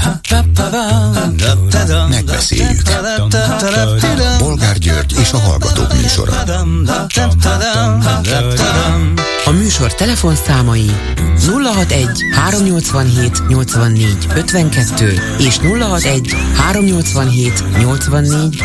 Megbeszéljük. Bolgár György és a Hallgatók műsora. A műsor telefonszámai 061 387 84 52 és 061 387 84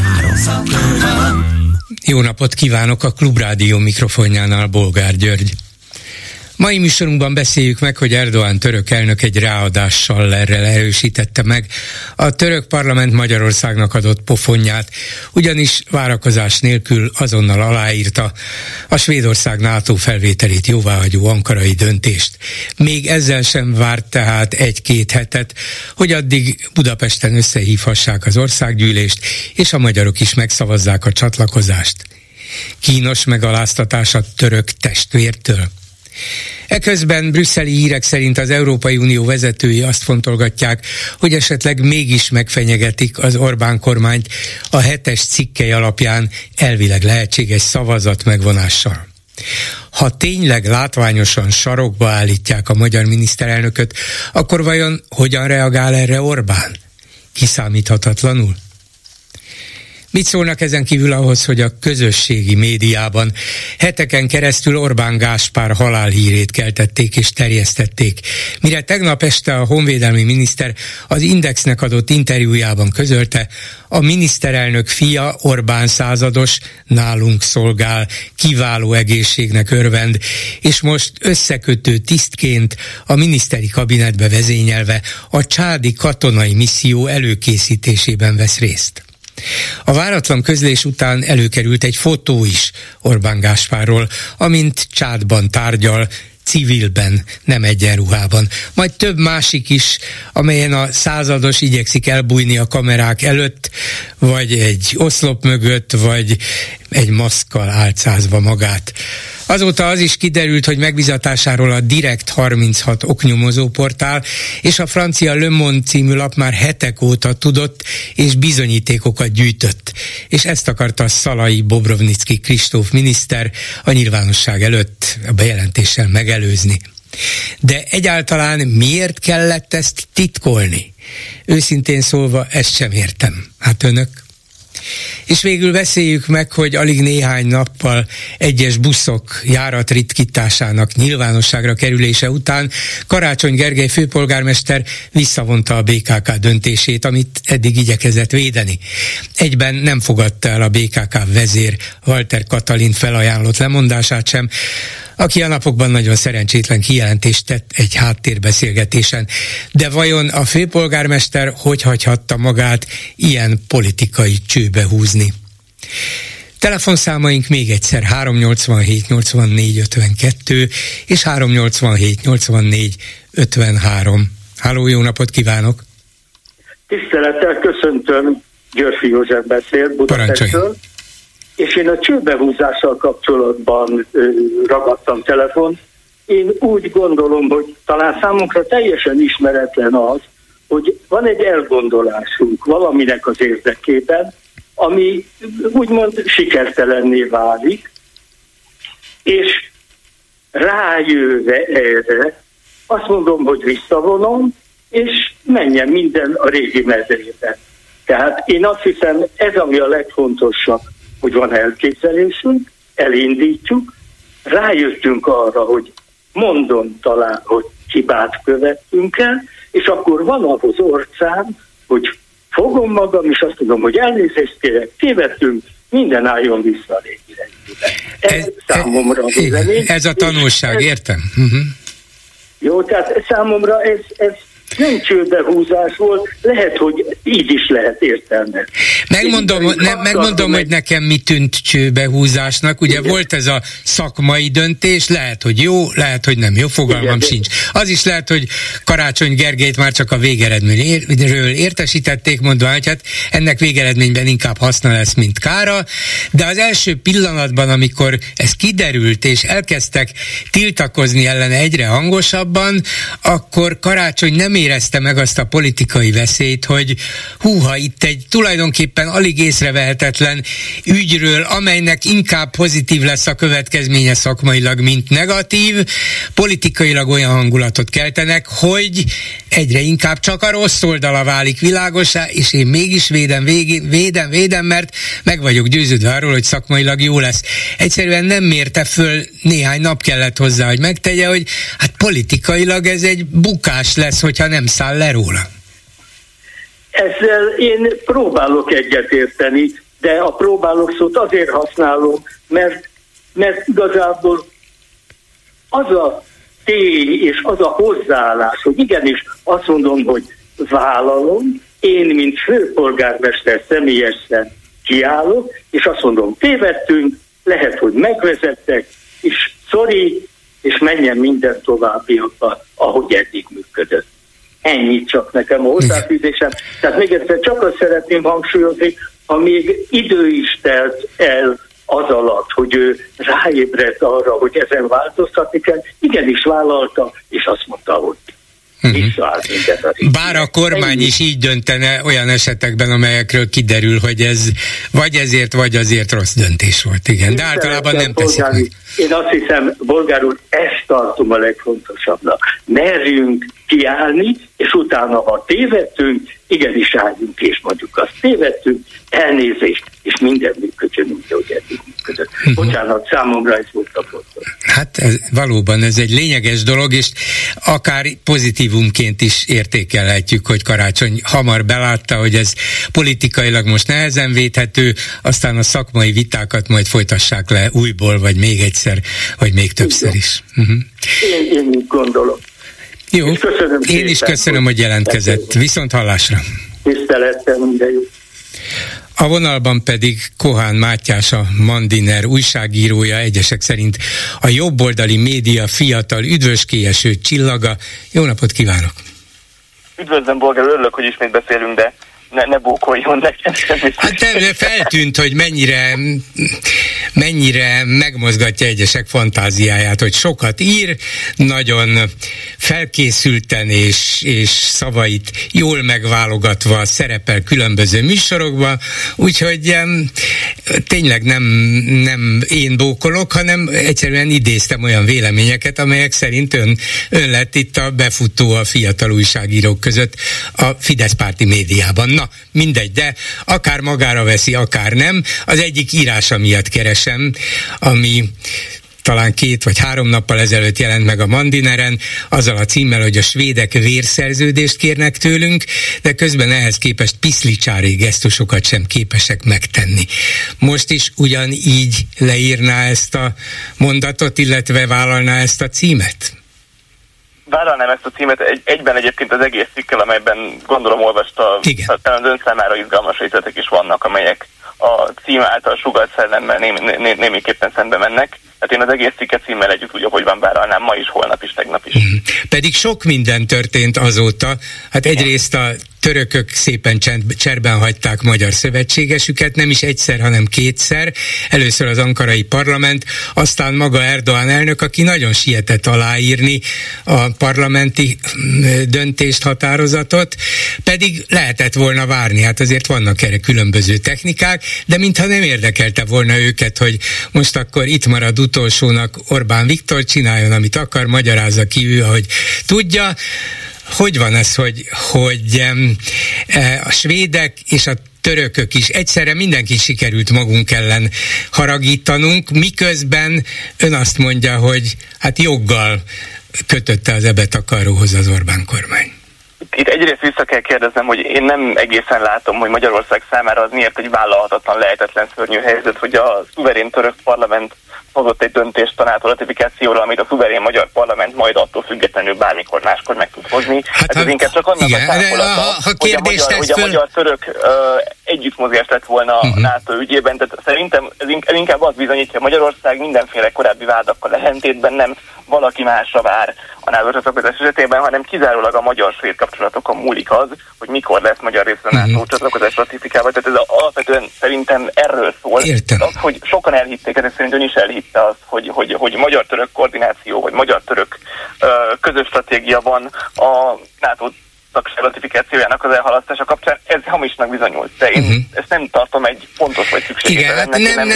53. Jó napot kívánok, a Klubrádió mikrofonjánál Bolgár György. Mai műsorunkban beszéljük meg, hogy Erdoğan török elnök egy ráadással erősítette meg a török parlament Magyarországnak adott pofonját, ugyanis várakozás nélkül azonnal aláírta a Svédország NATO felvételét jóváhagyó ankarai döntést. Még ezzel sem várt tehát egy-két hetet, hogy addig Budapesten összehívhassák az országgyűlést, és a magyarok is megszavazzák a csatlakozást. Kínos megaláztatás a török testvértől. Eközben brüsszeli hírek szerint az Európai Unió vezetői azt fontolgatják, hogy esetleg mégis megfenyegetik az Orbán kormányt a 7-es cikkely alapján elvileg lehetséges szavazat megvonással. Ha tényleg látványosan sarokba állítják a magyar miniszterelnököt, akkor vajon hogyan reagál erre Orbán? Kiszámíthatatlanul? Mit szólnak ezen kívül ahhoz, hogy a közösségi médiában heteken keresztül Orbán Gáspár halálhírét keltették és terjesztették, mire tegnap este a honvédelmi miniszter az Indexnek adott interjújában közölte, a miniszterelnök fia Orbán százados, nálunk szolgál, kiváló egészségnek örvend, és most összekötő tisztként a miniszteri kabinetbe vezényelve a csádi katonai misszió előkészítésében vesz részt. A váratlan közlés után előkerült egy fotó is Orbán Gáspárról, amint Csádban tárgyal, civilben, nem egyenruhában. Majd több másik is, amelyen a százados igyekszik elbújni a kamerák előtt, vagy egy oszlop mögött, vagy egy maszkkal álcázva magát. Azóta az is kiderült, hogy megbízatásáról a Direkt 36 oknyomozó portál és a francia Le Monde című lap már hetek óta tudott és bizonyítékokat gyűjtött. És ezt akarta Szalai Bobrovnicki Kristóf miniszter a nyilvánosság előtt a bejelentéssel megelőzni. De egyáltalán miért kellett ezt titkolni? Őszintén szólva ezt sem értem. Hát önök? És végül beszéljük meg, hogy alig néhány nappal egyes buszok járatritkításának nyilvánosságra kerülése után Karácsony Gergely főpolgármester visszavonta a BKK döntését, amit eddig igyekezett védeni. Egyben nem fogadta el a BKK vezér Walter Katalin felajánlott lemondását sem, aki a napokban nagyon szerencsétlen kijelentést tett egy háttérbeszélgetésen. De vajon a főpolgármester hogy hagyhatta magát ilyen politikai csőbe húzni? Telefonszámaink még egyszer 387 84 52 és 387 84 53. Háló, jó napot kívánok! Tisztelettel köszöntöm, Györfi József beszél Budapestről. És én a csőbehúzással kapcsolatban ragadtam telefont. Én úgy gondolom, hogy talán számunkra teljesen ismeretlen az, hogy van egy elgondolásunk valaminek az érdekében, ami úgymond sikertelenné válik, és rájöve erre azt mondom, hogy visszavonom, és menjen minden a régi mezrébe. Tehát én azt hiszem, ez ami a legfontosabb, hogy van elképzelésünk, elindítjuk, rájöttünk arra, hogy mondom talán, hogy hibát követtünk el, és akkor van ahhoz orcám, hogy fogom magam, és azt tudom, hogy elnézést kérek, tévedtünk, minden álljon vissza a régi rendjébe. Ez számomra a vélemény. Ez a tanulság, értem. Jó, tehát számomra ez nem csőbehúzás volt, lehet, hogy így is lehet értelmezni. Megmondom, hogy nekem mi tűnt csőbehúzásnak. Ugye igen, volt ez a szakmai döntés, lehet, hogy jó, lehet, hogy nem jó, fogalmam sincs. Az is lehet, hogy Karácsony Gergelyt már csak a végeredményről értesítették, mondva, hogy hát ennek végeredményben inkább haszna lesz, mint kára, de az első pillanatban, amikor ez kiderült, és elkezdtek tiltakozni ellene egyre hangosabban, akkor Karácsony nem nem érezte meg azt a politikai veszélyt, hogy húha, itt egy tulajdonképpen alig észrevehetetlen ügyről, amelynek inkább pozitív lesz a következménye szakmailag, mint negatív, politikailag olyan hangulatot keltenek, hogy egyre inkább csak a rossz oldala válik világossá, és én mégis védem, mert meg vagyok győződve arról, hogy szakmailag jó lesz. Egyszerűen nem mérte föl, néhány nap kellett hozzá, hogy megtegye, hogy hát politikailag ez egy bukás lesz, hogyha nem száll le róla. Ezzel én próbálok egyetérteni, de a próbálok szót azért használom, mert igazából az a tény és az a hozzáállás, hogy igenis azt mondom, hogy vállalom, én, mint főpolgármester személyesen kiállok, és azt mondom, tévedtünk, lehet, hogy megvezettek, és sorry, és menjen minden továbbiakban, ahogy eddig működött. Ennyit csak nekem a hozzáfűzésem. Tehát még egyszer csak azt szeretném hangsúlyozni, ha még idő is telt el az alatt, hogy ő ráébredt arra, hogy ezen változtatni kell, igenis vállalta, és azt mondta, hogy bár a kormány is így döntene olyan esetekben, amelyekről kiderül, hogy ez vagy ezért, vagy azért rossz döntés volt, igen. De általában nem teszik meg. Én azt hiszem, Bolgár úr, ezt tartom a legfontosabbnak. Merjünk kiállni, és utána, ha tévedtünk, igenis álljunk, és mondjuk azt tévedtünk, elnézést, és minden működjön, úgy, ahogy eddig működött. Bocsánat, számomra ez volt a fontos. Hát valóban ez egy lényeges dolog, és akár pozitívumként is értékelhetjük, hogy Karácsony hamar belátta, hogy ez politikailag most nehezen védhető, aztán a szakmai vitákat majd folytassák le újból, vagy még egyszer, vagy még többször is. Én úgy gondolom. Jó, én is köszönöm, hogy jelentkezett. Viszont hallásra. Tisztelettel, minden jó. A vonalban pedig Kohán Mátyás, a Mandiner újságírója, egyesek szerint a jobboldali média fiatal üdvöskélyeső csillaga. Jó napot kívánok! Üdvözlöm, Bolgár, örülök, hogy ismét beszélünk, de ne bókoljon nekem. Hát feltűnt, hogy mennyire megmozgatja egyesek fantáziáját, hogy sokat ír, nagyon felkészülten és szavait jól megválogatva szerepel különböző műsorokban, úgyhogy tényleg nem én bókolok, hanem egyszerűen idéztem olyan véleményeket, amelyek szerint ön lett itt a befutó a fiatal újságírók között a Fidesz párti médiában. Na, mindegy, de akár magára veszi, akár nem. Az egyik írása miatt keresem, ami talán 2 vagy 3 nappal ezelőtt jelent meg a Mandineren, azzal a címmel, hogy a svédek vérszerződést kérnek tőlünk, de közben ehhez képest piszlicsári gesztusokat sem képesek megtenni. Most is ugyanígy leírná ezt a mondatot, illetve vállalná ezt a címet? Vállalnám ezt a címet egyben egyébként az egész cikkel, amelyben gondolom olvasta, talán ön számára izgalmas részletek is vannak, amelyek a cím által sugalt szellemmel némiképpen szembe mennek. Hát én az egész cikket címmel együtt úgy, ahogy van, vállalnám ma is, holnap is, tegnap is. Pedig sok minden történt azóta. Hát egyrészt a törökök szépen cserben hagyták magyar szövetségesüket, nem is egyszer, hanem 2-szer. Először az ankarai parlament, aztán maga Erdoğan elnök, aki nagyon sietett aláírni a parlamenti döntést, határozatot, pedig lehetett volna várni, hát azért vannak erre különböző technikák, de mintha nem érdekelte volna őket, hogy most akkor itt marad utolsónak Orbán Viktor, csináljon, amit akar, magyarázza ki ő, ahogy tudja. Hogy van ez, hogy a svédek és a törökök is egyszerre mindenki sikerült magunk ellen haragítanunk, miközben ön azt mondja, hogy hát joggal kötötte az ebetakaróhoz az Orbán kormány. Itt egyrészt vissza kell kérdeznem, hogy én nem egészen látom, hogy Magyarország számára az miért egy vállalhatatlan, lehetetlen, szörnyű helyzet, hogy a szuverén török parlament hozott egy döntést a NATO ratifikációra, amit a szuverén magyar parlament majd attól függetlenül bármikor máskor meg tud hozni. Hát ez inkább csak annak a távolata, hogy a magyar-török együttmozgás lett volna a NATO ügyében. Tehát szerintem ez inkább azt bizonyítja, hogy Magyarország mindenféle korábbi vádakkal ellentétben nem valaki másra vár a NATO csatlakozás esetében, hanem kizárólag a magyar-svéd kapcsolatokon múlik az, hogy mikor lesz magyar részre a NATO csatlakozás ratifikálva. Tehát ez alapvetően szerintem erről szól. Értem. Az, hogy sokan elhitték, ez szerint ön is elhitte azt, hogy magyar-török koordináció, vagy magyar-török közös stratégia van a NATO tagság ratifikációjának az elhalasztása kapcsán ez hamisnak bizonyult. De én ezt nem tartom egy fontos vagy szükséges.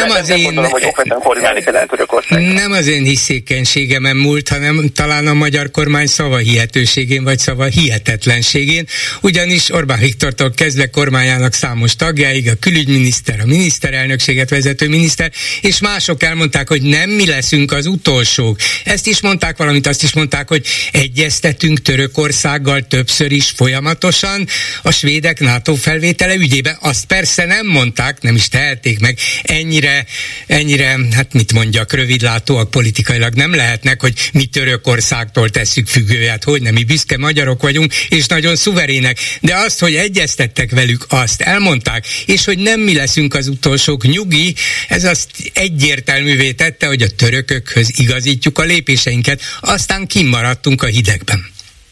Nem az én hiszékenységemen múlt, hanem talán a magyar kormány szavahihetőségén vagy szavahihetetlenségén, ugyanis Orbán Viktortól kezdve kormányának számos tagjáig, a külügyminiszter, a miniszterelnökséget vezető miniszter, és mások elmondták, hogy nem mi leszünk az utolsók. Ezt is mondták, valamint azt is mondták, hogy egyeztetünk Törökországgal többször is folyamatosan a svédek NATO felvétele ügyében. Azt persze nem mondták, nem is tehették meg. Ennyire, hát mit mondjak, rövidlátóak politikailag nem lehetnek, hogy mi Törökországtól tesszük függőjét, hogy nem, mi büszke magyarok vagyunk, és nagyon szuverének. De azt, hogy egyeztettek velük, azt elmondták, és hogy nem mi leszünk az utolsók, nyugi, ez azt egyértelművé tette, hogy a törökökhöz igazítjuk a lépéseinket, aztán kimaradtunk a hidegben.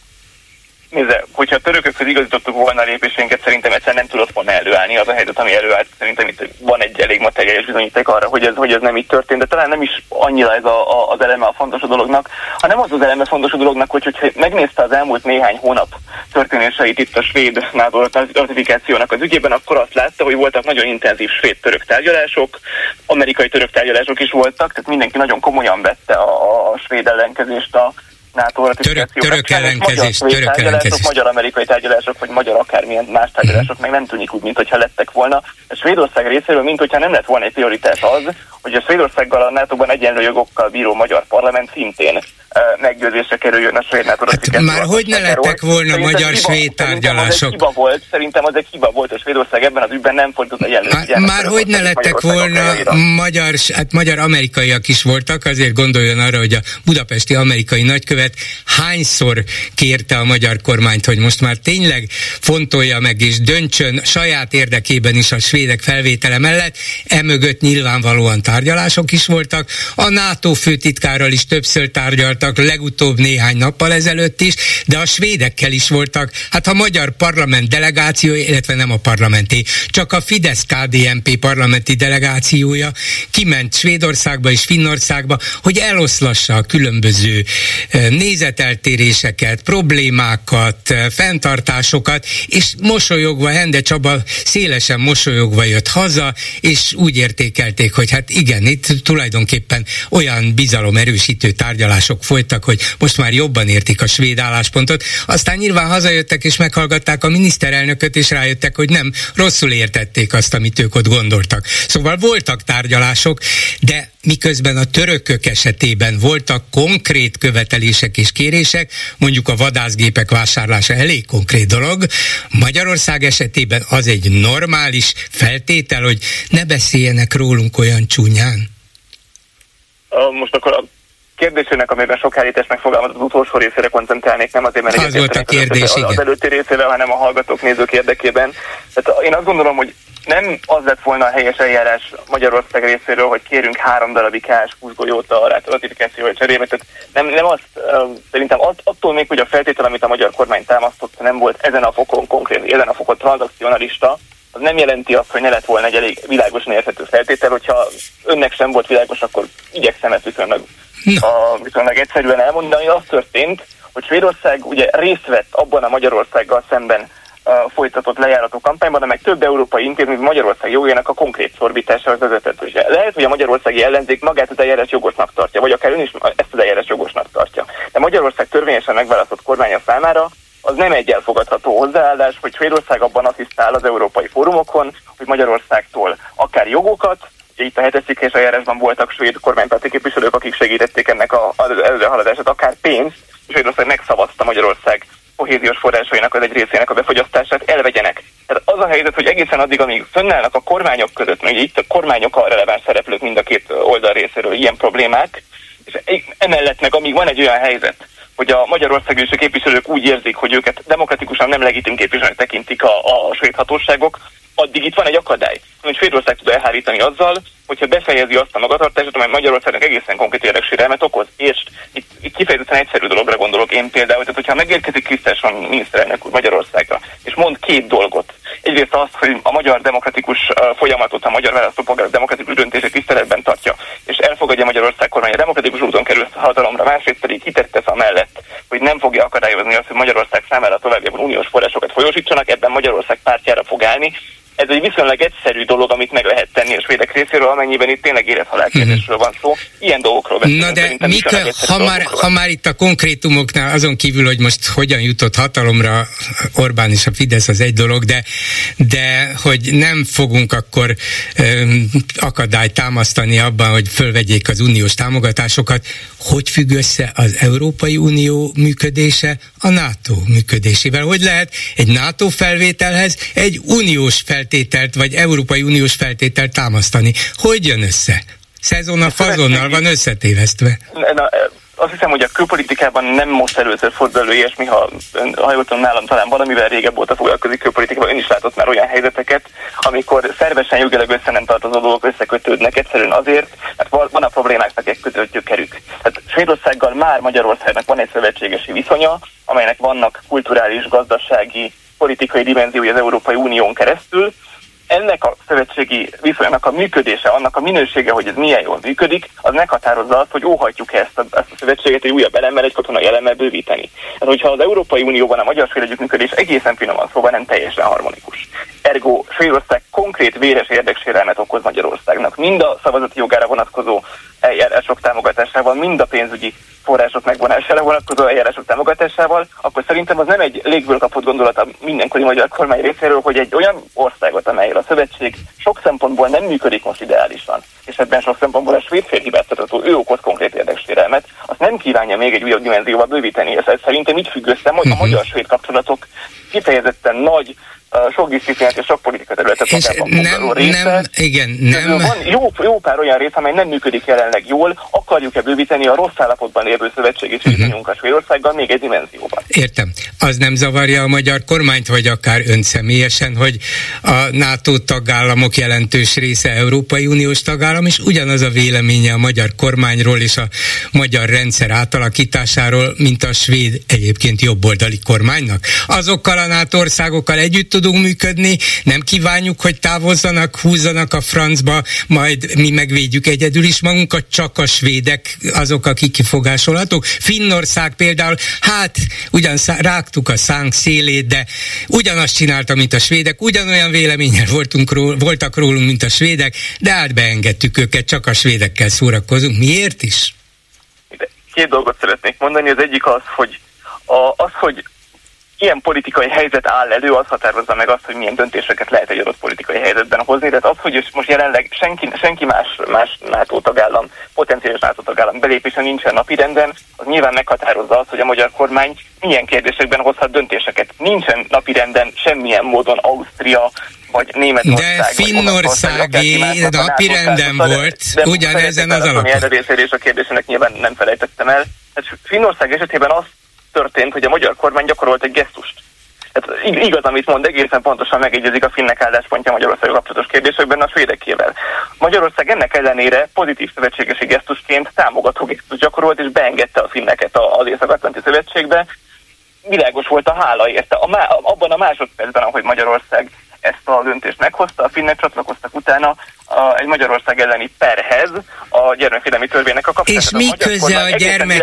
Nézze, hogyha a törökökhöz igazítottuk volna a lépéseinket, szerintem egyszerűen nem tudott volna előállni. Az a helyzet, ami előállt, szerintem itt van egy elég materiális bizonyíték arra, hogy ez nem így történt, de talán nem is annyira ez az eleme a fontos a dolognak, hanem az eleme fontos a dolognak, hogyha megnézte az elmúlt néhány hónap történéseit itt a svéd NATO ratifikációnak az ügyében, akkor azt látta, hogy voltak nagyon intenzív svéd-török tárgyalások, amerikai török tárgyalások is voltak, tehát mindenki nagyon komolyan vette a svéd ellenkezést a NATO ratifikáció. Török ellenkezés. Magyar-amerikai tárgyalások, vagy magyar akármilyen más tárgyalások meg nem tűnik úgy, mintha lettek volna. A Svédország részéről, mintha nem lett volna egy prioritás az, hogy a Svédországgal a NATO-ban egyenlő jogokkal bíró magyar parlament szintén meggyőzésre kerüljön a svéd NATO ratifikáció. Már hogy ne lettek volna magyar-svéd tárgyalások? Szerintem az egy hiba volt, a Svédország ebben az ügyben nem fordult egyenlő. Már hogy ne lettek volna magyar-amerikaiak is voltak, azért gondoljon arra, hogy a budapesti amerikai nagykövet hányszor kérte a magyar kormányt, hogy most már tényleg fontolja meg és döntsön saját érdekében is a svédek felvétele mellett, emögött nyilvánvalóan tárgyalások is voltak, a NATO főtitkárral is többször tárgyaltak, legutóbb néhány nappal ezelőtt is, de a svédekkel is voltak, hát a magyar parlament delegációja, illetve nem a parlamenté, csak a Fidesz-KDNP parlamenti delegációja kiment Svédországba és Finnországba, hogy eloszlassa a különböző nézeteltéréseket, problémákat, fenntartásokat, és mosolyogva, Hende Csaba szélesen mosolyogva jött haza, és úgy értékelték, hogy hát igen, itt tulajdonképpen olyan bizalomerősítő tárgyalások folytak, hogy most már jobban értik a svéd álláspontot. Aztán nyilván hazajöttek és meghallgatták a miniszterelnököt, és rájöttek, hogy nem, rosszul értették azt, amit ők ott gondoltak. Szóval voltak tárgyalások, de miközben a törökök esetében voltak konkrét követelések és kérések, mondjuk a vadászgépek vásárlása elég konkrét dolog, Magyarország esetében az egy normális feltétel, hogy ne beszéljenek rólunk olyan csúnyán. Most akkor a kérdésének, amiben sok állítás megfogalmazott, az utolsó részére koncentrálnék, nem azért, mert az volt a kérdés, az előtti részével, hanem a hallgatók, nézők érdekében. Tehát én azt gondolom, hogy nem az lett volna a helyes eljárás Magyarország részéről, hogy kérünk 3 darab IKS kuszgolyót a ratifikációval cserébe. Tehát nem azt, szerintem attól még, hogy a feltétel, amit a magyar kormány támasztott, nem volt ezen a fokon konkrét, ezen a fokon tranzakcionalista, az nem jelenti azt, hogy ne lett volna egy elég világosan érthető feltétel, hogyha önnek sem volt világos, akkor igyekszem ezt viszonylag egyszerűen elmondani. Az történt, hogy Svédország ugye részt vett abban a Magyarországgal szemben folytatott lejárató kampányban, amely több európai intézmény Magyarország jogjának a konkrét szorbításához vezetett. Lehet, hogy a magyarországi ellenzék magát az eljárás jogosnak tartja, vagy akár ön is ezt az eljárás jogosnak tartja. De Magyarország törvényesen megválasztott kormánya számára az nem egy elfogadható hozzáállás, hogy Svédország abban asszisztál az európai fórumokon, hogy Magyarországtól akár jogokat, ugye itt a 7. cikkes eljárásban voltak svéd kormánypárti képviselők, akik segítették ennek az előrehaladását, akár pénzt, és Svédország megszavazta Magyarország kohéziós forrásainak az egy részének a befogyasztását, elvegyenek. Tehát az a helyzet, hogy egészen addig, amíg fönnállnak a kormányok között, mert ugye itt a kormányok a releváns szereplők mind a két oldal részéről ilyen problémák, és emellett meg amíg van egy olyan helyzet, hogy a magyarországi képviselők úgy érzik, hogy őket demokratikusan nem legitim képviselőnek tekintik a svéd hatóságok, addig itt van egy akadály, amit Svédország tud elhárítani azzal, hogyha befejezi azt a magatartást, amely Magyarországnak egészen konkrét érdeksérelmet okoz. És itt kifejezetten egyszerű dologra gondolok én például, tehát hogyha megérkezik Krisztáson miniszterelnök úr Magyarországra, és mond 2 dolgot. Egyrészt azt, hogy a magyar demokratikus folyamatot, a magyar választópolgárok demokratikus döntését tiszteletben tartja, és elfogadja Magyarország kormány a demokratikus úton kerül hatalomra, másrészt pedig hitet tesz amellett, hogy hogy nem fogja akadályozni azt, hogy Magyarország számára továbbiakban uniós forrásokat folyósítsanak, ebben Magyarország pártjára fog állni. Ez egy viszonylag egyszerű dolog, amit meg lehet tenni a svédek részéről, amennyiben itt tényleg élethalál kérdésről van szó. Ilyen dolgokról beszélünk. Na de ha már itt a konkrétumoknál, azon kívül, hogy most hogyan jutott hatalomra Orbán és a Fidesz, az egy dolog, de hogy nem fogunk akkor akadályt támasztani abban, hogy fölvegyék az uniós támogatásokat. Hogy függ össze az Európai Unió működése a NATO működésével? Hogy lehet egy NATO felvételhez egy uniós feltételt, vagy Európai Uniós feltételt támasztani? Hogy jön össze? Szezonnal, fazonnal van összetévesztve. Azt hiszem, hogy a külpolitikában nem most először fordul elő ilyesmi, ha jól tudom, nálam talán valamivel régebb óta foglalkozik külpolitikában, ön is látott már olyan helyzeteket, amikor szervesen jogilag össze nem tartozó dolgok összekötődnek, egyszerűen azért, mert van a problémáknak egy között gyökerük. Tehát Svédországgal már Magyarországnak van egy szövetségesi viszonya, amelynek vannak kulturális, gazdasági, politikai dimenziói az Európai Unión keresztül. Ennek a szövetségi viszonynak a működése, annak a minősége, hogy ez milyen jól működik, az meghatározza azt, hogy óhajtjuk ezt a szövetséget egy újabb elemmel, egy katonai elemmel bővíteni. Hát, hogyha az Európai Unióban a magyar-svéd együttműködés egészen finoman szóval nem teljesen harmonikus. Ergo Svédország konkrét véres érdeksérelmet okoz Magyarországnak. Mind a szavazati jogára vonatkozó eljárások támogatásával, mind a pénzügyi források megvonására vonatkozó eljárások támogatásával, akkor szerintem az nem egy légből kapott gondolata mindenkori magyar kormány részéről, hogy egy olyan országot, amelyel a szövetség sok szempontból nem működik most ideálisan, és ebben sok szempontból a svéd fél hibáztatható, ő okoz konkrét érdeksérelmet, azt nem kívánja még egy újabb dimenzióval bővíteni. Ez szerintem így függ össze, hogy a magyar-svéd kapcsolatok kifejezetten nagy, sok disziplinát és sok politika területet magában része. Van jó pár olyan rész, amely nem működik jelenleg jól, akarjuk-e bővíteni a rossz állapotban lévő szövetségi viszonyunkat Svédországgal még egy dimenzióban. Értem. Az nem zavarja a magyar kormányt, vagy akár ön személyesen, hogy a NATO tagállamok jelentős része Európai Uniós tagállam, és ugyanaz a véleménye a magyar kormányról és a magyar rendszer átalakításáról, mint a svéd egyébként jobboldali kormánynak? Azokkal a NATO országokkal együtt tudunk működni, nem kívánjuk, hogy távozzanak, húzzanak a francba, majd mi megvédjük egyedül is magunkat, csak a svédek azok, akik kifogásolhatók. Finnország például, ugyan rágtuk a szánk szélét, de ugyanazt csinálta, mint a svédek, ugyanolyan véleménnyel voltak rólunk, mint a svédek, de beengedtük őket, csak a svédekkel szórakozunk. Miért is? Két dolgot szeretnék mondani. Az egyik az, hogy ilyen politikai helyzet áll elő, az határozza meg azt, hogy milyen döntéseket lehet egy adott politikai helyzetben hozni. Tehát az, hogy most jelenleg senki más NATO tagállam, potenciális NATO tagállam belépése nincsen napirenden, az nyilván meghatározza azt, hogy a magyar kormány milyen kérdésekben hozhat döntéseket. Nincsen napirenden semmilyen módon Ausztria vagy Németország. De Finnországé napirenden volt, ugyanezen az alapon. És a kérdésének nyilván nem felejtettem el. Tehát Finnország esetében az történt, hogy a magyar kormány gyakorolt egy gesztust. Tehát igaz, amit mond, egészen pontosan megegyezik a finnek álláspontja Magyarország kapcsolatos kérdésekben a svédekével. Magyarország ennek ellenére pozitív szövetségesi gesztusként támogató gesztust gyakorolt, és beengedte a finneket az Észak-Atlanti Szövetségbe. Világos volt a hála érte. Abban a másodpercben, ahogy Magyarország ezt a döntést meghozta, a finnek csatlakoztak utána egy Magyarország elleni perhez a gyermekvédelmi törvénynek a kapcsolatban. És mi köze a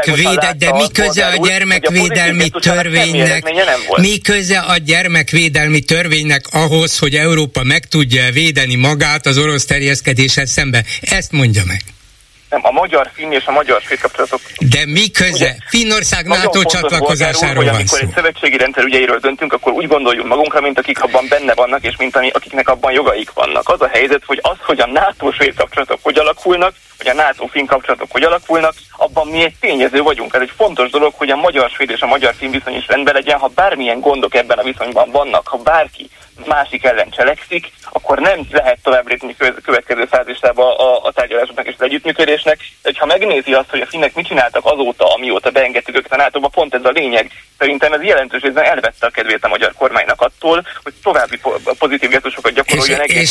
gyermekvédelmi törvénynek? Mi köze a gyermekvédelmi törvénynek ahhoz, hogy Európa meg tudja védeni magát az orosz terjeszkedéssel szemben? Ezt mondja meg. Nem, a magyar-finn és a magyar-svéd kapcsolatok. De mi köze? Finnország NATO csatlakozásáról van szó. Amikor egy szövetségi rendszer ügyeiről döntünk, akkor úgy gondoljunk magunkra, mint akik abban benne vannak, és mint akiknek abban jogaik vannak. Az a helyzet, hogy a NATO-svéd kapcsolatok hogy alakulnak, vagy a NATO-finn kapcsolatok hogy alakulnak, abban mi egy tényező vagyunk. Ez egy fontos dolog, hogy a magyar-svéd és a magyar-finn viszony is rendben legyen. Ha bármilyen gondok ebben a viszonyban vannak, ha bárki másik ellen cselekszik, akkor nem lehet tovább lépni következő fázisába a tárgyalásoknak és az együttműködésnek. De ha megnézi azt, hogy a finnek mit csináltak azóta, amióta beengedtük őket a NATO-ba, pont ez a lényeg. Szerintem ez jelentős részben elvette a kedvét a magyar kormánynak attól, hogy további pozitív gesztusokat gyakoroljon és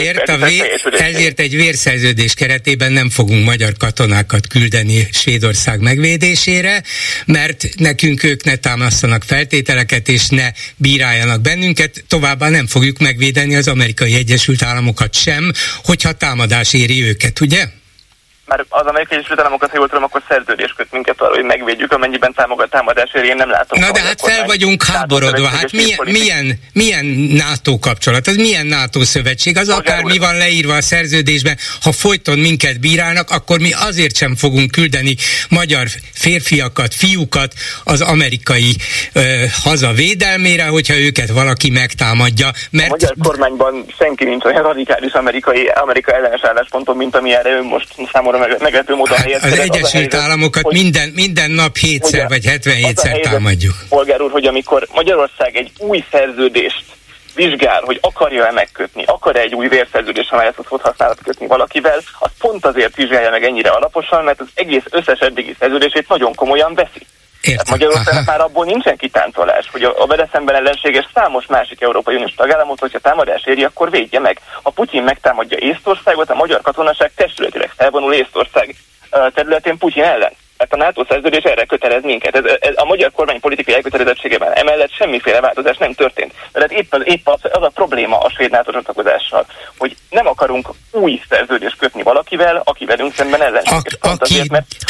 ezért egy vérszerződés keretében nem fogunk magyar katonákat küldeni Svédország megvédésére, mert nekünk ők ne támasztanak feltételeket, és ne bíráljanak bennünket, továbbá nem fogjuk megvédeni az Amerikai Egyesült Államokat sem, hogyha támadás éri őket, ugye? már az Amerikai Egyesült Államokat, ha jól tudom, akkor szerződés köt minket arra, hogy megvédjük, amennyiben támadásért én nem látom. Na de hát fel vagyunk háborodva, hát milyen NATO kapcsolat, az milyen NATO szövetség, az akármi van leírva a szerződésben, ha folyton minket bírálnak, akkor mi azért sem fogunk küldeni magyar férfiakat, fiúkat az amerikai haza védelmére, hogyha őket valaki megtámadja. Mert... A magyar kormányban senki nincs olyan radikális Amerika ellenes állásponton, mint ami erre ön most számomra meglepő módon helyezkedik. Az Egyesült Államokat minden nap 7-szer vagy 77-szer támadjuk. Polgár úr, hogy amikor Magyarország egy új szerződést vizsgál, hogy akarja-e megkötni, akar-e egy új vérszerződés, amelyet tud használat kötni valakivel, az pont azért vizsgálja meg ennyire alaposan, mert az egész összes eddigi szerződését nagyon komolyan veszi. Magyarországon már abból nincsen kitáncolás, hogy a vele szemben ellenséges számos másik Európai Uniós tagállamot, hogyha támadás éri, akkor védje meg. Ha Putyin megtámadja Észtországot, a magyar katonaság testületileg felvonul Észtország területén Putyin ellen. Hát a NATO szerződés erre kötelez minket. Ez a magyar kormány politikai elkötelezettségében emellett semmiféle változás nem történt. Tehát épp az a probléma a svéd NATO csatlakozással, hogy nem akarunk új szerződést kötni valakivel, aki velünk szemben ellenséges.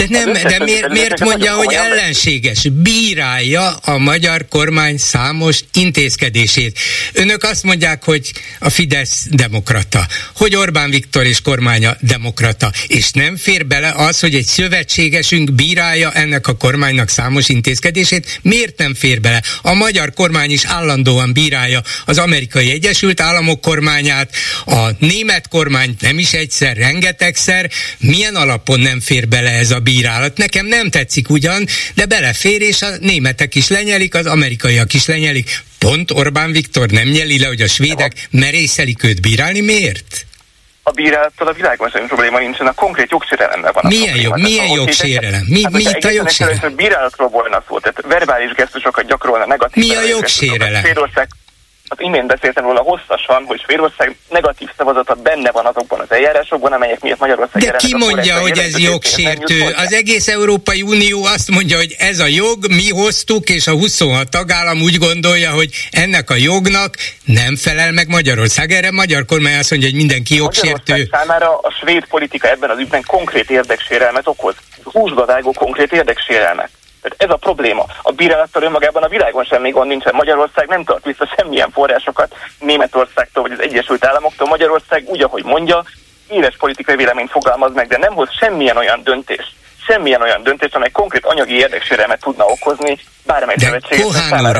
De miért mondja, hogy ellenséges? Bírálja a magyar kormány számos intézkedését. Önök azt mondják, hogy a Fidesz demokrata, hogy Orbán Viktor és kormánya demokrata, és nem fér bele az, hogy egy szövetségesünk bírálja ennek a kormánynak számos intézkedését. Miért nem fér bele? A magyar kormány is állandóan bírálja az Amerikai Egyesült Államok kormányát, a német kormány nem is egyszer, rengetegszer. Milyen alapon nem fér bele ez a bírálat? Nekem nem tetszik ugyan, de belefér, és a németek is lenyelik, az amerikaiak is lenyelik. Pont Orbán Viktor nem nyeli le, hogy a svédek merészelik őt bírálni? Miért? A bírálattal a világban semmi probléma nincsen, a konkrét jogsérelemmel van. Milyen jogsérelem? Mi itt a jogsérelem? Hát, bírálatról volna szó, tehát verbális gesztusokat gyakorolna negatív. Mi a jogsérelem? Hát imént beszéltem róla hosszasan, hogy Svédország negatív szavazata benne van azokban az eljárásokban, amelyek miatt Magyarország... De ki mondja, hogy ez jogsértő? Az egész Európai Unió azt mondja, hogy ez a jog, mi hoztuk, és a 26 tagállam úgy gondolja, hogy ennek a jognak nem felel meg Magyarország. Erre a magyar kormány azt mondja, hogy mindenki jogsértő. Magyarország számára a svéd politika ebben az ügyben konkrét érdeksérelmet okoz. Húsba vágó konkrét érdeksérelmet. Tehát ez a probléma. A bírálattal önmagában a világon semmi gond nincsen. Magyarország nem tart vissza semmilyen forrásokat Németországtól vagy az Egyesült Államoktól. Magyarország úgy, ahogy mondja, éles politikai véleményt fogalmaz meg, de nem hoz semmilyen olyan döntést, amely konkrét anyagi érdeksérelmet tudna okozni bármely szövetséges számára.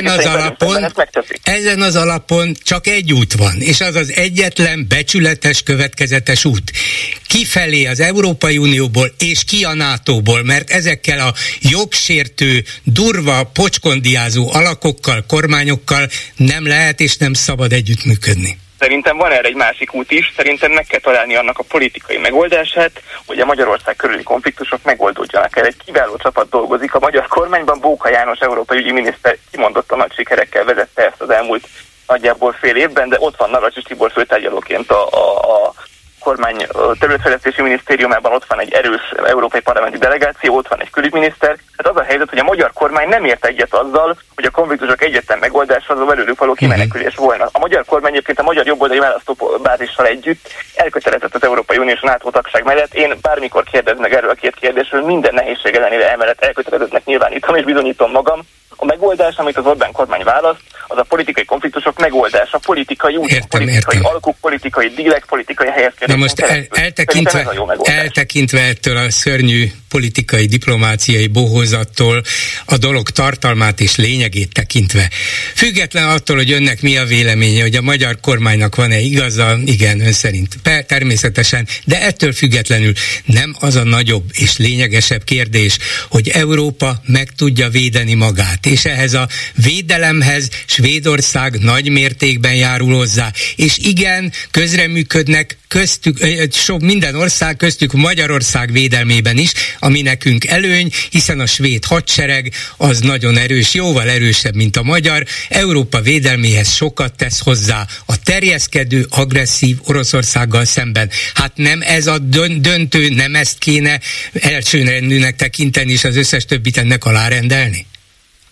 Ezen az alapon csak egy út van, és az az egyetlen becsületes, következetes út. Kifelé az Európai Unióból és ki a NATO-ból, mert ezekkel a jogsértő, durva, pocskondiázó alakokkal, kormányokkal nem lehet és nem szabad együttműködni. Szerintem van erre egy másik út is, szerintem meg kell találni annak a politikai megoldását, hogy a Magyarország körüli konfliktusok megoldódjanak el. Egy kiváló csapat dolgozik a magyar kormányban, Bóka János európai ügyi miniszter kimondottan nagy sikerekkel vezette ezt az elmúlt nagyjából fél évben, de ott van Navracsics Tibor főtárgyalóként a kormány területfejlesztési minisztériumában, ott van egy erős európai parlamenti delegáció, ott van egy külügyminiszter. Hát az a helyzet, hogy a magyar kormány nem ért egyet azzal, hogy a konfliktusok egyetlen megoldása az a belőlük való kimenekülés volna. A magyar kormány egyébként a magyar jobboldali választóbázissal együtt elkötelezett az Európai Unió és NATO tagság mellett. Én bármikor kérdezd meg erről a két kérdésről, minden nehézség ellenére emellett elkötelezettnek nyilvánítom és bizonyítom magam. A megoldás, amit az Orbán kormány választ, az a politikai konfliktusok megoldása, politikai út, politikai alkuk, politikai dílek, politikai helyezkedés. Na most eltekintve ettől a szörnyű politikai, diplomáciai bohózattól, a dolog tartalmát és lényegét tekintve. Független attól, hogy önnek mi a véleménye, hogy a magyar kormánynak van-e igaza, igen, ön szerint természetesen, de ettől függetlenül nem az a nagyobb és lényegesebb kérdés, hogy Európa meg tudja védeni magát, és ehhez a védelemhez Svédország nagy mértékben járul hozzá. És igen, közreműködnek köztük, sok minden ország, köztük Magyarország védelmében is, ami nekünk előny, hiszen a svéd hadsereg az nagyon erős, jóval erősebb, mint a magyar. Európa védelméhez sokat tesz hozzá a terjeszkedő, agresszív Oroszországgal szemben. Hát nem ez a döntő, nem ezt kéne elsőrendűnek tekinteni, és az összes többit ennek alárendelni?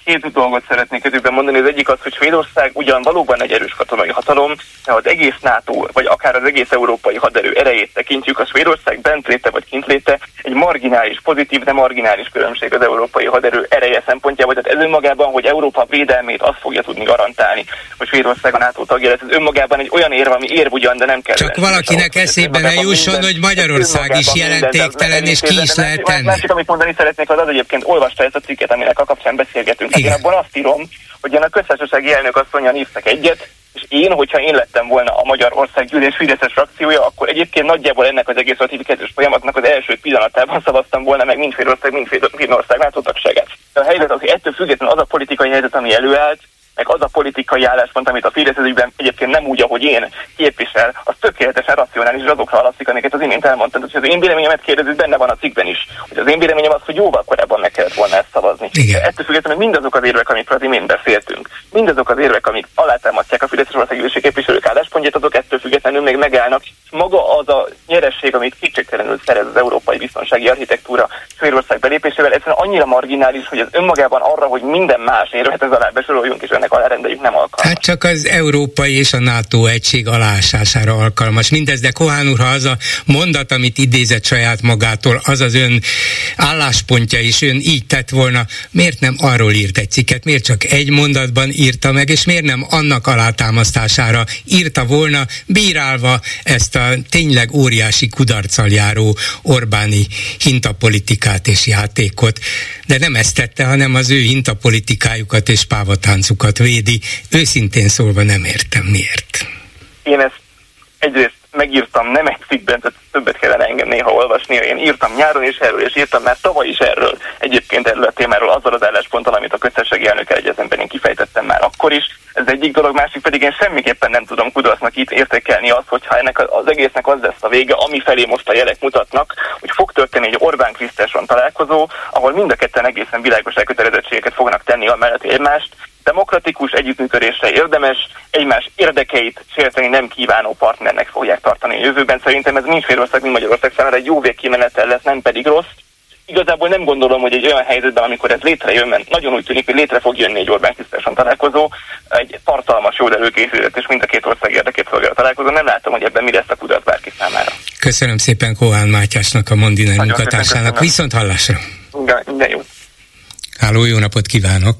Két dolgot szeretnék ezügyben mondani. Az egyik az, hogy Svédország ugyan valóban egy erős katonai hatalom, de az egész NATO, vagy akár az egész európai haderő erejét tekintjük, a Svédország bentléte vagy kintléte egy marginális, pozitív, de marginális különbség az európai haderő ereje szempontjából. Tehát ez önmagában, hogy Európa védelmét azt fogja tudni garantálni, hogy Svédország a NATO tagja lesz. Ez önmagában egy olyan érv, ami érv ugyan, de nem kell. Csak valakinek eszébe ne jusson, hogy Magyarország is jelentéktelen, és ki is lehet tenni. Másik, amit mondani szeretnék, az egyébként olvasta ezt a cikket, aminek a kapcsán beszélgetünk. Hát én abban azt írom, hogy én a köztársasági elnök asszonnyal hívtak egyet, és hogyha én lettem volna a Magyarország Gyűlés Fideszes frakciója, akkor egyébként nagyjából ennek az egész ratifikációs folyamatnak az első pillanatában szavaztam volna meg mind Svédország, mind Finnország NATO tagságát. De a helyzet az, hogy ettől függetlenül az a politikai helyzet, ami előállt, meg az a politikai álláspont, amit a Fidesz ügyben egyébként nem úgy, ahogy én képvisel, az tökéletesen racionális, és azokra alapszik, amiket az imént elmondtam. Tehát, hogy az én véleményemet kérdező, benne van a cikkben is, hogy az én véleményem az, hogy jóval korábban meg kellett volna ezt szavazni. Ettől függetlenül mindazok az érvek, amikről az imént beszéltünk, mindazok az érvek, amik alátámasztják a Fideszes országgyűlési képviselők álláspontját, azok ettől függetlenül még megállnak. Maga az a nyeresség, amit kétségtelenül szerez az európai biztonsági architektúra Svédország belépésével, egyszerűen annyira marginális, hogy ez önmagában arra, hogy minden más érvet ez alá besoroljunk, és ennek alárendeljük, nem alkalmas. Hát csak az európai és a NATO egység aláásására alkalmas mindez, de Kohán úr, ha az a mondat, amit idézett saját magától, az az ön álláspontja, és ön így tett volna, miért nem arról írt egy cikket, miért csak egy mondatban írta meg, és miért nem annak alátámasztására írta volna, bírálva ezt a tényleg óriási kudarccal járó Orbáni hintapolitikát és játékot. De nem ezt tette, hanem az ő hintapolitikájukat és pávatáncukat védi. Őszintén szólva nem értem, miért. Én ezt egyrészt megírtam, nem egy cikkben, tehát többet kellene engem néha olvasni. Én írtam nyáron is erről, és írtam már tavaly is erről. Egyébként erről a témáról azzal az állásponttal, amit a köztársasági elnökkel egyetemben én kifejtettem már akkor is. Ez egyik dolog, másik pedig én semmiképpen nem tudom kudarcnak itt értékelni azt, hogyha ennek az egésznek az lesz a vége, ami felé most a jelek mutatnak, hogy fog történni egy Orbán Krisztáson találkozó, ahol mind a ketten egészen világos elkötelezettségeket fognak tenni amellett egymást. Demokratikus együttműködésre érdemes, egymás érdekeit sérteni nem kívánó partnernek fogják tartani a jövőben. Szerintem ez mind Svédország, mind Magyarország számára egy jó végkimenetel lesz, nem pedig rossz. Igazából nem gondolom, hogy egy olyan helyzetben, amikor ez létrejön, mert nagyon úgy tűnik, hogy létre fog jönni egy Orbán Krisztáson találkozó, egy tartalmas, jól előkészített és mind a két ország érdekét szolgáló találkozó. Nem látom, hogy ebben mi lesz a kudarc bárki számára. Köszönöm szépen Kohán Mátyásnak, a Mondinai munkatársának. Viszont hallásra! Minden jó! Háló, jó napot kívánok!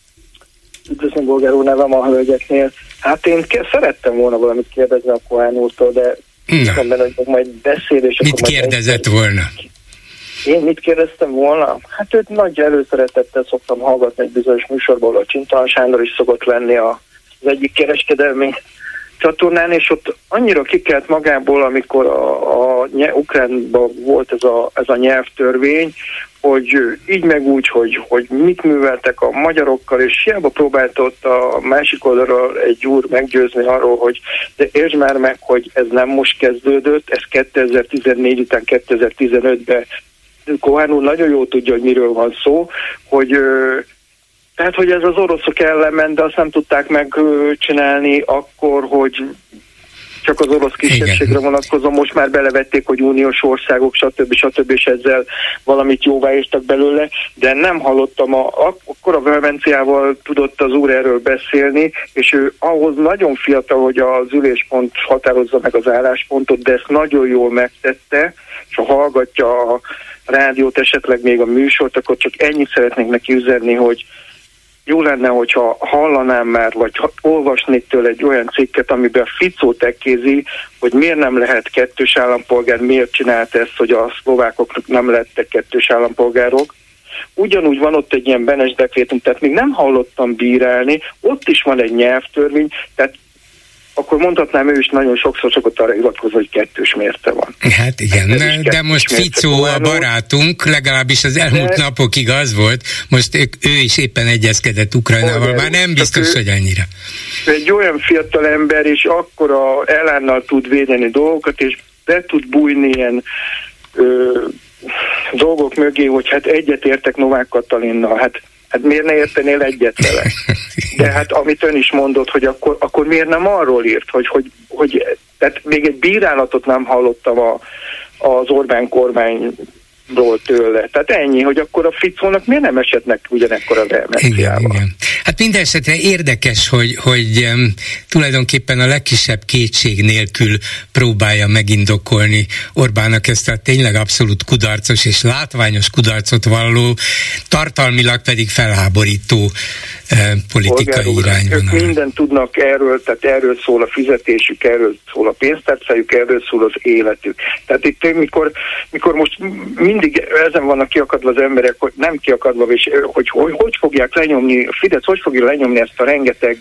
Üdvözlöm, Bolgár úr, nevem a hölgyeknél. Hát én szerettem volna valamit kérdezni a Kohán úrtól, de hiszem benne, hogy majd beszél, és mit kérdezett volna? Én mit kérdeztem volna? Hát őt nagy előszeretettel szoktam hallgatni egy bizonyos műsorból, a Csintalan Sándor is szokott lenni az egyik kereskedelmi csatornán, és ott annyira kikelt magából, amikor a Ukránban volt ez a nyelvtörvény, hogy így meg úgy, hogy mit műveltek a magyarokkal, és hiába próbálta ott a másik oldalról egy úr meggyőzni arról, hogy de értsd már meg, hogy ez nem most kezdődött, ez 2014 után 2015-ben Kohán úr nagyon jól tudja, hogy miről van szó, hogy tehát, hogy ez az oroszok ellen ment, de azt nem tudták megcsinálni akkor, hogy csak az orosz kisebbségre vonatkozó, most már belevették, hogy uniós országok, stb. És ezzel valamit jóváírtak belőle, de nem hallottam, akkor a Vehemenciával tudott az úr erről beszélni, és ő ahhoz nagyon fiatal, hogy az üléspont határozza meg az álláspontot, de ezt nagyon jól megtette, és ha hallgatja a rádiót, esetleg még a műsort, akkor csak ennyit szeretnék neki üzenni, hogy jó lenne, hogyha hallanám már, vagy olvasnék tőle egy olyan cikket, amiben Ficó tekkézi, hogy miért nem lehet kettős állampolgár, miért csinált ezt, hogy a szlovákok nem lettek kettős állampolgárok. Ugyanúgy van ott egy ilyen Benes dekrétum, tehát még nem hallottam bírálni, ott is van egy nyelvtörvény, tehát akkor mondhatnám, ő is nagyon sokszor szokott arra hivatkozni, hogy kettős mérce van. Hát igen, de most Ficó a barátunk, legalábbis az elmúlt napokig az volt, most ő is éppen egyezkedett Ukrajnával, már nem biztos, hogy annyira. Egy olyan fiatal ember, és akkora elánnal tud védeni dolgokat, és be tud bújni ilyen dolgok mögé, hogy hát egyet értek Novák Katalinnal, hát miért ne értenél egyet vele? De hát amit ön is mondott, hogy akkor miért nem arról írt, hogy tehát még egy bírálatot nem hallottam az Orbán kormány tőle. Tehát ennyi, hogy akkor a Fritzónak miért nem esetnek ugyanekkor az elmenciával. Igen. Hát minden esetre érdekes, hogy tulajdonképpen a legkisebb kétség nélkül próbálja megindokolni Orbánnak ezt a tényleg abszolút kudarcos és látványos kudarcot valló, tartalmilag pedig felháborító politikai irányvonal. Ők mindent tudnak erről, tehát erről szól a fizetésük, erről szól a pénztárcájuk, erről szól az életük. Tehát itt mikor most mindig ezen vannak kiakadva az emberek, hogy nem kiakadva, és hogy fogják lenyomni, a Fidesz hogy fogja lenyomni ezt a rengeteg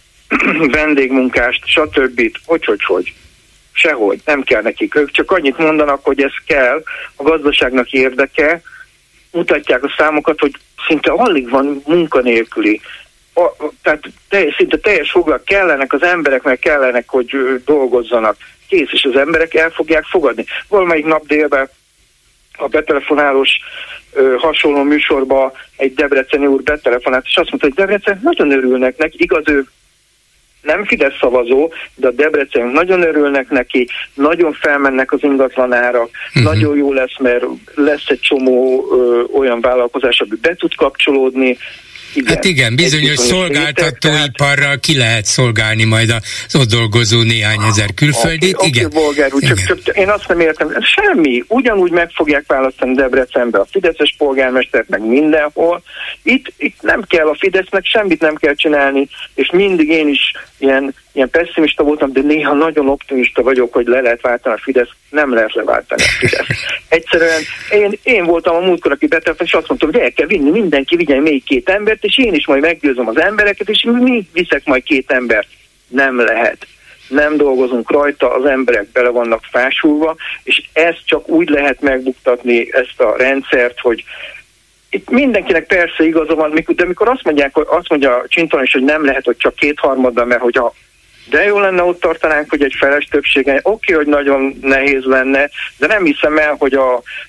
vendégmunkást, stb. Hogy. Sehogy, nem kell nekik. Ők csak annyit mondanak, hogy ez kell, a gazdaságnak érdeke, mutatják a számokat, hogy szinte alig van munkanélküli. Tehát szinte teljes foglal kellenek az emberek, meg kellenek, hogy dolgozzanak. Kész, és az emberek el fogják fogadni. Valamelyik nap délben a betelefonálós hasonló műsorba egy debreceni úr betelefonált, és azt mondta, hogy Debrecen nagyon örülnek neki, igaz, ő nem Fidesz szavazó, de a Debrecen nagyon örülnek neki, nagyon felmennek az ingatlanárak, nagyon jó lesz, mert lesz egy csomó olyan vállalkozás, ami be tud kapcsolódni. Igen, hát igen, bizonyos szolgáltatóiparral ki lehet szolgálni majd az ott dolgozó néhány ezer külföldit. Igen. Bolgár úr, csak én azt nem értem, semmi, ugyanúgy meg fogják választani Debrecenbe a fideszes polgármestert, meg mindenhol. Itt nem kell a Fidesznek, semmit nem kell csinálni, és mindig én is ilyen pessimista voltam, de néha nagyon optimista vagyok, hogy le lehet váltani a Fidesz. Nem lehet leváltani a Fidesz. Egyszerűen én voltam a múltkor, aki betelefonál, és azt mondtam, hogy el kell vinni, mindenki vigyen még 2 embert, és én is majd meggyőzöm az embereket, és mi viszek majd 2 embert. Nem lehet. Nem dolgozunk rajta, az emberek bele vannak fásulva, és ezt csak úgy lehet megbuktatni, ezt a rendszert, hogy itt mindenkinek persze igaza van, de mikor azt mondja Csintalan is, hogy nem lehet, hogy csak 2/3, mert hogyha de jó lenne, ott tartanánk, hogy egy feles többségen, oké, hogy nagyon nehéz lenne, de nem hiszem el, hogy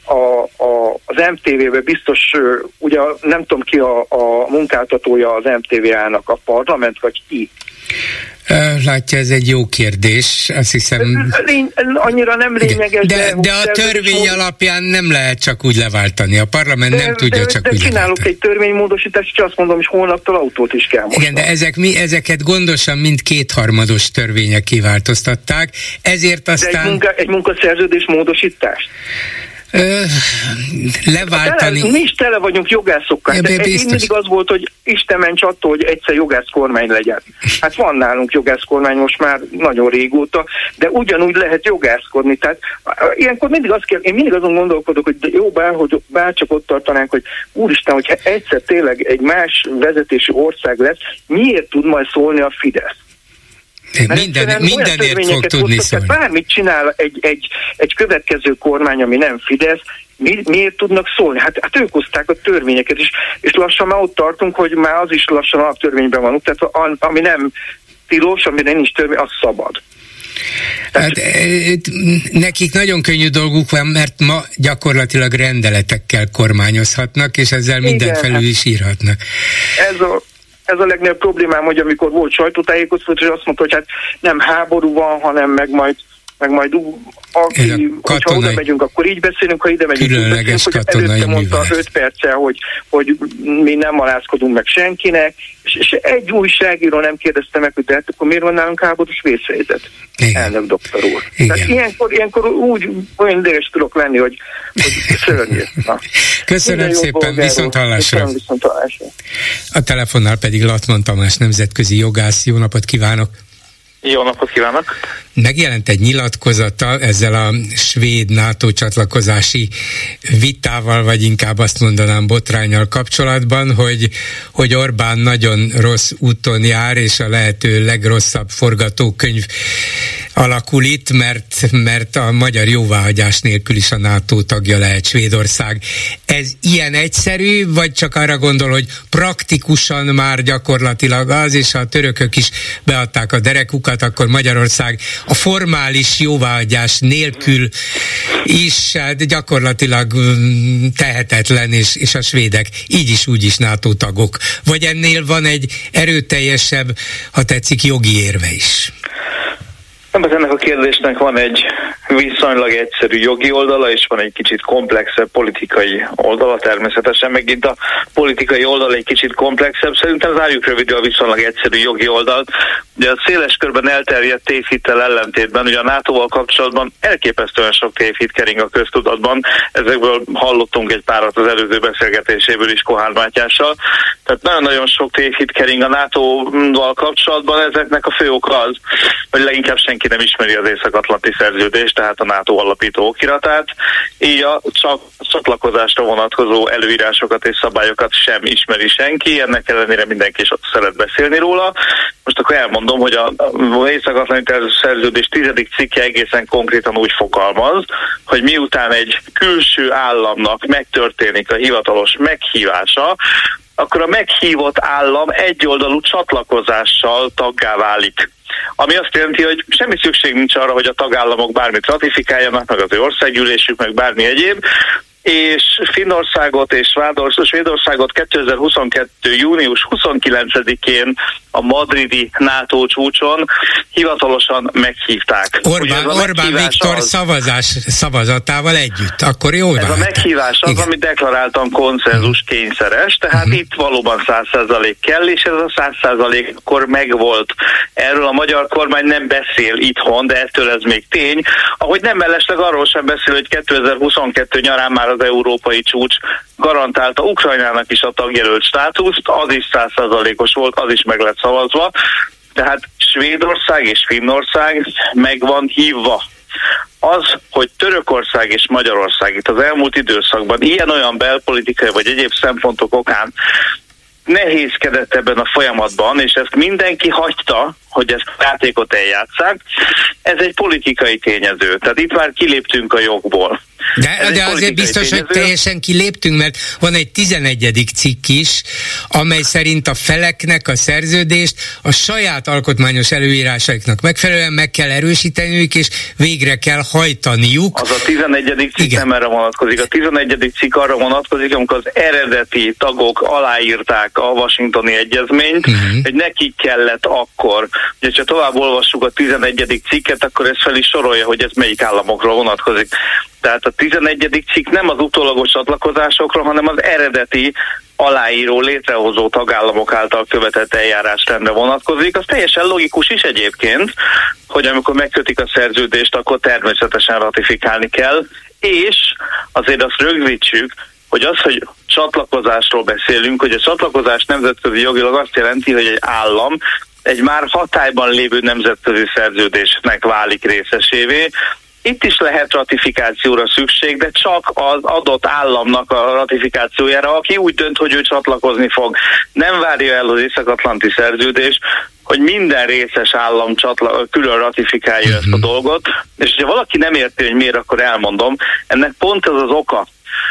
az MTV-ben biztos, ugye nem tudom ki a munkáltatója az MTV-ának, a parlament, vagy ki? Látja, ez egy jó kérdés, azt hiszem... Annyira nem lényeges, de a törvény alapján nem lehet csak úgy leváltani. A parlament nem tudja csak úgy leváltani. De csinálok egy törvénymódosítást, és azt mondom, hogy holnaptól autót is kell most. Igen, de ezeket gondosan mind 2/3 törvények kiváltoztatták, ezért aztán... De egy munkaszerződés módosítást? Leváltani. Mi is tele vagyunk jogászokkal. Én mindig az volt, hogy Isten ments attól, hogy egyszer jogász kormány legyen. Hát van nálunk jogász kormány most már nagyon régóta, de ugyanúgy lehet jogászkodni. Tehát ilyenkor én mindig azon gondolkodok, hogy jó, bárcsak ott tartanánk, hogy úristen, hogyha egyszer tényleg egy más vezetési ország lesz, miért tud majd szólni a Fidesz? Mindenért fog tudni szólni. Bármit csinál egy következő kormány, ami nem Fidesz, miért tudnak szólni? Hát ők hozták a törvényeket, és lassan már ott tartunk, hogy már az is lassan a törvényben van. Tehát ami nem tilos, amire nincs törvény, az szabad. Hát, nekik nagyon könnyű dolguk van, mert ma gyakorlatilag rendeletekkel kormányozhatnak, és ezzel minden felül is írhatnak. Ez a legnagyobb problémám, hogy amikor volt sajtótájékoztató, és azt mondta, hogy hát nem háború van, hanem meg majd hogyha oda megyünk, akkor így beszélünk, ha ide megyünk, különleges hogy előtte mondta 5 perccel, hogy mi nem alázkodunk meg senkinek, és egy újságíró nem kérdezte meg, hogy de hát akkor miért van nálunk háborús vészhelyzet? Elnök doktor úr. Tehát ilyenkor úgy olyan ideges tudok lenni, hogy szörnyű. Köszönöm szépen, viszonthallásra. A telefonnál pedig Latman Tamás, nemzetközi jogász. Jó napot kívánok! Jó napot kívánok! Megjelent egy nyilatkozata ezzel a svéd NATO csatlakozási vitával, vagy inkább azt mondanám botránnyal kapcsolatban, hogy Orbán nagyon rossz úton jár, és a lehető legrosszabb forgatókönyv alakul itt, mert a magyar jóváhagyás nélkül is a NATO tagja lehet Svédország. Ez ilyen egyszerű, vagy csak arra gondol, hogy praktikusan már gyakorlatilag az, és ha a törökök is beadták a derekukat, akkor Magyarország a formális jóváhagyás nélkül is gyakorlatilag tehetetlen, és a svédek így is úgy is NATO tagok. Vagy ennél van egy erőteljesebb, ha tetszik, jogi érve is? Ennek a kérdésnek van egy viszonylag egyszerű jogi oldala, és van egy kicsit komplexebb politikai oldala. Természetesen megint a politikai oldal egy kicsit komplexebb. Szerintem zárjuk rövidül a viszonylag egyszerű jogi oldalt. Ugye a széles körben elterjedt tévhittel ellentétben, ugye a NATO-val kapcsolatban elképesztően sok tévhit kering a köztudatban. Ezekből hallottunk egy párat az előző beszélgetéséből is Kohár Mátyással. Tehát nagyon-nagyon sok tévhit kering a NATO-val kapcsolatban. Ezeknek a fő oka az, hogy leginkább senki nem ismeri az Észak-Atlanti Szerződést, tehát a NATO alapító okiratát, így a csatlakozásra vonatkozó előírásokat és szabályokat sem ismeri senki, ennek ellenére mindenki is szeret beszélni róla. Most akkor elmondom, hogy az Észak-Atlanti Szerződés 10. cikke egészen konkrétan úgy fogalmaz, hogy miután egy külső államnak megtörténik a hivatalos meghívása, akkor a meghívott állam egyoldalú csatlakozással taggá válik. Ami azt jelenti, hogy semmi szükség nincs arra, hogy a tagállamok bármit ratifikáljanak, meg az ő országgyűlésük, meg bármi egyéb, és Finnországot és Svédországot 2022. június 29-én a madridi NATO csúcson hivatalosan meghívták. Orbán Viktor szavazatával együtt, akkor jó ez vált. A meghívás az, ami deklaráltan konszenzus kényszeres, tehát itt valóban 100% kell, és ez a 100% akkor megvolt. Erről a magyar kormány nem beszél itthon, de ettől ez még tény, ahogy nem mellesleg arról sem beszél, hogy 2022 nyarán már az európai csúcs garantálta Ukrajnának is a tagjelölt státuszt, az is 100%-os volt, az is meg lett szavazva, tehát Svédország és Finnország meg van hívva. Az, hogy Törökország és Magyarország itt az elmúlt időszakban ilyen-olyan belpolitikai vagy egyéb szempontok okán nehézkedett ebben a folyamatban, és ezt mindenki hagyta, hogy ezt a játékot eljátsszák, ez egy politikai tényező. Tehát itt már kiléptünk a jogból. De azért biztos, hogy teljesen kiléptünk, mert van egy 11. cikk is, amely szerint a feleknek a szerződést a saját alkotmányos előírásaiknak megfelelően meg kell erősíteniük, és végre kell hajtaniuk. Az a 11. cikk nem erre vonatkozik. A 11. cikk arra vonatkozik, amikor az eredeti tagok aláírták a Washingtoni Egyezményt, hogy nekik kellett akkor. Ugye, ha tovább olvassuk a 11. cikket, akkor ez fel is sorolja, hogy ez melyik államokra vonatkozik. Tehát a 11. cikk nem az utólagos csatlakozásokra, hanem az eredeti aláíró, létrehozó tagállamok által követett eljárásrendre vonatkozik. Az teljesen logikus is egyébként, hogy amikor megkötik a szerződést, akkor természetesen ratifikálni kell, és azért azt rögzítsük, hogy az, hogy csatlakozásról beszélünk, hogy a csatlakozás nemzetközi jogilag azt jelenti, hogy egy állam egy már hatályban lévő nemzetközi szerződésnek válik részesévé. Itt is lehet ratifikációra szükség, de csak az adott államnak a ratifikációjára, aki úgy dönt, hogy ő csatlakozni fog. Nem várja el az Észak-Atlanti Szerződés, hogy minden részes állam külön ratifikálja ezt a dolgot, és ha valaki nem érti, hogy miért, akkor elmondom, ennek pont ez az oka,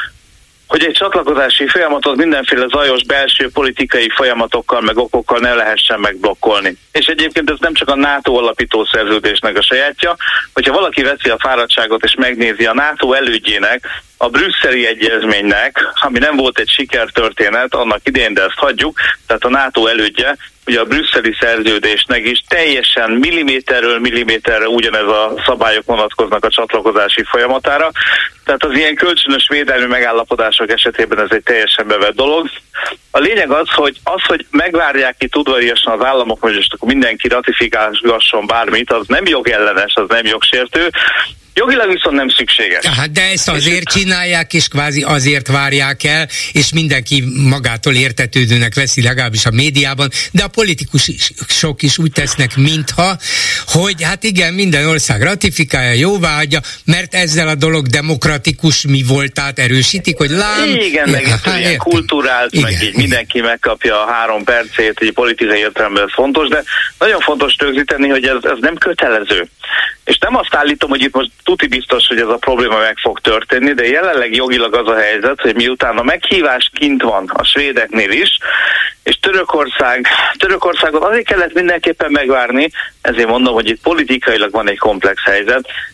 hogy egy csatlakozási folyamatot mindenféle zajos belső politikai folyamatokkal meg okokkal ne lehessen megblokkolni. És egyébként ez nem csak a NATO alapító szerződésnek a sajátja, hogyha valaki veszi a fáradtságot és megnézi a NATO elődjének, a brüsszeli egyezménynek, ami nem volt egy sikertörténet annak idején, de ezt hagyjuk, tehát a NATO elődje, ugye a brüsszeli szerződésnek is teljesen milliméterről milliméterre ugyanez a szabályok vonatkoznak a csatlakozási folyamatára. Tehát az ilyen kölcsönös védelmi megállapodások esetében ez egy teljesen bevett dolog. A lényeg az, hogy megvárják itt udvariasan az államok, hogy most akkor mindenki ratifikálgasson bármit, az nem jogellenes, az nem jogsértő. Jogilag viszont nem szükséges. Hát de ezt azért csinálják, és kvázi azért várják el, és mindenki magától értetődőnek veszi, legalábbis a médiában, de a politikusok is úgy tesznek, mintha, hogy hát igen, minden ország ratifikálja, jóváhagyja, mert ezzel a dolog demokratikus mi voltát erősítik, hogy lám... Igen, meg ilyen kulturált, igen, meg így mindenki megkapja a 3 percét, így politikai értelemben ez fontos, de nagyon fontos rögzíteni, hogy ez nem kötelező. És nem azt állítom, hogy itt most tuti biztos, hogy ez a probléma meg fog történni, de jelenleg jogilag az a helyzet, hogy miután a meghívás kint van a svédeknél is, és Törökországot azért kellett mindenképpen megvárni, ezért mondom, hogy itt politikailag van egy komplex helyzet.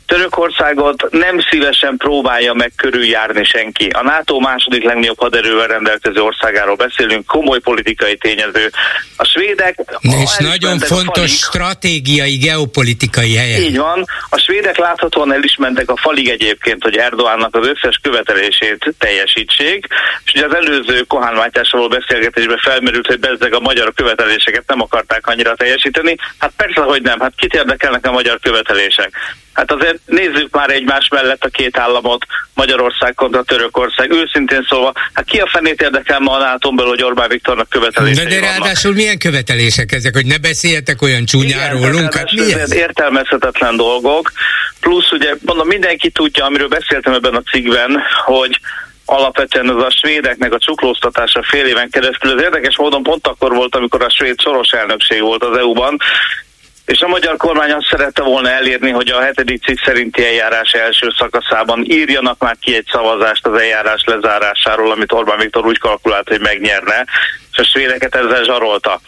Törökországot nem szívesen próbálja meg körüljárni senki. A NATO második legnagyobb haderővel rendelkező országáról beszélünk, komoly politikai tényező. A svédek... És nagyon fontos stratégiai, geopolitikai helye. Így van. A svédek láthatóan el is mentek a falig egyébként, hogy Erdoğannak az összes követelését teljesítsék, és ugye az előző Kohán Mátyásról beszélgetésben felmerült, hogy bezzeg a magyar követeléseket nem akarták annyira teljesíteni. Hát persze, hogy nem. Hát kit érdekelnek a magyar követelések? Hát azért nézzük már egymás mellett a két államot, Magyarország kontra Törökország. Őszintén szólva, hát ki a fenét érdekel ma a NATO-n, hogy Orbán Viktornak követelései de ráadásul milyen követelések ezek, hogy ne beszéljetek olyan csúnyán rólunk? Hát értelmezhetetlen dolgok. Plusz ugye, mondom, mindenki tudja, amiről beszéltem ebben a cikkben, hogy alapvetően ez a svédeknek a csuklóztatása fél éven keresztül. Az érdekes módon pont akkor volt, amikor a svéd soros elnökség volt az EU-ban, és a magyar kormány azt szerette volna elérni, hogy a 7. cikk szerinti eljárás első szakaszában írjanak már ki egy szavazást az eljárás lezárásáról, amit Orbán Viktor úgy kalkulált, hogy megnyerne, és a svédeket ezzel zsarolta.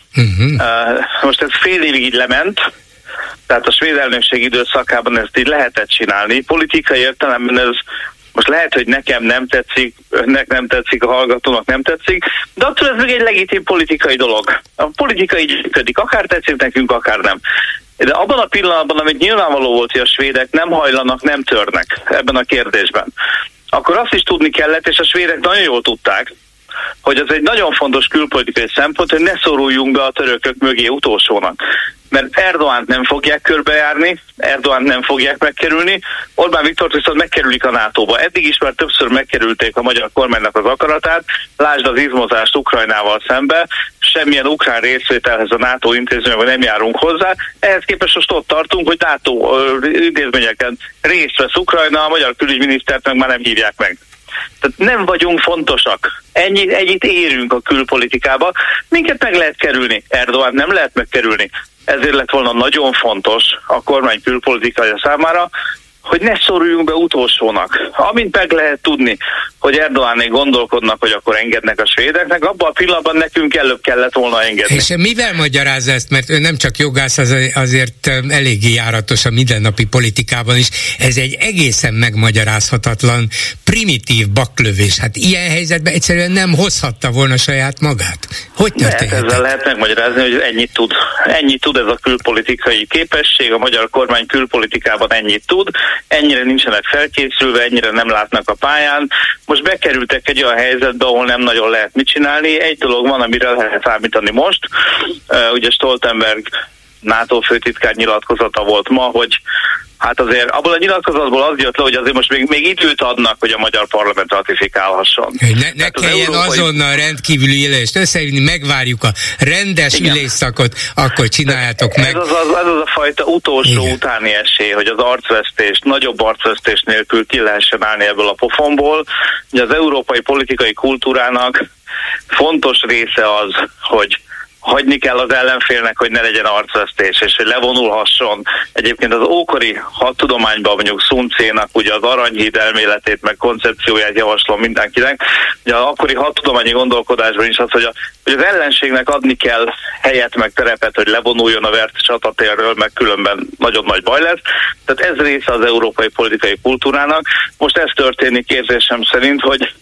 Most ez fél évig így lement, tehát a svéd elnökség időszakában ezt így lehetett csinálni. Politikai értelemben ez most lehet, hogy nekem nem tetszik, önnek nem tetszik, a hallgatónak nem tetszik, de attól ez még egy legitim politikai dolog. A politika így működik, akár tetszik nekünk, akár nem. De abban a pillanatban, amit nyilvánvaló volt, hogy a svédek nem hajlanak, nem törnek ebben a kérdésben, akkor azt is tudni kellett, és a svédek nagyon jól tudták, hogy ez egy nagyon fontos külpolitikai szempont, hogy ne szoruljunk be a törökök mögé utolsónak. Mert Erdoğant nem fogják körbejárni, Erdoğant nem fogják megkerülni, Orbán Viktort viszont megkerülik a NATO-ba. Eddig is már többször megkerülték a magyar kormánynak az akaratát, lásd az izmozást Ukrajnával szembe, semmilyen ukrán részvételhez a NATO intézményekben nem járunk hozzá, ehhez képest most ott tartunk, hogy NATO intézményeken részt vesz Ukrajna, a magyar külügyminisztert meg már nem hívják meg. Tehát nem vagyunk fontosak. Ennyit érünk a külpolitikába. Minket meg lehet kerülni. Erdoğan nem lehet megkerülni. Ezért lett volna nagyon fontos a kormány külpolitikája számára, hogy ne szoruljunk be utolsónak. Amint meg lehet tudni, hogy Erdoğanék gondolkodnak, hogy akkor engednek a svédeknek, abban a pillanatban nekünk előbb kellett volna engedni. És mivel magyarázza ezt, mert ő nem csak jogász, azért eléggé járatos a mindennapi politikában is. Ez egy egészen megmagyarázhatatlan, primitív baklövés. Hát ilyen helyzetben egyszerűen nem hozhatta volna saját magát. Hogy történhet? Ezzel lehet megmagyarázni, hogy ennyit tud ez a külpolitikai képesség, a magyar kormány külpolitikában ennyit tud, ennyire nincsenek felkészülve, ennyire nem látnak a pályán. Most bekerültek egy olyan helyzetbe, ahol nem nagyon lehet mit csinálni. Egy dolog van, amire lehet számítani most. Ugye Stoltenberg NATO főtitkár nyilatkozata volt ma, hogy hát azért abból a nyilatkozatból az jött le, hogy azért most még időt adnak, hogy a magyar parlament ratifikálhasson. Ne kelljen azonnal rendkívüli ülést összehívni, megvárjuk a rendes ülésszakot, akkor csináljátok meg. Ez az a fajta utolsó utáni esély, hogy az arcvesztést, nagyobb arcvesztés nélkül ki lehessen állni ebből a pofonból. Ugye az európai politikai kultúrának fontos része az, hogy hagyni kell az ellenfélnek, hogy ne legyen arcvesztés, és hogy levonulhasson. Egyébként az ókori hadtudományban, mondjuk Sun Tse-nak ugye az aranyhíd elméletét, meg koncepcióját javaslom mindenkinek. Ugye az akkori hadtudományi gondolkodásban is az, hogy az ellenségnek adni kell helyet, meg terepet, hogy levonuljon a vert csatatérről, meg különben nagyon nagy baj lesz. Tehát ez része az európai politikai kultúrának. Most ez történik érzésem szerint, hogy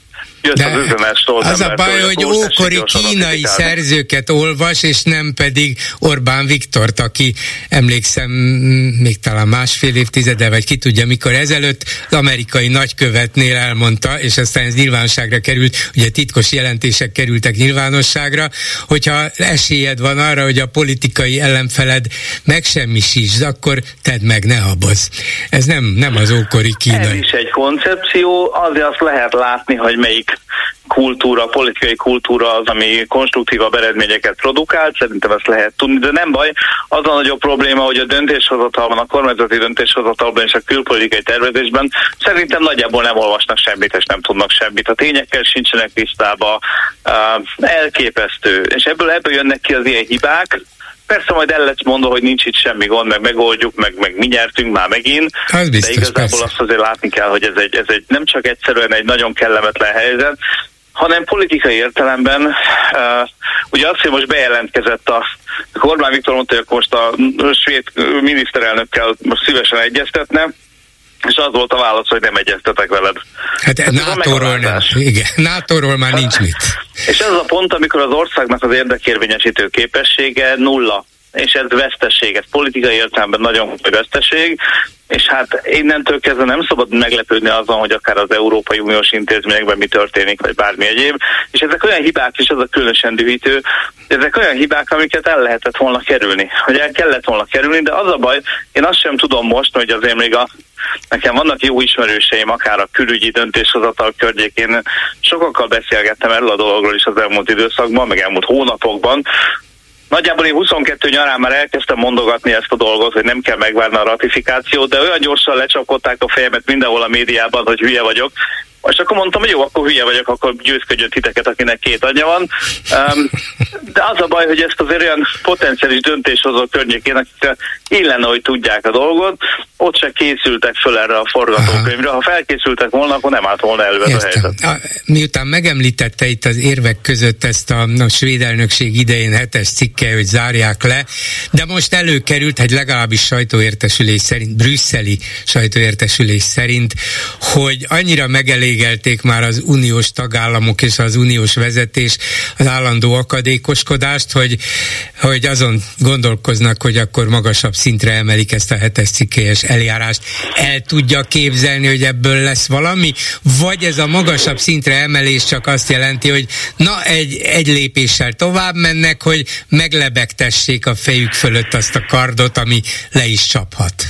az a baj, hogy ókori kínai szerzőket olvas, és nem pedig Orbán Viktort, aki emlékszem még talán másfél évtizede, vagy ki tudja mikor ezelőtt az amerikai nagykövetnél elmondta, és aztán ez nyilvánosságra került, ugye titkos jelentések kerültek nyilvánosságra, hogyha esélyed van arra, hogy a politikai ellenfeled megsemmisítsd, akkor tedd meg, ne habozz. Ez nem az ókori kínai. Ez is egy koncepció, azért azt lehet látni, hogy melyik kultúra, politikai kultúra az, ami konstruktívabb eredményeket produkált, szerintem ezt lehet tudni, de nem baj. Az a nagyobb probléma, hogy a döntéshozatalban, a kormányzati döntéshozatalban és a külpolitikai tervezésben szerintem nagyjából nem olvasnak semmit, és nem tudnak semmit. A tényekkel sincsenek tisztában, elképesztő. És ebből jönnek ki az ilyen hibák. Persze majd el lesz mondva, hogy nincs itt semmi gond, meg megoldjuk, meg mi nyertünk már megint, biztos, de igazából persze. Azt azért látni kell, hogy ez egy nem csak egyszerűen egy nagyon kellemetlen helyzet, hanem politikai értelemben, ugye azt, hogy most bejelentkezett a Orbán Viktor mondta, hogy most a svéd miniszterelnökkel most szívesen egyeztetne, És az volt a válasz, hogy nem egyeztetek veled. Hát NATO-ról nem. Igen, NATO-ról már nincs mit. És ez az a pont, amikor az országnak az érdekérvényesítő képessége nulla. És ez veszteség, ez politikai értelemben nagyon nagy veszteség, és hát innentől kezdve nem szabad meglepődni azon, hogy akár az Európai Uniós intézményekben mi történik, vagy bármi egyéb, és ezek olyan hibák, és ez a különösen dühítő, ezek olyan hibák, amiket el lehetett volna kerülni, hogy el kellett volna kerülni, de az a baj, én azt sem tudom most, hogy azért még nekem vannak jó ismerőseim, akár a külügyi döntéshozatal környékén, sokakkal beszélgettem erről a dologról is az elmúlt időszakban, meg elmúlt hónapokban. Nagyjából én 22 nyarán már elkezdtem mondogatni ezt a dolgot, hogy nem kell megvárni a ratifikációt, de olyan gyorsan lecsapkodták a fejemet mindenhol a médiában, hogy hülye vagyok. És akkor mondtam, hogy jó, akkor hülye vagyok, akkor győzködjön titeket, akinek 2 anyja van. De az a baj, hogy ezt azért olyan potenciális döntéshozó környékén, akik illene, hogy tudják a dolgot, ott se készültek föl erre a forgatókönyvre. Ha felkészültek volna, akkor nem állt volna elő ez a helyzet. Miután megemlítette itt az érvek között ezt a svéd elnökség idején 7-es cikke, hogy zárják le, de most előkerült, egy legalábbis sajtóértesülés szerint, brüsszeli sajtóértesülés szerint, hogy annyira megelégelték már az uniós tagállamok és az uniós vezetés az állandó akadékoskodást, hogy azon gondolkoznak, hogy akkor magasabb szintre emelik ezt a 7-es cikkelyes eljárást. El tudja képzelni, hogy ebből lesz valami? Vagy ez a magasabb szintre emelés csak azt jelenti, hogy na egy lépéssel tovább mennek, hogy meglebegtessék a fejük fölött azt a kardot, ami le is csaphat?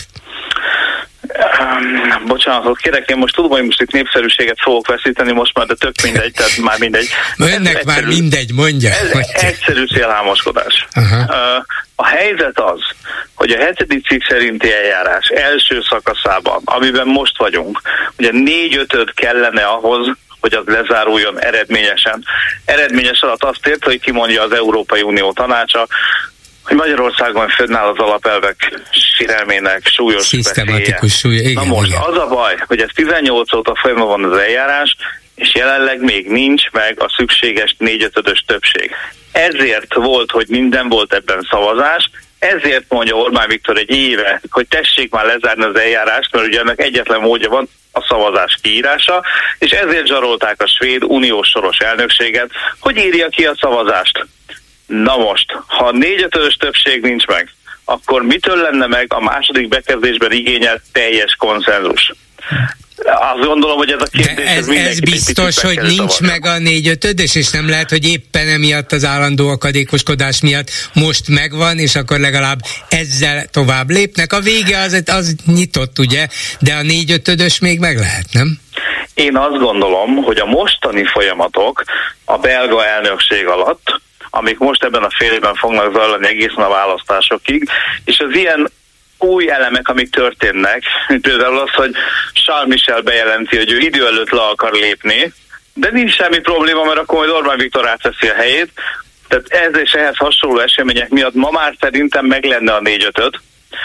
Bocsánatot kérek, én most tudom, hogy most itt népszerűséget fogok veszíteni most már, de tök mindegy, tehát már mindegy. Önnek már mindegy, mondja. Ez egyszerű célhámoskodás. A helyzet az, hogy a 7. cikk szerinti eljárás első szakaszában, amiben most vagyunk, ugye 4/5 kellene ahhoz, hogy az lezáruljon eredményesen. Eredményes alatt azt ért, hogy kimondja az Európai Unió Tanácsa, hogy Magyarországon fönnáll az alapelvek sérelmének súlyos szisztematikus súly. Na most igen. Az a baj, hogy ez 18 óta folyamban van az eljárás, és jelenleg még nincs meg a szükséges 4/5-ös többség. Ezért volt, hogy minden volt ebben szavazás, ezért mondja Orbán Viktor egy éve, hogy tessék már lezárni az eljárást, mert ugye ennek egyetlen módja van, a szavazás kiírása, és ezért zsarolták a svéd uniós soros elnökséget, hogy írja ki a szavazást. Na most, ha 4/5-ös többség nincs meg, akkor mitől lenne meg a második bekezdésben igényelt teljes konszenzus? Azt gondolom, hogy ez a kérdés... De ez biztos, hogy nincs meg a 4/5-ös, és nem lehet, hogy éppen emiatt az állandó akadékoskodás miatt most megvan, és akkor legalább ezzel tovább lépnek. A vége az nyitott, ugye, de a 4/5-ös még meg lehet, nem? Én azt gondolom, hogy a mostani folyamatok a belga elnökség alatt, amik most ebben a fél évben fognak zajlani egészen a választásokig, és az ilyen új elemek, amik történnek, mint például az, hogy Charles Michel bejelenti, hogy ő idő előtt le akar lépni, de nincs semmi probléma, mert akkor majd Orbán Viktor átveszi a helyét. Tehát ez és ehhez hasonló események miatt ma már szerintem meg lenne a 4/5,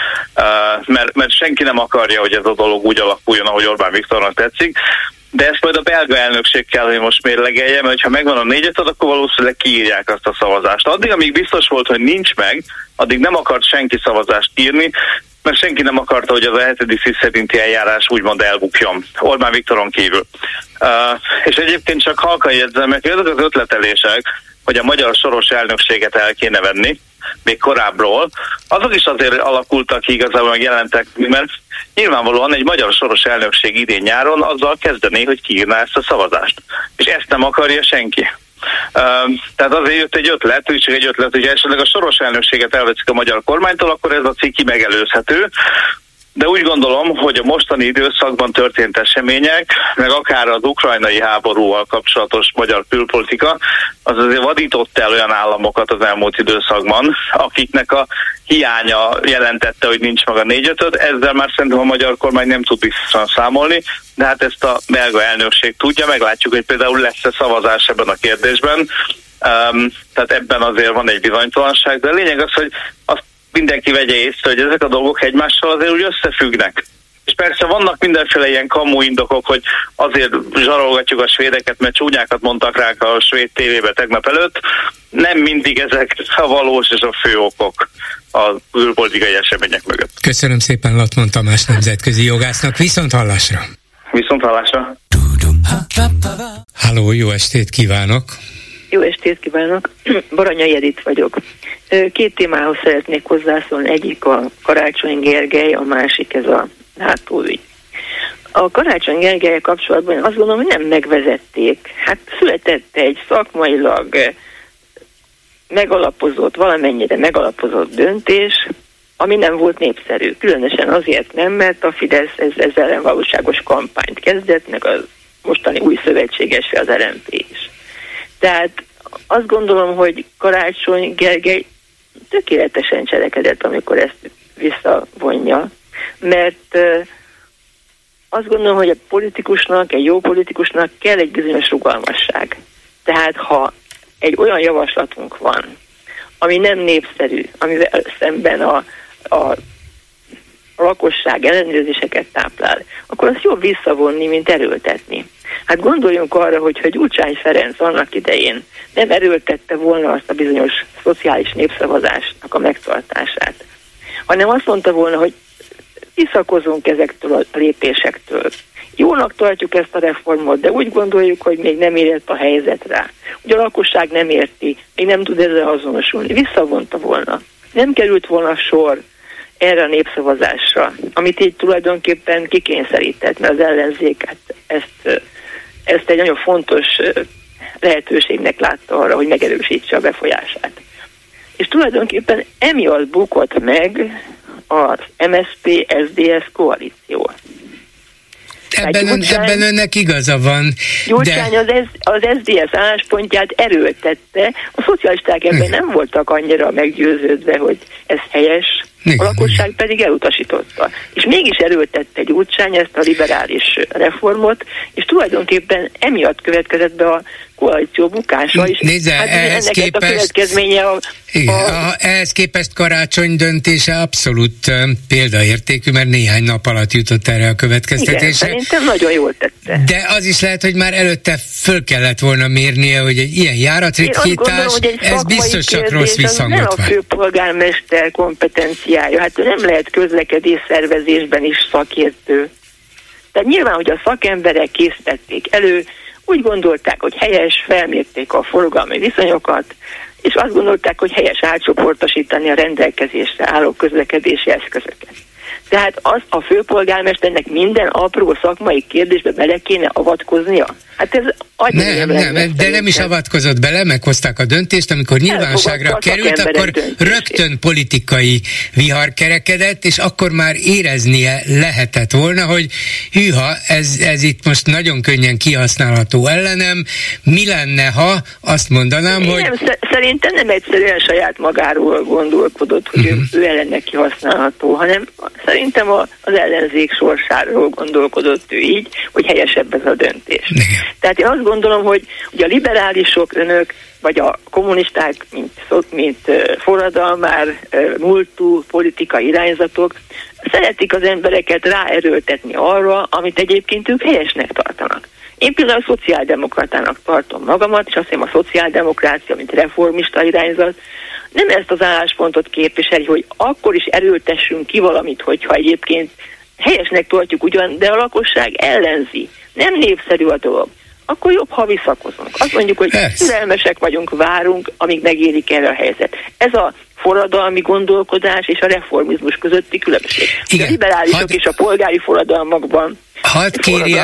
mert senki nem akarja, hogy ez a dolog úgy alakuljon, ahogy Orbán Viktornak tetszik. De ezt majd a belga elnökség kell, hogy most mérlegelje, mert ha megvan a 4/5, akkor valószínűleg kiírják azt a szavazást. Addig, amíg biztos volt, hogy nincs meg, addig nem akart senki szavazást írni, mert senki nem akarta, hogy az a 7. cikk szerinti eljárás úgymond elbukjon. Orbán Viktoron kívül. És egyébként csak halkan jegyzem meg, hogy azok az ötletelések, hogy a magyar soros elnökséget el kéne venni, még korábbról, azok is azért alakultak ki, igazából megjelentek, mert nyilvánvalóan egy magyar soros elnökség idén-nyáron azzal kezdené, hogy kiírná ezt a szavazást. És ezt nem akarja senki. Tehát azért jött egy ötlet, úgy csak egy ötlet, hogy esetleg a soros elnökséget elveszik a magyar kormánytól, akkor ez a cikk megelőzhető. De úgy gondolom, hogy a mostani időszakban történt események, meg akár az ukrajnai háborúval kapcsolatos magyar külpolitika, az azért vadított el olyan államokat az elmúlt időszakban, akiknek a hiánya jelentette, hogy nincs meg a 4/5, ezzel már szerintem a magyar kormány nem tud biztosan számolni, de hát ezt a belga elnökség tudja, meglátjuk, hogy például lesz-e szavazás ebben a kérdésben, tehát ebben azért van egy bizonytalanság, de a lényeg az, hogy azt mindenki vegye észre, hogy ezek a dolgok egymással azért úgy összefüggnek. És persze vannak mindenféle ilyen kamu indokok, hogy azért zsarolgatjuk a svédeket, mert csúnyákat mondtak rá a svéd tévébe tegnap előtt. Nem mindig ezek a valós és a fő okok. a külpolitikai események mögött. Köszönöm szépen Latman Tamás nemzetközi jogásznak, viszont hallásra! Viszont hallásra! Halló, jó estét kívánok! Jó estét kívánok! Baranyai Edith vagyok. Két témához szeretnék hozzászólni. Egyik a Karácsony Gergely, a másik ez a NATO ügy. A Karácsony Gergely kapcsolatban azt gondolom, hogy nem megvezették. Hát született egy szakmailag megalapozott, valamennyire megalapozott döntés, ami nem volt népszerű. Különösen azért nem, mert a Fidesz ezzel ellen valóságos kampányt kezdett, meg a mostani új szövetségese az LMP is. Tehát azt gondolom, hogy Karácsony Gergely tökéletesen cselekedett, amikor ezt visszavonja, mert azt gondolom, hogy a politikusnak, egy jó politikusnak kell egy bizonyos rugalmasság. Tehát ha egy olyan javaslatunk van, ami nem népszerű, amivel szemben a lakosság ellenőrzéseket táplál, akkor azt jobb visszavonni, mint erőltetni. Hát gondoljunk arra, hogy Gyurcsány Ferenc annak idején nem erőltette volna azt a bizonyos szociális népszavazásnak a megtartását, hanem azt mondta volna, hogy visszakozunk ezektől a lépésektől. Jónak tartjuk ezt a reformot, de úgy gondoljuk, hogy még nem érett a helyzet rá. Ugye a lakosság nem érti, még nem tud ezzel azonosulni. Visszavonta volna. Nem került volna sor erre a népszavazásra, amit így tulajdonképpen kikényszerített, mert az ellenzék ezt egy nagyon fontos lehetőségnek látta arra, hogy megerősítse a befolyását. És tulajdonképpen emiatt bukott meg az MSZP-SZDSZ koalíció. Ebben önnek igaza van. Gyurcsány az SZDSZ álláspontját erőltette, a szocialisták ebben nem voltak annyira meggyőződve, hogy ez helyes, a lakosság pedig elutasította. És mégis erőltette Gyurcsány ezt a liberális reformot, és tulajdonképpen emiatt következett be a koalíció bukása is. Nézze, hát ehhez képest, a következménye ehhez képest Karácsony döntése abszolút példaértékű, mert néhány nap alatt jutott erre a következtetésre. Igen, szerintem nagyon jól tette. De az is lehet, hogy már előtte föl kellett volna mérnie, hogy egy ilyen járatritkítás, ez biztos csak rossz visszhangot van. Nem a főpolgármester kompetenciája, hát ő nem lehet közlekedés szervezésben is szakértő. Tehát nyilván, hogy a szakemberek készítették elő, úgy gondolták, hogy helyes, felmérték a forgalmi viszonyokat, és azt gondolták, hogy helyes átcsoportosítani a rendelkezésre álló közlekedési eszközöket. Tehát azt a főpolgármesternek minden apró szakmai kérdésbe bele kéne avatkoznia? Hát ez nem, de nem is avatkozott bele, meghozták a döntést, amikor nyilvánosságra került, akkor rögtön politikai vihar kerekedett, és akkor már éreznie lehetett volna, hogy hűha, ez itt most nagyon könnyen kihasználható ellenem, mi lenne, ha azt mondanám, hogy... Szerintem nem egyszerűen saját magáról gondolkodott, hogy ő ellene kihasználható, hanem szerintem az ellenzék sorsáról gondolkodott ő így, hogy helyesebb ez a döntés. Tehát én azt gondolom, hogy a liberálisok, önök, vagy a kommunisták, mint forradalmár, múltú politikai irányzatok szeretik az embereket ráerőltetni arra, amit egyébként ők helyesnek tartanak. Én például szociáldemokratának tartom magamat, és azt hiszem a szociáldemokrácia, mint reformista irányzat, nem ezt az álláspontot képviseli, hogy akkor is erőltessünk ki valamit, hogyha egyébként helyesnek tartjuk ugyan, de a lakosság ellenzi. Nem népszerű a dolog. Akkor jobb, ha visszakozunk. Azt mondjuk, hogy türelmesek vagyunk, várunk, amíg megérik erre a helyzet. Ez a forradalmi gondolkodás és a reformizmus közötti különbség. A liberálisok és a polgári forradalmakban hadd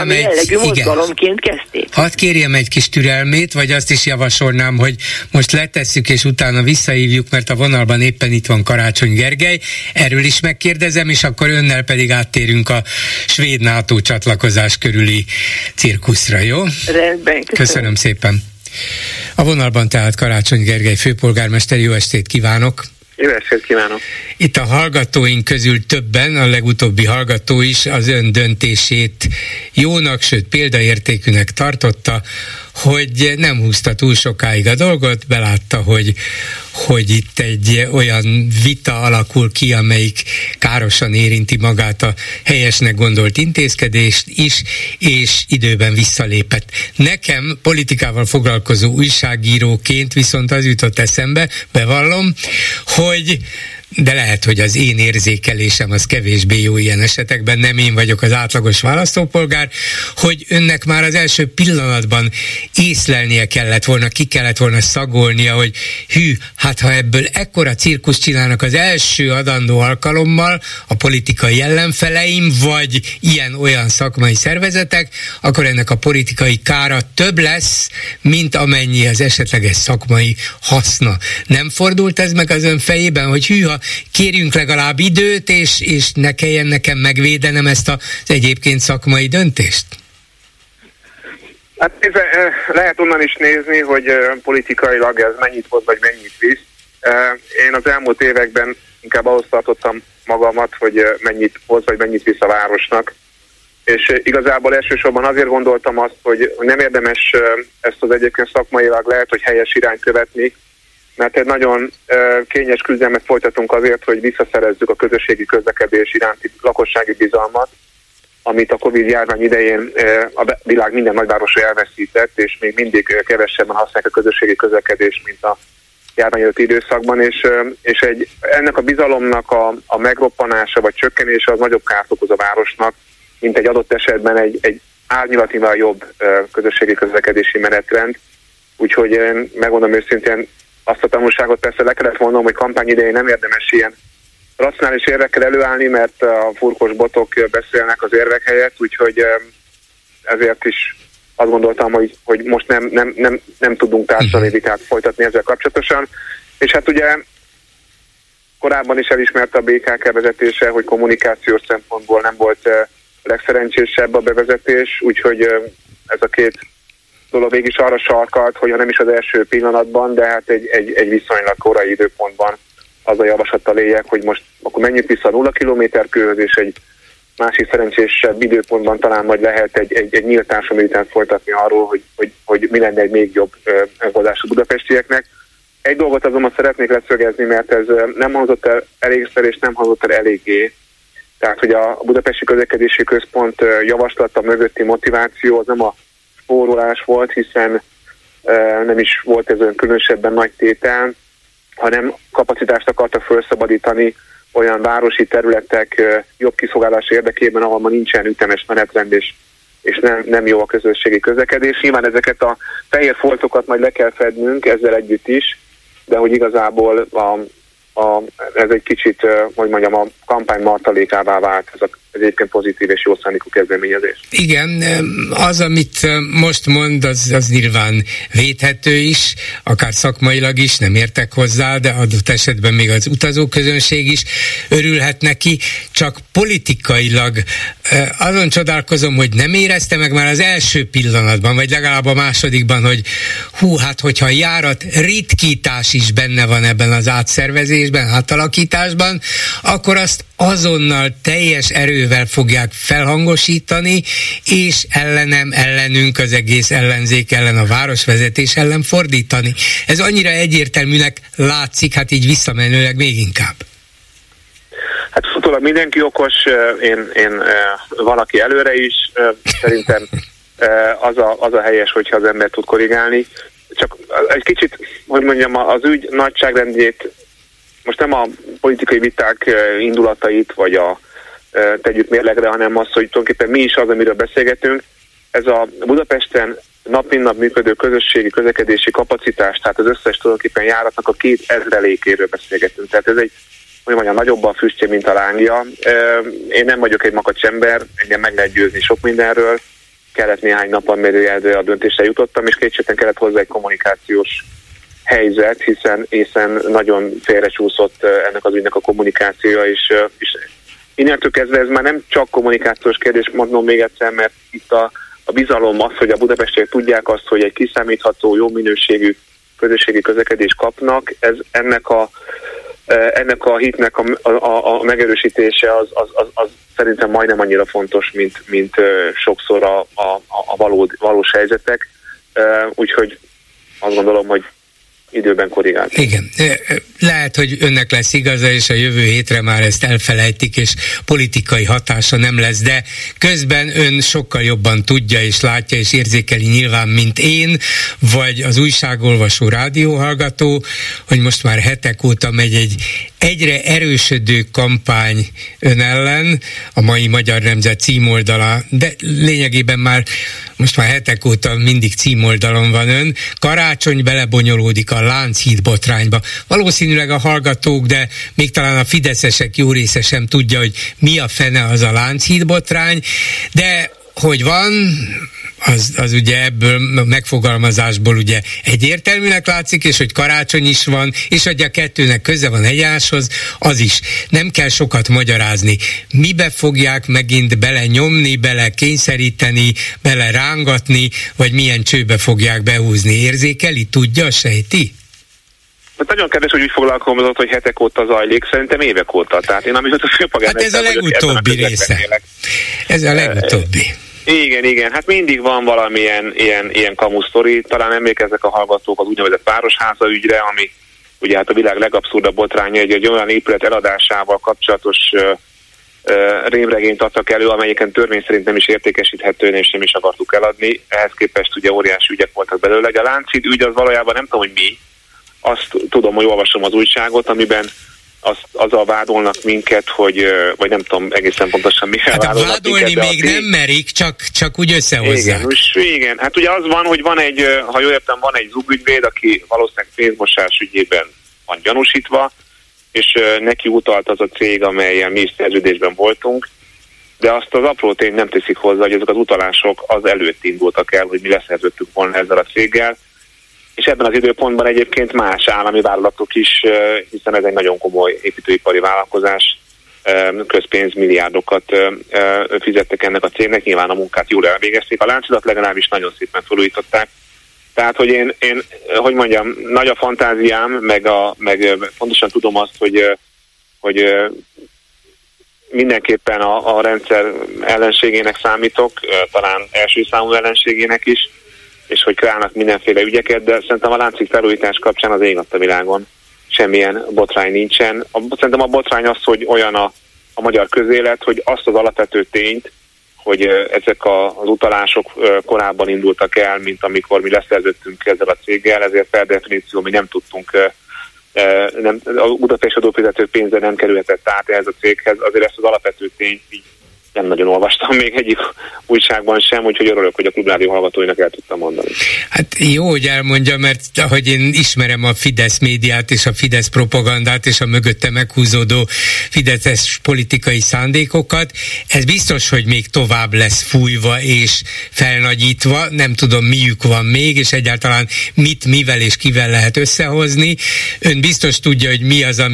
kérjem egy kis türelmét, vagy azt is javasolnám, hogy most letesszük, és utána visszahívjuk, mert a vonalban éppen itt van Karácsony Gergely. Erről is megkérdezem, és akkor önnel pedig áttérünk a svéd NATO csatlakozás körüli cirkuszra, jó? Rendben, köszönöm szépen. A vonalban tehát Karácsony Gergely főpolgármester, jó estét kívánok! Jó estét kívánok! Itt a hallgatóink közül többen, a legutóbbi hallgató is az ön döntését jónak, sőt példaértékűnek tartotta, hogy nem húzta túl sokáig a dolgot, belátta, hogy itt egy olyan vita alakul ki, amelyik károsan érinti magát a helyesnek gondolt intézkedést is, és időben visszalépett. Nekem politikával foglalkozó újságíróként viszont az jutott eszembe, bevallom, hogy de lehet, hogy az én érzékelésem az kevésbé jó ilyen esetekben, nem én vagyok az átlagos választópolgár, hogy önnek már az első pillanatban észlelnie kellett volna, ki kellett volna szagolnia, hogy hát ha ebből ekkora cirkuszt csinálnak az első adandó alkalommal a politikai ellenfeleim, vagy ilyen-olyan szakmai szervezetek, akkor ennek a politikai kára több lesz, mint amennyi az esetleges szakmai haszna. Nem fordult ez meg az ön fejében, hogy hűha, kérjünk legalább időt, és ne kelljen nekem megvédenem ezt az egyébként szakmai döntést? Hát lehet onnan is nézni, hogy politikailag ez mennyit hoz, vagy mennyit visz. Én az elmúlt években inkább ahhoz tartottam magamat, hogy mennyit hoz, vagy mennyit visz a városnak. És igazából elsősorban azért gondoltam azt, hogy nem érdemes ezt az egyébként szakmailag lehet, hogy helyes irányt követni, mert egy nagyon kényes küzdelmet folytatunk azért, hogy visszaszerezzük a közösségi közlekedés iránti lakossági bizalmat, amit a Covid-járvány idején a világ minden nagyvárosa elveszített, és még mindig kevesebben használják a közösségi közlekedést, mint a járvány előtti időszakban, és ennek a bizalomnak a megroppanása vagy csökkenése az nagyobb kárt okoz a városnak, mint egy adott esetben egy árnyalatival jobb közösségi közlekedési menetrend. Úgyhogy én megmondom őszintén, azt a tanulságot persze le kellett mondanom, hogy kampány idején nem érdemes ilyen racionális érvekkel előállni, mert a furkos botok beszélnek az érvek helyett, úgyhogy ezért is azt gondoltam, hogy most nem tudunk társadalmi vitát folytatni ezzel kapcsolatosan. És hát ugye korábban is elismerte a BKK vezetése, hogy kommunikációs szempontból nem volt legszerencsésebb a bevezetés, úgyhogy ez a két dolog végig is arra sarkalt, hogy ha nem is az első pillanatban, de hát egy viszonylag korai időpontban az a javaslat a lényeg, hogy most akkor menjünk vissza a 0 kilométerkőhöz, és egy másik szerencsésebb időpontban talán majd lehet egy nyílt társadalmi vitát folytatni arról, hogy mi lenne egy még jobb megoldás a budapestieknek. Egy dolgot azonban szeretnék leszögezni, mert ez nem hangzott el elégszer, és nem hangzott el eléggé. Tehát, hogy a Budapesti Közlekedési Központ javaslata mögötti motiváció az nem a spórolás volt, hiszen nem is volt ez olyan különösebben nagy tétel, hanem kapacitást akartak felszabadítani olyan városi területek jobb kiszolgálása érdekében, ahol ma nincsen ütemes menetrend, és nem jó a közösségi közlekedés. Nyilván ezeket a fehér foltokat majd le kell fednünk ezzel együtt is, de hogy igazából ez egy kicsit, hogy mondjam, a kampány martalékává vált ez egyébként pozitív és jó szándékú kezdeményezés. Igen, az, amit most mond, az nyilván védhető is, akár szakmailag is, nem értek hozzá, de adott esetben még az utazóközönség is örülhet neki, csak politikailag azon csodálkozom, hogy nem érezte meg már az első pillanatban, vagy legalább a másodikban, hogy hát hogyha a járat ritkítás is benne van ebben az átszervezésben, átalakításban, akkor azt azonnal teljes erővel fogják felhangosítani, és ellenünk az egész ellenzék ellen, a városvezetés ellen fordítani. Ez annyira egyértelműnek látszik, hát így visszamenőleg még inkább. Hát utólag mindenki okos, én valaki előre is, szerintem az a helyes, hogyha az ember tud korrigálni. Csak egy kicsit, hogy mondjam, az ügy nagyságrendjét, most nem a politikai viták indulatait, vagy tegyük mérlegre, hanem az, hogy tulajdonképpen mi is az, amiről beszélgetünk. Ez a Budapesten nap mint nap működő közösségi közlekedési kapacitás, tehát az összes tulajdonképpen járatnak a 2000-éről beszélgetünk. Tehát ez egy, hogy mondjam, nagyobb a füstje, mint a lángja. Én nem vagyok egy makacs ember, engem meg lehet győzni sok mindenről. Kellett néhány nap, amire a döntésre jutottam, és kétségtelen kellett hozzá egy kommunikációs helyzet, hiszen nagyon félrecsúszott ennek az ügynek a kommunikációja, és innentől kezdve ez már nem csak kommunikációs kérdés, mondom még egyszer, mert itt a bizalom az, hogy a budapestiek tudják azt, hogy egy kiszámítható, jó minőségű közösségi közlekedést kapnak, ennek a hitnek a megerősítése az szerintem majdnem annyira fontos, mint sokszor a valós helyzetek. Úgyhogy azt gondolom, hogy időben korrigált. Igen. Lehet, hogy önnek lesz igaza, és a jövő hétre már ezt elfelejtik, és politikai hatása nem lesz, de közben ön sokkal jobban tudja, és látja, és érzékeli nyilván, mint én, vagy az újságolvasó, rádióhallgató, hogy most már hetek óta megy egy egyre erősödő kampány ön ellen, a mai Magyar Nemzet címoldala, de lényegében most már hetek óta mindig címoldalon van ön. Karácsony belebonyolódik a Lánchíd botrányba. Valószínűleg a hallgatók, de még talán a fideszesek jó része sem tudja, hogy mi a fene az a Lánchíd botrány, de hogy van, az ugye ebből a megfogalmazásból ugye egyértelműnek látszik, és hogy karácsony is van, és hogy a kettőnek köze van egymáshoz, az is. Nem kell sokat magyarázni. Mibe fogják megint belenyomni, bele kényszeríteni, bele rángatni, vagy milyen csőbe fogják behúzni? Érzékeli, tudja, sejti? Hát nagyon kedves, hogy úgy foglalkozott, hogy hetek óta zajlik, szerintem évek óta. Tehát én amióta a főpolgármester... Hát ez a legutóbbi része. Ez a legutóbbi. Igen, hát mindig van valamilyen ilyen kamusztori, talán emlékeznek a hallgatók az úgynevezett Városháza ügyre, ami ugye hát a világ legabszurdabb botránya, egy olyan épület eladásával kapcsolatos rémregényt adtak elő, amelyiken törvény szerint nem is értékesíthető, és nem is akartuk eladni. Ehhez képest ugye óriási ügyek voltak belőle. A Lánchíd ügy az valójában nem tudom, hogy mi. Azt tudom, hogy olvasom az újságot, amiben azzal vádolnak minket, hogy, vagy nem tudom egészen pontosan mivel vádolnak vádolni minket. Vádolni még nem merik, csak úgy összehozzák. Igen, hát ugye az van, hogy van egy, ha jól értem, van egy zugügyvéd, aki valószínűleg pénzmosás ügyében van gyanúsítva, és neki utalt az a cég, amelyen mi is szerződésben voltunk, de azt az apró tényt nem teszik hozzá, hogy ezek az utalások az előtt indultak el, hogy mi leszerződtünk volna ezzel a céggel, és ebben az időpontban egyébként más állami vállalatok is, hiszen ez egy nagyon komoly építőipari vállalkozás, közpénzmilliárdokat fizettek ennek a cégnek, nyilván a munkát jól elvégezték, a Lánchidat legalábbis nagyon szépen felújították. Tehát, hogy én hogy mondjam, nagy a fantáziám, meg pontosan tudom azt, hogy mindenképpen a rendszer ellenségének számítok, talán első számú ellenségének is, és hogy kreálnak mindenféle ügyeket, de szerintem a Lánchíd felújítás kapcsán az ég a világon semmilyen botrány nincsen. Szerintem a botrány az, hogy olyan a magyar közélet, hogy azt az alapvető tényt, hogy ezek az utalások korábban indultak el, mint amikor mi leszerződtünk ezzel a céggel, ezért per definíció mi nem tudtunk, a Budapest adófizető pénze nem kerülhetett át ehhez a céghez, azért ezt az alapvető tényt így nem nagyon olvastam még egyik újságban sem, úgyhogy örülök, hogy a Klubrádió hallgatóinak el tudtam mondani. Hát jó, hogy elmondja, mert ahogy én ismerem a Fidesz médiát és a Fidesz propagandát és a mögötte meghúzódó fideszes politikai szándékokat, ez biztos, hogy még tovább lesz fújva és felnagyítva, nem tudom miük van még, és egyáltalán mivel és kivel lehet összehozni. Ön biztos tudja, hogy mi az,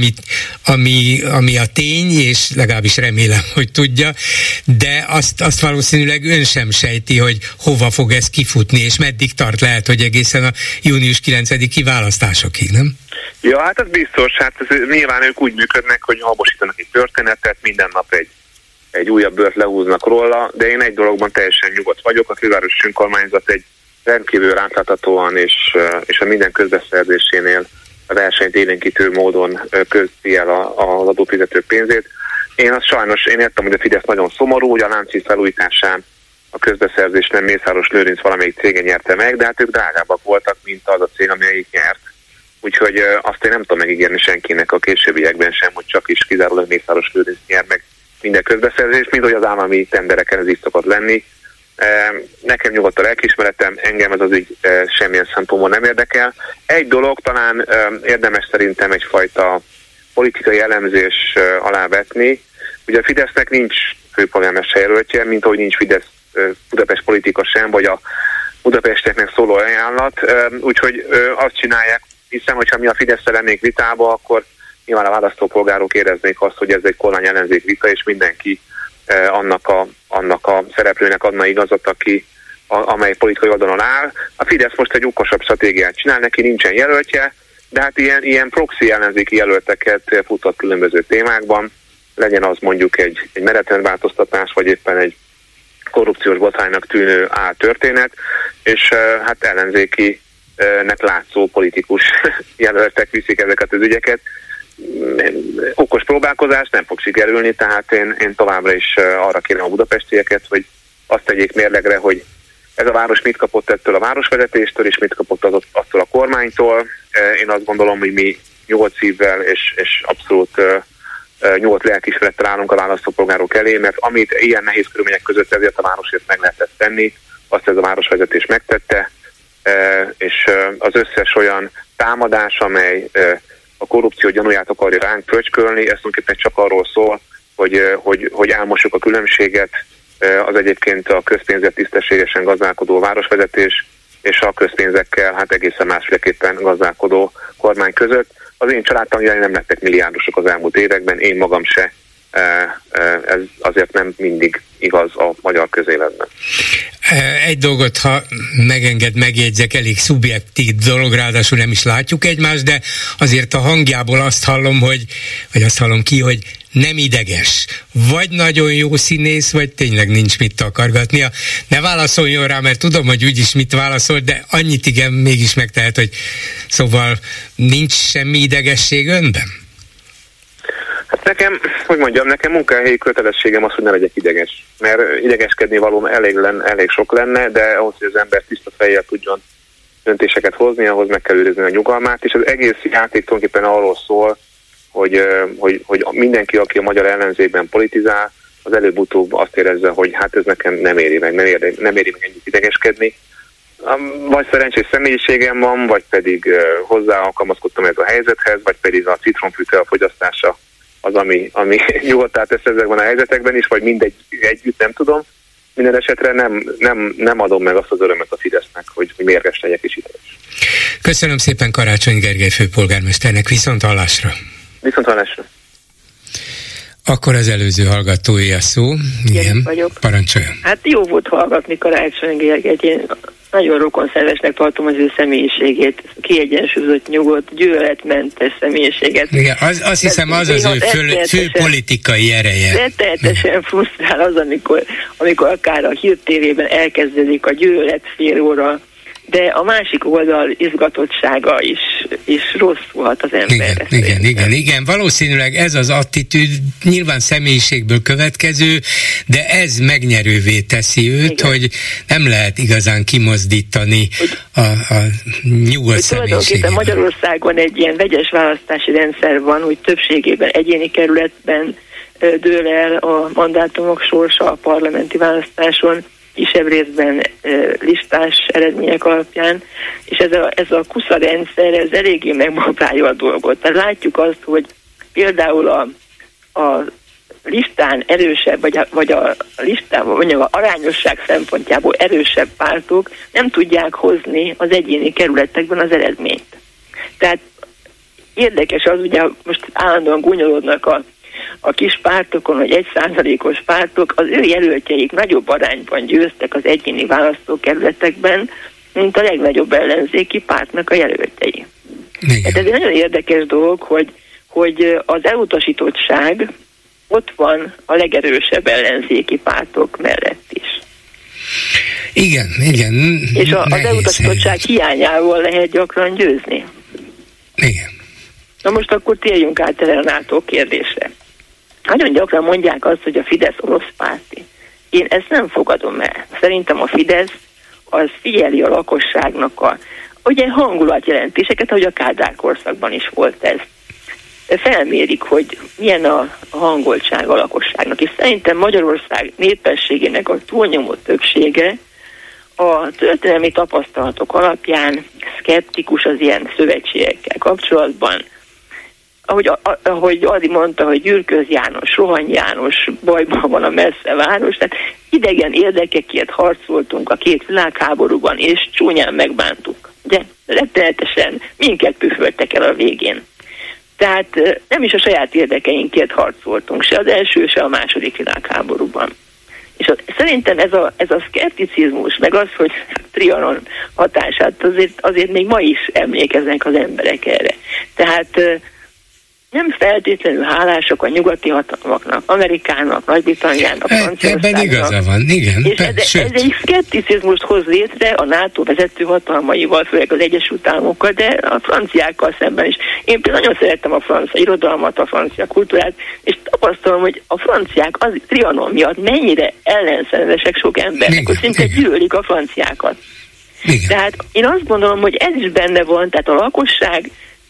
ami a tény, és legalábbis remélem, hogy tudja, de azt valószínűleg ön sem sejti, hogy hova fog ez kifutni, és meddig tart, lehet, hogy egészen a június 9-i választásokig, nem? Ja, hát ez biztos, hát nyilván ők úgy működnek, hogy habosítanak egy történetet, minden nap egy újabb bőrt lehúznak róla, de én egy dologban teljesen nyugodt vagyok, a fővárosi önkormányzat egy rendkívül átláthatóan és a minden közbeszerzésénél a versenyt élénkítő módon közti el az adófizető pénzét. Én értem, hogy a Fidesz nagyon szomorú, hogy a Lánchíd felújításán a közbeszerzés nem Mészáros Lőrinc valamelyik cége nyerte meg, de hát ők drágábbak voltak, mint az a cég, amelyik nyert. Úgyhogy azt én nem tudom megígérni senkinek a későbbiekben sem, hogy csak is kizárólag Mészáros Lőrinc nyer meg minden közbeszerzést, mint hogy az állami tendereken ez így szokott lenni. Nekem nyugodt a lelkiismeretem, engem ez az ügy semmilyen szempontból nem érdekel. Egy dolog talán érdemes szerintem egyfajta politikai elemzés alá vetni. Ugye a Fidesznek nincs főpolgármester jelöltje, mint ahogy nincs Fidesz Budapest politika sem, vagy a budapestieknek szóló ajánlat. Úgyhogy azt csinálják, hiszen hogyha mi a Fideszre lennénk vitába, akkor nyilván a választópolgárok éreznék azt, hogy ez egy kormány ellenzék vita, és mindenki annak a szereplőnek adna igazat, amely politikai oldalon áll. A Fidesz most egy okosabb stratégiát csinál, neki nincsen jelöltje, de hát ilyen proxy ellenzéki jelölteket futott különböző témákban, legyen az mondjuk egy menetrendváltoztatás, vagy éppen egy korrupciós botránynak tűnő áltörténet, és hát ellenzékinek látszó politikus jelöltek viszik ezeket az ügyeket. Okos próbálkozás nem fog sikerülni, tehát én továbbra is arra kérem a budapestieket, hogy azt tegyék mérlegre, hogy ez a város mit kapott ettől a városvezetéstől, és mit kapott attól a kormánytól. Én azt gondolom, hogy mi nyugodt szívvel és abszolút nyugodt lelkiismerettel állunk a választópolgárok elé, mert amit ilyen nehéz körülmények között ezért a városért meg lehetett tenni, azt ez a városvezetés megtette, és az összes olyan támadás, amely a korrupció gyanúját akarja ránk pöcskölni, ez tulajdonképpen csak arról szól, hogy elmossuk a különbséget az egyébként a közpénzzel tisztességesen gazdálkodó városvezetés és a közpénzekkel hát egészen másféleképpen gazdálkodó kormány között. Az én családtagjai nem lettek milliárdosok az elmúlt években, én magam se. Ez azért nem mindig igaz a magyar közéletben. Egy dolgot, ha megenged, megjegyzek, elég szubjektív dolog, ráadásul nem is látjuk egymást, de azért a hangjából azt hallom, vagy azt hallom ki, hogy nem ideges. Vagy nagyon jó színész, vagy tényleg nincs mit takargatnia. Ne válaszoljon rá, mert tudom, hogy úgyis mit válaszol, de annyit igen mégis megtehet, hogy szóval nincs semmi idegesség önben? Hát nekem munkahelyi kötelességem az, hogy ne legyek ideges. Mert idegeskedni való elég sok lenne, de ahhoz, hogy az ember tiszta fejjel tudjon döntéseket hozni, ahhoz meg kell őrizni a nyugalmát, és az egész játék tulajdonképpen arról szól, hogy mindenki, aki a magyar ellenzékben politizál, az előbb-utóbb azt érezze, hogy hát ez nekem nem éri meg ennyit idegeskedni. Vagy szerencsés személyiségem van, vagy pedig hozzá alkalmazkodtam ez a helyzethez, vagy pedig a citromfűtő a fogyasztása az, ami nyugodtá tesz ezekben a helyzetekben is, vagy mindegy együtt, nem tudom. Minden esetre nem adom meg azt az örömet a Fidesznek, hogy mérges legyek és ideges. Köszönöm szépen Karácsony Gergely főpolgármesternek, viszont hallásra. Viszont hallásra. Akkor az előző hallgatói a szó. Igen, vagyok. Parancsoljon. Hát jó volt hallgatni Karácsony Gergelyt, én nagyon rokonszervesnek tartom az ő személyiségét, kiegyensúlyozott, nyugodt, gyűlöletmentes személyiséget. Igen, azt hiszem az ő fő politikai ereje. Rettenetesen frusztrál az, amikor akár a Hír TV-ben elkezdődik a gyűlölet fél óra, de a másik oldal izgatottsága is rosszulhat az emberre. Igen. Valószínűleg ez az attitűd nyilván személyiségből következő, de ez megnyerővé teszi őt, igen, hogy nem lehet igazán kimozdítani a nyugodt személyiségéből. Tulajdonképpen Magyarországon egy ilyen vegyes választási rendszer van, hogy többségében egyéni kerületben dől el a mandátumok sorsa a parlamenti választáson, kisebb részben listás eredmények alapján, és ez a kusza rendszer, ez eléggé megbabrálja a dolgot. Tehát látjuk azt, hogy például a listán erősebb, vagy a listán, vagy a arányosság szempontjából erősebb pártok nem tudják hozni az egyéni kerületekben az eredményt. Tehát érdekes az, ugye most állandóan gúnyolódnak a kis pártokon, hogy 1%-os pártok, az ő jelöltjeik nagyobb arányban győztek az egyéni választókerületekben, mint a legnagyobb ellenzéki pártnak a jelöltjei. Hát ez egy nagyon érdekes dolog, hogy az elutasítottság ott van a legerősebb ellenzéki pártok mellett is. Igen. És az elutasítottság hiányával lehet gyakran győzni. Igen. Na most akkor térjünk át erre a NATO kérdésre. Nagyon gyakran mondják azt, hogy a Fidesz orosz párti. Én ezt nem fogadom el. Szerintem a Fidesz az figyeli a lakosságnak ugye hangulatjelentéseket, ahogy a Kádár korszakban is volt ez. Felmérik, hogy milyen a hangoltság a lakosságnak. És szerintem Magyarország népességének a túlnyomó többsége a történelmi tapasztalatok alapján szkeptikus az ilyen szövetségekkel kapcsolatban. Ahogy Adi mondta, hogy Gyürköz János, Rohany János, bajban van a messze város, tehát idegen érdekekért harcoltunk a két világháborúban, és csúnyán megbántuk. Ugye rettenetesen minket püföltek el a végén. Tehát nem is a saját érdekeinkért harcoltunk, se az első, se a második világháborúban. És szerintem ez a szkepticizmus, meg az, hogy Trianon hatását azért még ma is emlékeznek az emberek erre. Tehát nem feltétlenül hálásak a nyugati hatalmaknak, Amerikának, Nagy-Britanniának, Franciaországnak. Ebben igaza van, igen. És ez egy szkepticizmust hoz létre a NATO vezető hatalmaival, főleg az Egyesült Államokkal, de a franciákkal szemben is. Én például nagyon szerettem a francia irodalmat, a francia kultúrát, és tapasztalom, hogy a franciák az Trianon miatt mennyire ellenszenvesek sok embernek, hogy szinte gyűlölik a franciákat. Igen. Tehát én azt gondolom, hogy ez is benne van, tehát a lakosság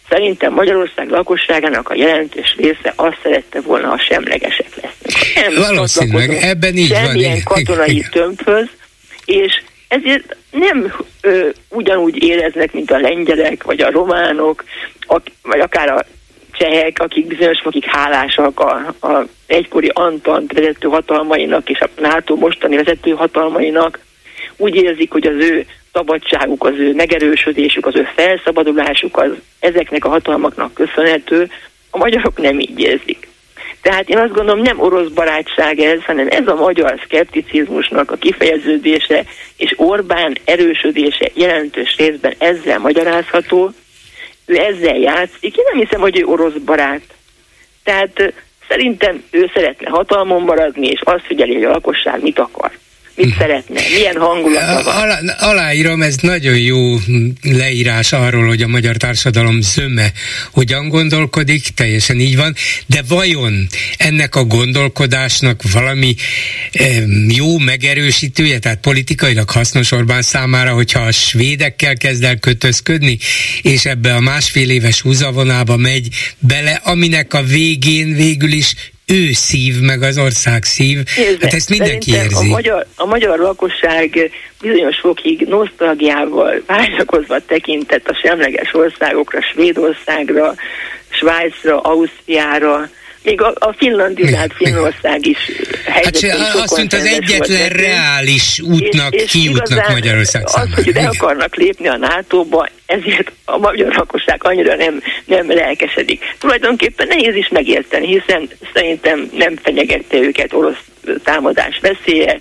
Szerintem Magyarország lakosságának a jelentős része azt szerette volna, ha semlegesek lesznek. Valószínűleg, ebben így van. Semmilyen katonai tömbhöz, és ezért nem ugyanúgy éreznek, mint a lengyelek, vagy a románok, vagy akár a csehek, akik bizonyos fokig hálásak a egykori Antant vezető hatalmainak és a NATO mostani vezető hatalmainak. Úgy érzik, hogy az ő szabadságuk, az ő megerősödésük, az ő felszabadulásuk az ezeknek a hatalmaknak köszönhető. A magyarok nem így érzik. Tehát én azt gondolom, nem orosz barátság ez, hanem ez a magyar szkepticizmusnak a kifejeződése, és Orbán erősödése jelentős részben ezzel magyarázható. Ő ezzel játszik. Én nem hiszem, hogy ő orosz barát. Tehát szerintem ő szeretne hatalmon maradni, és azt figyeli, hogy a lakosság mit akar. Mit szeretne? Milyen hangulata van? Aláírom, ez nagyon jó leírás arról, hogy a magyar társadalom zöme hogyan gondolkodik, teljesen így van, de vajon ennek a gondolkodásnak valami jó megerősítője, tehát politikailag hasznos Orbán számára, hogyha a svédekkel kezd el kötözködni, és ebbe a másfél éves húzavonába megy bele, aminek a végén végül is ő szív, meg az ország szív. Hát ezt mindenki érzi. A magyar lakosság bizonyos fokig nosztalgiával vágyakozva tekintett a semleges országokra, Svédországra, Svájcra, Ausztriára, még a finlandizált Finnország is helyzetben is. Hát azt mondta, az egyetlen reális útnak, kiútnak Magyarország számára. Az, hogy be akarnak lépni a NATO-ba, ezért a magyar lakosság annyira nem lelkesedik. Tulajdonképpen nehéz is megérteni, hiszen szerintem nem fenyegette őket orosz támadás veszélye.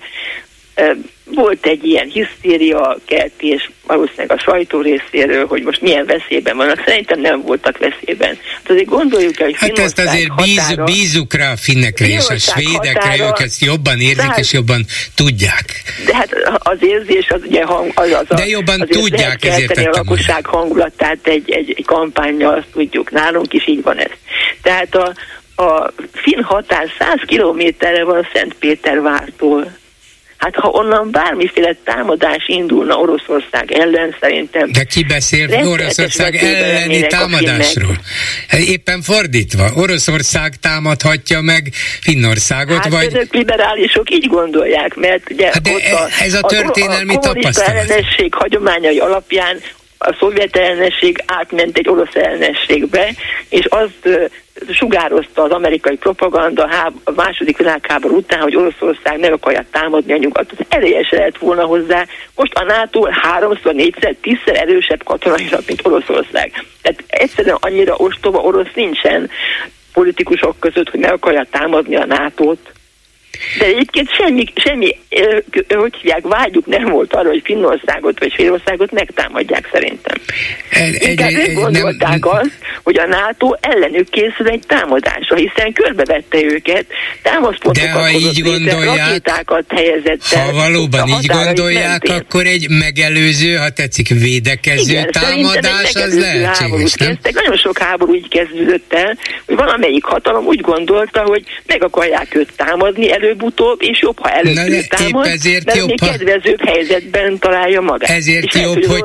Volt egy ilyen hisztéria keltés valószínűleg a sajtó részéről, hogy most milyen veszélyben vannak. Szerintem nem voltak veszélyben. Hát azért gondoljuk el, hogy hát ezt azért bízuk rá a finnekre és a svédekre, ők ezt jobban érzik és jobban tudják. De hát az érzés az ugye de jobban tudják, ezért tettem a lakosság hangulatát egy kampánnyal, azt tudjuk. Nálunk is így van ez. Tehát a finn határ 100 kilométerre van Szentpétervártól. Hát ha onnan bármiféle támadás indulna Oroszország ellen, szerintem... De ki beszél Oroszország elleni támadásról? Éppen fordítva, Oroszország támadhatja meg Finnországot, hát vagy... önök liberálisok így gondolják, mert ugye hát ez a történelmi tapasztalat. A kommunista ellenesség hagyományai alapján a szovjet ellenesség átment egy orosz ellenességbe, és azt sugározta az amerikai propaganda a második világháború után, hogy Oroszország meg akarja támadni a nyugatot. Erélyes lehet volna hozzá. Most a NATO 3-szor, 4-szer, 10-szer erősebb katonailag, mint Oroszország. Tehát egyszerűen annyira ostoba orosz nincsen politikusok között, hogy meg akarja támadni a NATO-t. De egyébként semmi hogy hívják, vágyuk nem volt arra, hogy Finnországot vagy Svédországot megtámadják szerintem. Inkább ők gondolták azt, hogy a NATO ellenük készül egy támadásra, hiszen körbevette őket, támaszpontokat hozott létre, rakétákat helyezett el. Ha valóban így gondolják, akkor egy megelőző, ha tetszik, védekező támadás, az lehetséges, nem? Nagyon sok háború így kezdődött el, hogy valamelyik hatalom úgy gondolta, hogy meg akarják őt támadni előbb-utóbb, és jobb, ha előbb támad, mert még kedvezőbb helyzetben találja magát. Ezért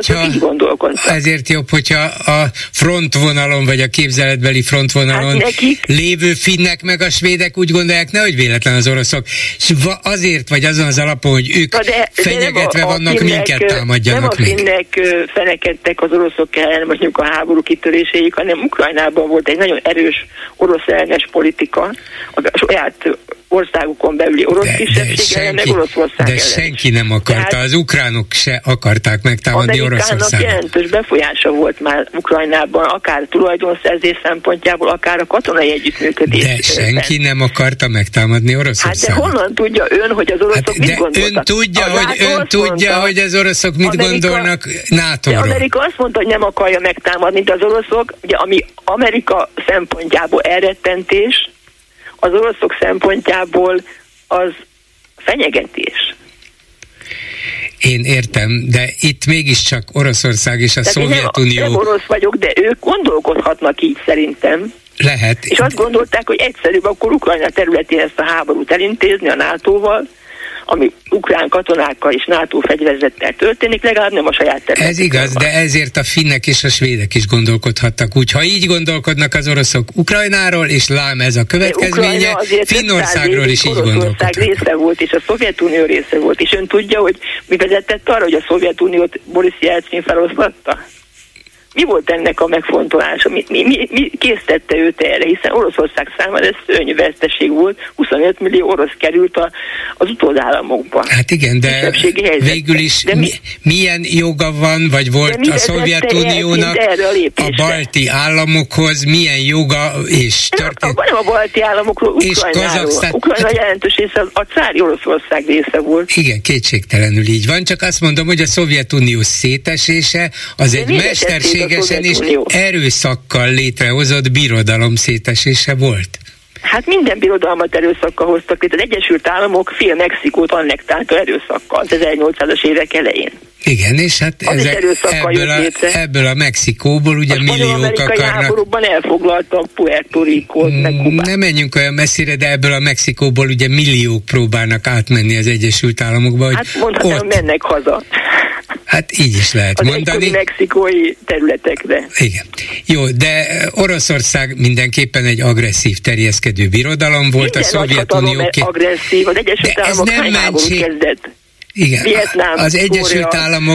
jobb, hogyha a frontvonalon, vagy a képzeletbeli frontvonalon lévő finnek meg a svédek úgy gondolják, nehogy véletlen az oroszok. És azért, vagy azon az alapon, hogy ők fenyegetve vannak, minket támadjanak meg. Nem a finnek fenekedtek az oroszok ellen, mondjuk a háború kitöréséig, hanem Ukrajnában volt egy nagyon erős orosz ellenes politika, a saját országukon belüli orosz kisebbség ellen, meg Oroszország ellen. De senki nem akarta, az ukránok se akarták megtámadni Oroszországot. Amerikának jelentős befolyása volt már Ukrajnában, akár tulajdonszerzés szempontjából, akár a katonai együttműködés. De senki nem akarta megtámadni Oroszországot. Hát de honnan tudja ön, hogy az oroszok mit gondoltak? Ön tudja, hogy az oroszok mit gondolnak NATO-ról. Amerika azt mondta, hogy nem akarja megtámadni, de az oroszok, ugye, ami Amerika szempontjából elrettentés, az oroszok szempontjából az fenyegetés. Én értem, de itt mégiscsak Oroszország és a Szovjetunió... Nem orosz vagyok, de ők gondolkodhatnak így szerintem. Lehet. És azt gondolták, hogy egyszerűbb akkor Ukrajna területén ezt a háborút elintézni a NATO-val, ami ukrán katonákkal és NATO fegyverzettel történik, legalább nem a saját területükön. Ez igaz, de ezért a finnek és a svédek is gondolkodhattak úgy. Ha így gondolkodnak az oroszok Ukrajnáról, és lám ez a következménye, Finnországról is így gondolkodtak. Oroszország része volt, és a Szovjetunió része volt, és ön tudja, hogy mi vezetett arra, hogy a Szovjetuniót Boris Jelcin feloszlatta? Mi volt ennek a megfontolása? Mi késztette őt erre? Hiszen Oroszország számára ez szörnyű veszteség volt, 25 millió orosz került az utódállamokba. Hát igen, de végül is milyen joga van, vagy volt a Szovjetuniónak a balti államokhoz, milyen joga és történet? Nem a balti államokról, Ukrajnáról. Ukrajna jelentős része a cári Oroszország része volt. Igen, kétségtelenül így van, csak azt mondom, hogy a Szovjetunió szétesése az egy mesterségesen és erőszakkal létrehozott birodalom szétesése volt. Hát minden birodalmat erőszakkal hoztak létre. Az Egyesült Államok fél Mexikót annektálta erőszakkal az 1800-as évek elején. Igen, és hát ebből a Mexikóból ugye a milliók akarnak... A háborúban elfoglalta Puerto Ricót, meg Kubát. Nem menjünk olyan messzire, de ebből a Mexikóból ugye milliók próbálnak átmenni az Egyesült Államokba, hogy hát mondhatom, mennek haza. Hát így is lehet mondani. Az mexikói területekre. Igen. Jó, de Oroszország mindenképpen egy agresszív, terjeszkedő birodalom volt. Minden a Szovjetunió agresszív, az Egyesült Államok háborút kezdett. Igen, Vietnám, az Egyesült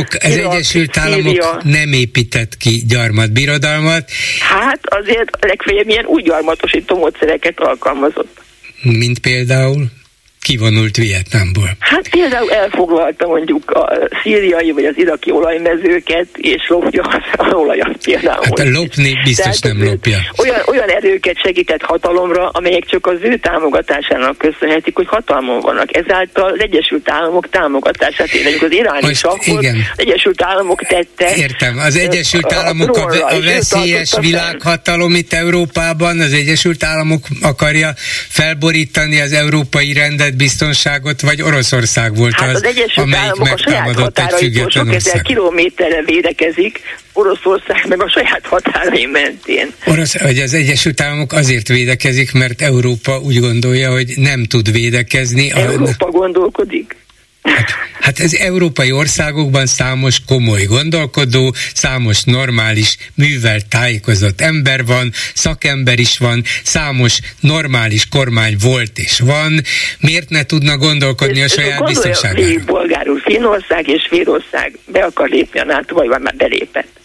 Államok nem épített ki gyarmatbirodalmat. Hát azért legfeljebb ilyen úgy gyarmatosító módszereket alkalmazott. Mint például? Kivonult Vietnámból. Hát például elfoglalta mondjuk a szíriai vagy az iraki olajmezőket, és lopja az olajat például. Hát lopni biztos nem lopja. Olyan erőket segített hatalomra, amelyek csak az ő támogatásának köszönhetik, hogy hatalmon vannak. Ezáltal az Egyesült Államok támogatását érjük. Az iráni sakot az Egyesült Államok tette. Értem, az Egyesült Államok a veszélyes világhatalom itt Európában, az Egyesült Államok akarja felborítani az európai rendet, biztonságot, vagy Oroszország volt hát az amelyik megtámadott egy független ország. Sok ezer kilométerre védekezik, Oroszország meg a saját határai mentén. Hogy az Egyesült Államok azért védekezik, mert Európa úgy gondolja, hogy nem tud védekezni. Európa gondolkodik? Hát az európai országokban számos komoly gondolkodó, számos normális, művelt, tájékozott ember van, szakember is van, számos normális kormány volt és van. Miért ne tudna gondolkodni a saját biztonságára? Bolgár úr, Finnország és Svédország be akar lépni a NATO-ba, vagy már belépett.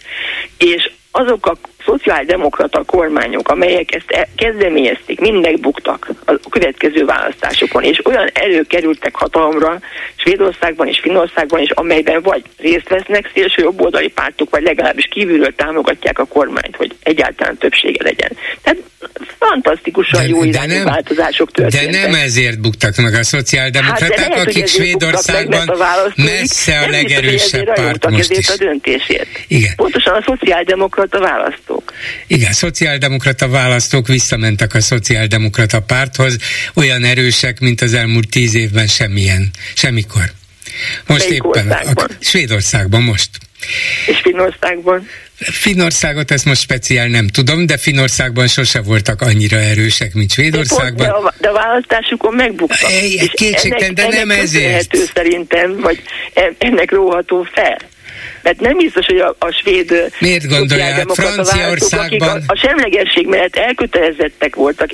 És azok a szociáldemokrata kormányok, amelyek ezt kezdeményezték, mind megbuktak a következő választásokon, és olyan erők kerültek hatalomra Svédországban és Finnországban is, amelyben vagy részt vesznek szélső jobboldali pártok, vagy legalábbis kívülről támogatják a kormányt, hogy egyáltalán többsége legyen. Tehát fantasztikusan jó irányú változások történtek. De nem ezért buktak meg a szociáldemokraták, akik Svédországban messze a legerősebb párt most is. A döntésért. Igen. Pontosan a szociáldemokrata választók. Igen, szociáldemokrata választók visszamentek a szociáldemokrata párthoz, olyan erősek, mint az elmúlt 10 évben semmikor. Most melyik éppen Svédországban most. És Finnországban? Finnországot ezt most speciál nem tudom, de Finnországban sose voltak annyira erősek, mint Svédországban. De a választásukon megbuktak. Kétségtelen, de nem ezért. Szerintem, vagy ennek róható fel. Mert nem biztos, hogy a svéd miért gondolja, Franciaországban a semlegesség mellett elkötelezettek voltak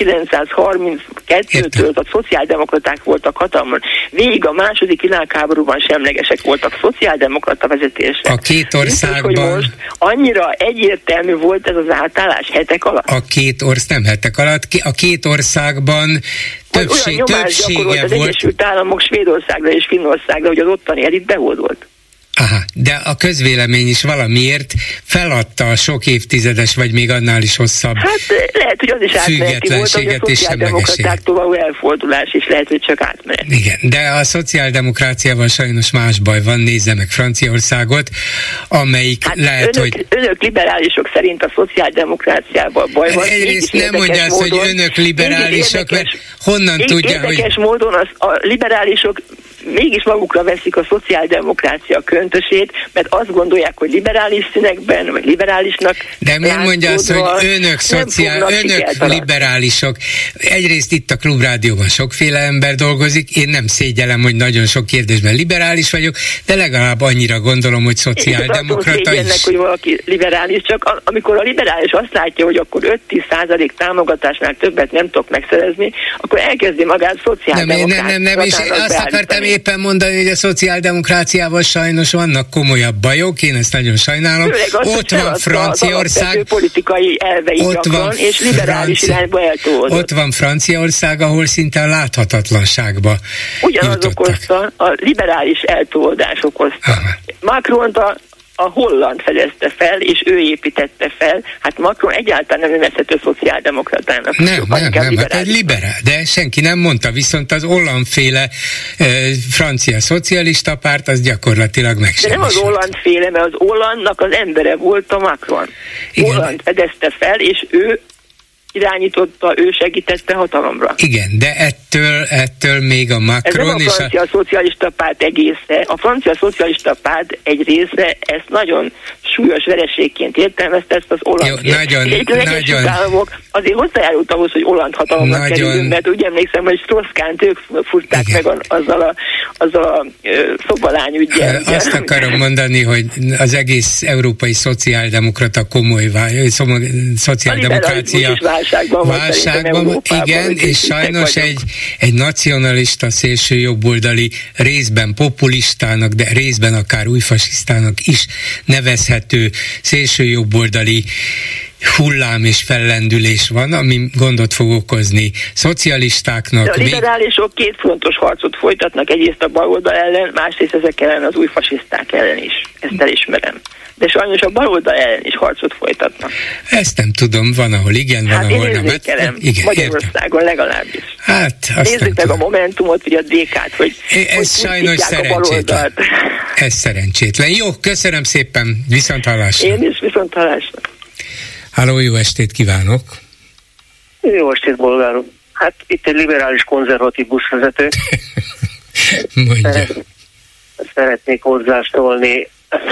1932-től a szociáldemokraták voltak hatalmon. Végig a második világháborúban semlegesek voltak, szociáldemokrata vezetésre. A két országban biztos, hogy most annyira egyértelmű volt ez az átállás hetek alatt? Nem hetek alatt, a két országban többsége volt. Az Egyesült Államok Svédországra és Finnországra, hogy az ottani elit behódolt. Aha, de a közvélemény is valamiért feladta a sok évtizedes, vagy még annál is hosszabb lehet, hogy az is átmeneti volt, hogy a szociáldemokratáktól való elfordulás is lehet, hogy csak átmenet. Igen, de a szociáldemokráciával sajnos más baj van, nézze meg Franciaországot, amelyik lehet, hogy... Önök liberálisok szerint a szociáldemokráciával baj van. Egyrészt nem mondja azt, hogy önök liberálisok, mert honnan tudja, hogy... Érdekes módon a liberálisok mégis magukra veszik a szociáldemokrácia köntösét, mert azt gondolják, hogy liberális színekben, vagy liberálisnak. De miért mondja azt, hogy önök liberálisok? Egyrészt itt a Klubrádióban sokféle ember dolgozik, én nem szégyellem, hogy nagyon sok kérdésben liberális vagyok, de legalább annyira gondolom, hogy szociáldemokrata is. Hogy valaki liberális, csak amikor a liberális azt látja, hogy akkor 5-10% támogatásnál többet nem tudok megszerezni, akkor elkezdi magát szociáldemokrácia. Nem, és azt akartam éppen mondani, hogy a szociáldemokráciával sajnos vannak komolyabb bajok, én ezt nagyon sajnálom. Ott van Franciaország, politikai elvei gyakran, és liberális irányba eltolódott. Ott van Franciaország, ahol szinte a láthatatlanságba ugyanaz okozta, a liberális eltolódás okozta. Macron a holland fedezte fel, és ő építette fel. Hát Macron egyáltalán nem nevezhető szociáldemokratának. Nem, hát egy liberál, de senki nem mondta, viszont az Hollande-féle francia szocialista párt, az gyakorlatilag megsemmisült. De nem az Hollande-féle, mert az Hollandnak az embere volt a Macron. Hollande fedezte fel, és ő irányította, ő segítette hatalomra. Igen, de ettől még a Macron és a francia szocialista párt egésze. A francia szocialista párt egy része ezt nagyon súlyos vereségként értelmezte, ezt az Hollande. Nagyon. Államok azért hozzájárult ahhoz, hogy Hollande hatalomra kerüljön, mert úgy emlékszem, hogy Strauss-Kahnt ők furták meg azzal a szobalány ügyen. Azt akarom mondani, hogy az egész európai szociáldemokrata szociáldemokrácia válságban, igen, és sajnos egy nacionalista szélsőjobboldali, részben populistának, de részben akár újfasisztának is nevezhető szélsőjobboldali hullám és fellendülés van, ami gondot fog okozni szocialistáknak. De a liberálisok két fontos harcot folytatnak, egyrészt a baloldal ellen, másrészt ezek ellen az új fasiszták ellen is. Ezt elismerem. De sajnos a baloldal ellen is harcot folytatnak. Ezt nem tudom, van ahol igen, van ahol nem. Igen, Magyarországon legalábbis. Nézzük meg a Momentumot, vagy a DK-t, hogy ez sajnos szerencsétlen. Ez szerencsétlen. Jó, köszönöm szépen, viszonthallásra. Én is viszonthallásra. Halló, jó estét kívánok! Jó estét, bolgár úr! Hát itt egy liberális konzervatív buszvezető. Mondja. Szeretnék hozzászólni.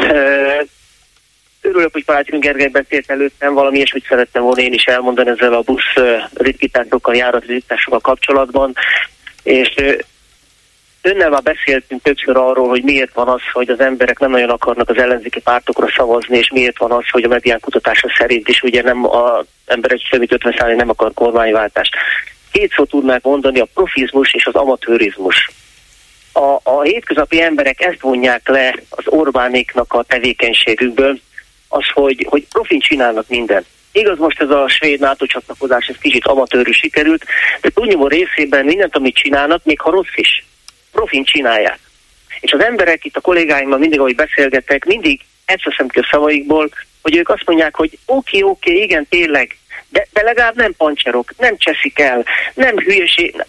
Örülök, hogy Karácsony Gergely beszélt előttem, valami ilyesmit szerettem volna én is elmondani ezzel a busz ritkításokkal, járatritkításokkal kapcsolatban, és önnel már beszéltünk többször arról, hogy miért van az, hogy az emberek nem nagyon akarnak az ellenzéki pártokra szavazni, és miért van az, hogy a medián kutatása szerint is ugye nem az emberek semmit 50% nem akar kormányváltást. Két szót tudnák mondani, a profizmus és az amatőrizmus. A hétköznapi emberek ezt vonják le az Orbánéknak a tevékenységükből, az, hogy profin csinálnak mindent. Igaz, most ez a svéd NATO csatlakozás, ez kicsit amatőrű sikerült, de túlnyomó részében mindent, amit csinálnak, még ha rossz is, profin csinálják. És az emberek, itt a kollégáimmal mindig, ahogy beszélgetek, mindig ezt veszem ki a szavaikból, hogy ők azt mondják, hogy oké, igen, tényleg, de legalább nem pancserok, nem cseszik el, nem hülyeség,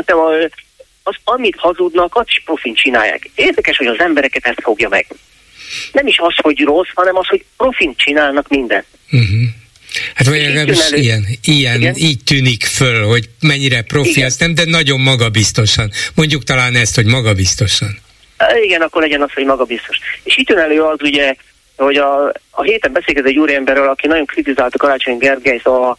az, amit hazudnak, azt is profin csinálják. Érdekes, hogy az embereket ezt fogja meg. Nem is az, hogy rossz, hanem az, hogy profin csinálnak mindent. Hát vagy legalábbis ilyen így tűnik föl, hogy mennyire profi, azt nem, de nagyon magabiztosan. Mondjuk talán ezt, hogy magabiztosan. Igen, akkor legyen az, hogy magabiztos. És itt jön elő az ugye, hogy a héten beszélgetett egy úriemberről, aki nagyon kritizálta Karácsony Gergelyt a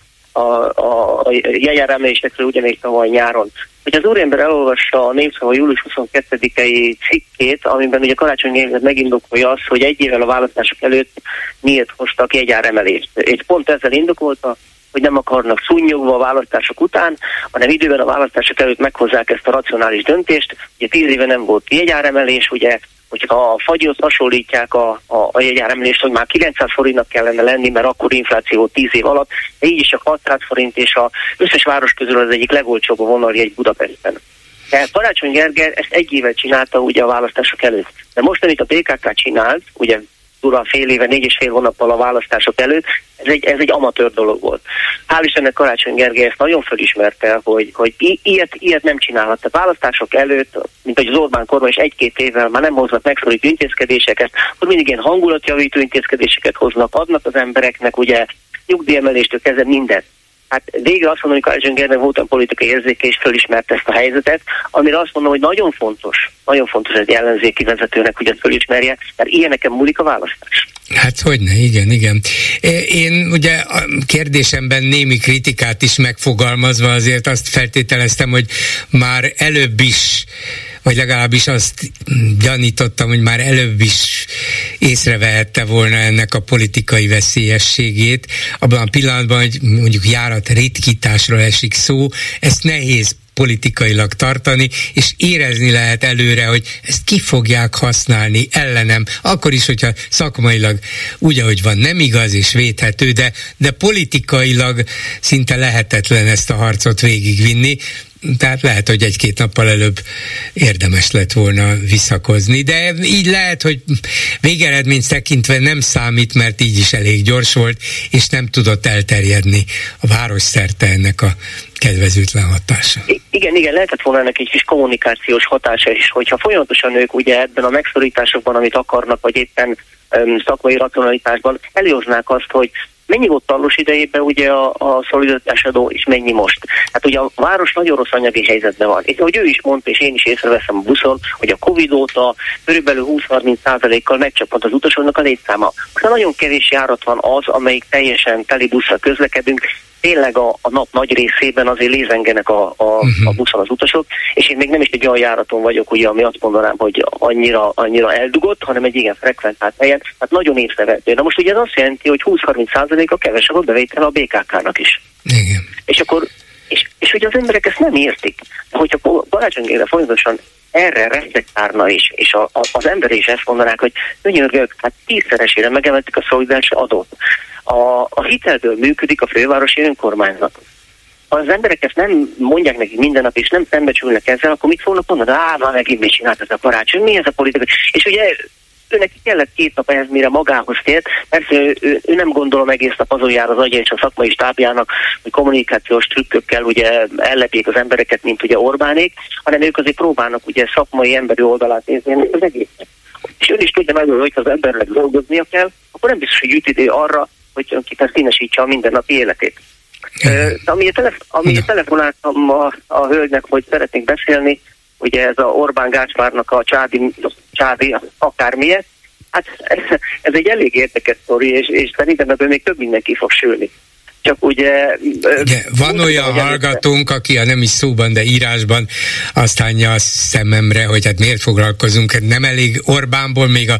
jegyáremelésekről ugye még tavaly nyáron. Hogy az úriember elolvassa a Népszava július 22-i cikkét, amiben ugye Karácsony Gergely megindokolja azt, hogy egy évvel a választások előtt miért hoztak jegyáremelést. És pont ezzel indokolta, hogy nem akarnak szúnyogva a választások után, hanem időben a választások előtt meghozzák ezt a racionális döntést. Ugye 10 éve nem volt jegyáremelés, ugye, hogyha a fagyot hasonlítják a jegyáremelést, hogy már 900 forintnak kellene lenni, mert akkor infláció 10 év alatt, de így is csak 600 forint, és az összes város közül az egyik legolcsóbb a vonaljegy Budapesten. Tehát Karácsony Gergely ezt egy évet csinálta ugye a választások előtt. De most, amit a BKK csinált, ugye durván fél éve, 4,5 hónappal a választások előtt, ez egy amatőr dolog volt. Hál' Istennek Karácsony Gergely ezt nagyon felismerte, hogy ilyet nem csinálhat. Tehát választások előtt, mint hogy az Orbán kormány is 1-2 évvel már nem hoznak megszorító intézkedéseket, hogy mindig ilyen hangulatjavító intézkedéseket hoznak, adnak az embereknek ugye nyugdíjemeléstől kezdve mindent. Hát végre azt mondom, hogy Karácsony Gergely volt olyan politikai érzéke, és fölismerte ezt a helyzetet, amire azt mondom, hogy nagyon fontos egy ellenzéki vezetőnek, hogy ezt fölismerje, mert ilyeneken múlik a választás. Hát hogyne, igen. Én ugye a kérdésemben némi kritikát is megfogalmazva azért azt feltételeztem, hogy már előbb is, vagy legalábbis azt gyanítottam, hogy már előbb is észrevehette volna ennek a politikai veszélyességét. Abban a pillanatban, hogy mondjuk járat ritkításról esik szó, ezt nehéz politikailag tartani, és érezni lehet előre, hogy ezt ki fogják használni ellenem, akkor is, hogyha szakmailag úgy, ahogy van, nem igaz és védhető, de politikailag szinte lehetetlen ezt a harcot végigvinni. Tehát lehet, hogy egy-két nappal előbb érdemes lett volna visszakozni, de így lehet, hogy végeredményt tekintve nem számít, mert így is elég gyors volt, és nem tudott elterjedni a város szerte ennek a kedvezőtlen hatása. Igen, lehetett volna ennek egy kis kommunikációs hatása is, hogyha folyamatosan ők ugye ebben a megszorításokban, amit akarnak, vagy éppen szakmai racionalitásban előhoznák azt, hogy mennyi volt Tarlós idejében ugye a szolidaritásadó, és mennyi most. Hát ugye a város nagyon rossz anyagi helyzetben van. És ahogy ő is mondta, és én is észreveszem a buszon, hogy a Covid óta körülbelül 20-30%-kal megcsapant az utasoknak a létszáma. Most nagyon kevés járat van az, amelyik teljesen teli buszra közlekedünk. Tényleg a nap nagy részében azért lézengenek a buszon az utasok, és én még nem is egy olyan járaton vagyok, ugye, ami azt mondanám, hogy annyira eldugott, hanem egy igen frekventált helyen, hát nagyon észrevehető. Na most ugye ez azt jelenti, hogy 20-30%-a kevesebb a bevétel a BKK-nak is. Igen. És akkor, és ugye az emberek ezt nem értik. De hogyha Karácsony Gergely folyamatosan erre reflektálna is, és az emberek is ezt mondanák, hogy könyörgök, hát 10-szeresére megemelték a szolidaritási adót. A hitelből működik a fővárosi önkormányzat. Ha az emberek ezt nem mondják neki minden nap, és nem szembecsülnek ezzel, akkor mit fognak mondani? Már megint mit csinált ez a Karácsony? Mi ez a politika? És ugye őnek kellett 2 nap ehhez, mire magához tért. Persze ő nem gondolom egész nap azon jár az agya és a szakmai stábjának, hogy kommunikációs trükkökkel ugye ellepjék az embereket, mint ugye Orbánék, hanem ők azért próbálnak ugye szakmai emberi oldalát nézni az egészet. És ön is tudja nagyon, hogy az embernek dolgoznia kell, akkor nem biztos, hogy jut idő arra, hogy tulajdonképpen színesítse a mindennapi életét. Amiért telefonáltam a hölgynek, hogy szeretnénk beszélni, ugye ez a Orbán Gáspárnak a csádi akármilyen, hát ez egy elég érdekes sztori, és szerintem ebből még több mindenki fog sülni. Csak ugye... van olyan hallgatónk, aki nem is szóban, de írásban azt hányja a szememre, hogy hát miért foglalkozunk, nem elég Orbánból, még a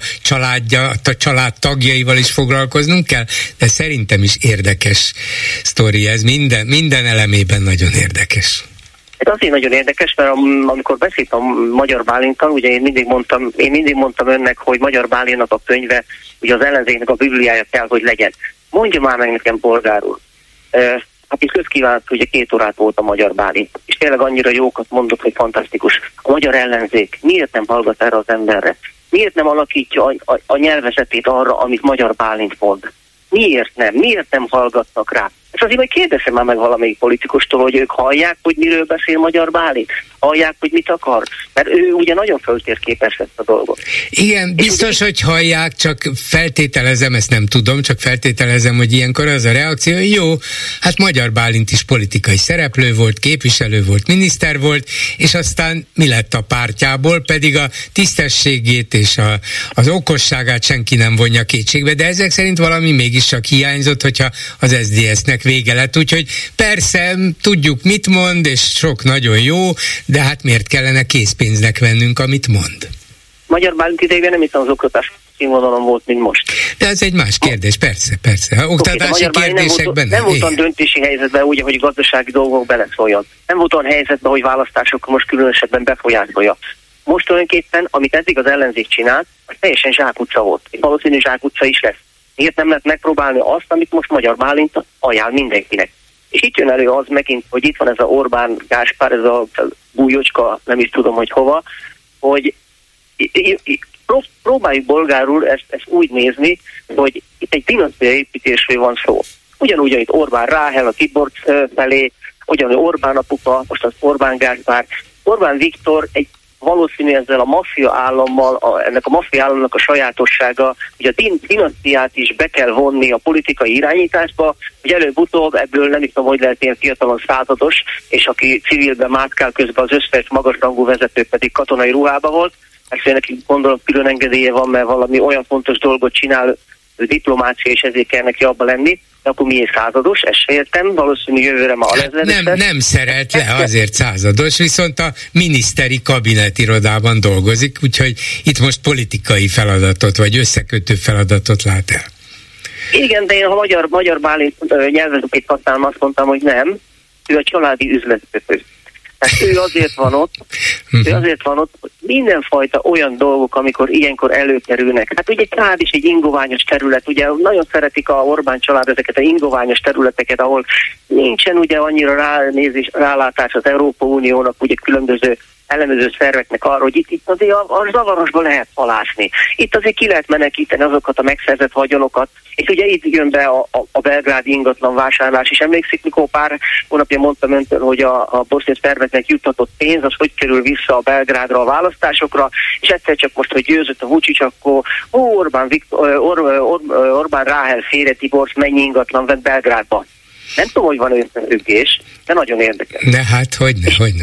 család tagjaival is foglalkoznunk kell, de szerintem is érdekes sztori ez, minden elemében nagyon érdekes. Ez azért nagyon érdekes, mert amikor beszéltem Magyar Bálinttal, ugye én mindig mondtam önnek, hogy Magyar Bálintnak a könyve, ugye az ellenzéknek a bibliája kell, hogy legyen. Mondja már meg nekem, polgár úr. Hát itt közkívánt, ugye 2 órát volt a Magyar Bálint, és tényleg annyira jókat mondott, hogy fantasztikus. A magyar ellenzék miért nem hallgat erre az emberre? Miért nem alakítja a nyelvezetét arra, amit Magyar Bálint mond? Miért nem hallgatnak rá? És azért majd kérdezem már meg valamelyik politikustól, hogy ők hallják, hogy miről beszél Magyar Bálint? Hallják, hogy mit akar? Mert ő ugye nagyon föltérképezte ezt a dolgot. Igen, biztos, hogy hallják, csak feltételezem, ezt nem tudom, csak feltételezem, hogy ilyenkor az a reakció, hogy jó, hát Magyar Bálint is politikai szereplő volt, képviselő volt, miniszter volt, és aztán mi lett a pártjából, pedig a tisztességét és az okosságát senki nem vonja kétségbe, de ezek szerint valami mégis csak hiányzott, hogyha az SZDSZ-nek vége lett, úgyhogy persze tudjuk, mit mond, és sok nagyon jó, de hát miért kellene készpénznek vennünk, amit mond? Magyar Bálint idejében nem hiszem az oktatás színvonalon volt, mint most. De ez egy más kérdés, persze. Ha oktatási kérdésekben nem volt olyan döntési helyzetben, úgy, hogy gazdasági dolgok beleszóljon. Nem volt olyan helyzetben, hogy választások most különösebben befolyásolja. Most tulajdonképpen, amit eddig az ellenzék csinált, az teljesen zsákutca volt. És valószínű zsákutca is lesz. Miért nem lehet megpróbálni azt, amit most Magyar Bálint ajánl mindenkinek? És itt jön elő az megint, hogy itt van ez a Orbán Gáspár, ez a bújócska, nem is tudom, hogy hova, hogy próbáljuk bolgárul ezt úgy nézni, hogy itt egy dinasztiaépítésről van szó. Ugyanúgy, itt Orbán Ráhel a Tiborcs felé, ugyanúgy Orbán apuka, most az Orbán Gáspár. Orbán Viktor egy valószínű ezzel a maffia állammal, ennek a maffia államnak a sajátossága, hogy a dinasztiát is be kell vonni a politikai irányításba, hogy előbb-utóbb ebből nem is tudom, hogy lehet ilyen fiatalon százados, és aki civilben mászkál közben az összes magasrangú vezető pedig katonai ruhába volt, ezt neki gondolom külön engedélye van, mert valami olyan fontos dolgot csinál, diplomácia, és ezért kell neki abba lenni, de akkor miért százados? Ezt se értem, valószínű jövőre ma alezredes. Nem szerelt le, azért százados, viszont a miniszteri kabinetirodában dolgozik, úgyhogy itt most politikai feladatot, vagy összekötő feladatot lát el. Igen, de én ha magyar Bálint nyelvezetét használom, azt mondtam, hogy nem, ő a családi üzletkötő. Tehát ő azért van ott, hogy mindenfajta olyan dolgok, amikor ilyenkor előkerülnek. Hát ugye Csád is egy ingoványos terület, ugye nagyon szeretik a Orbán család ezeket a ingoványos területeket, ahol nincsen ugye annyira rálátás az Európai Uniónak, ugye különböző ellenőrző szerveknek arra, hogy itt azért a zavarosba lehet halásni. Itt azért ki lehet menekíteni azokat a megszerzett vagyonokat, és ugye itt jön be a belgrádi ingatlan vásárlás is. Emlékszik, mikor pár hónapja mondtam öntől, hogy a boszniai szerveknek juttatott pénz, az hogy kerül vissza a Belgrádra a választásokra, és egyszer csak most, hogy győzött a Vučić, akkor Orbán Ráhel félre Tiborcs mennyi ingatlan vett Belgrádba. Nem tudom, hogy van összefüggés, de nagyon érdekes. De hát, hogyne.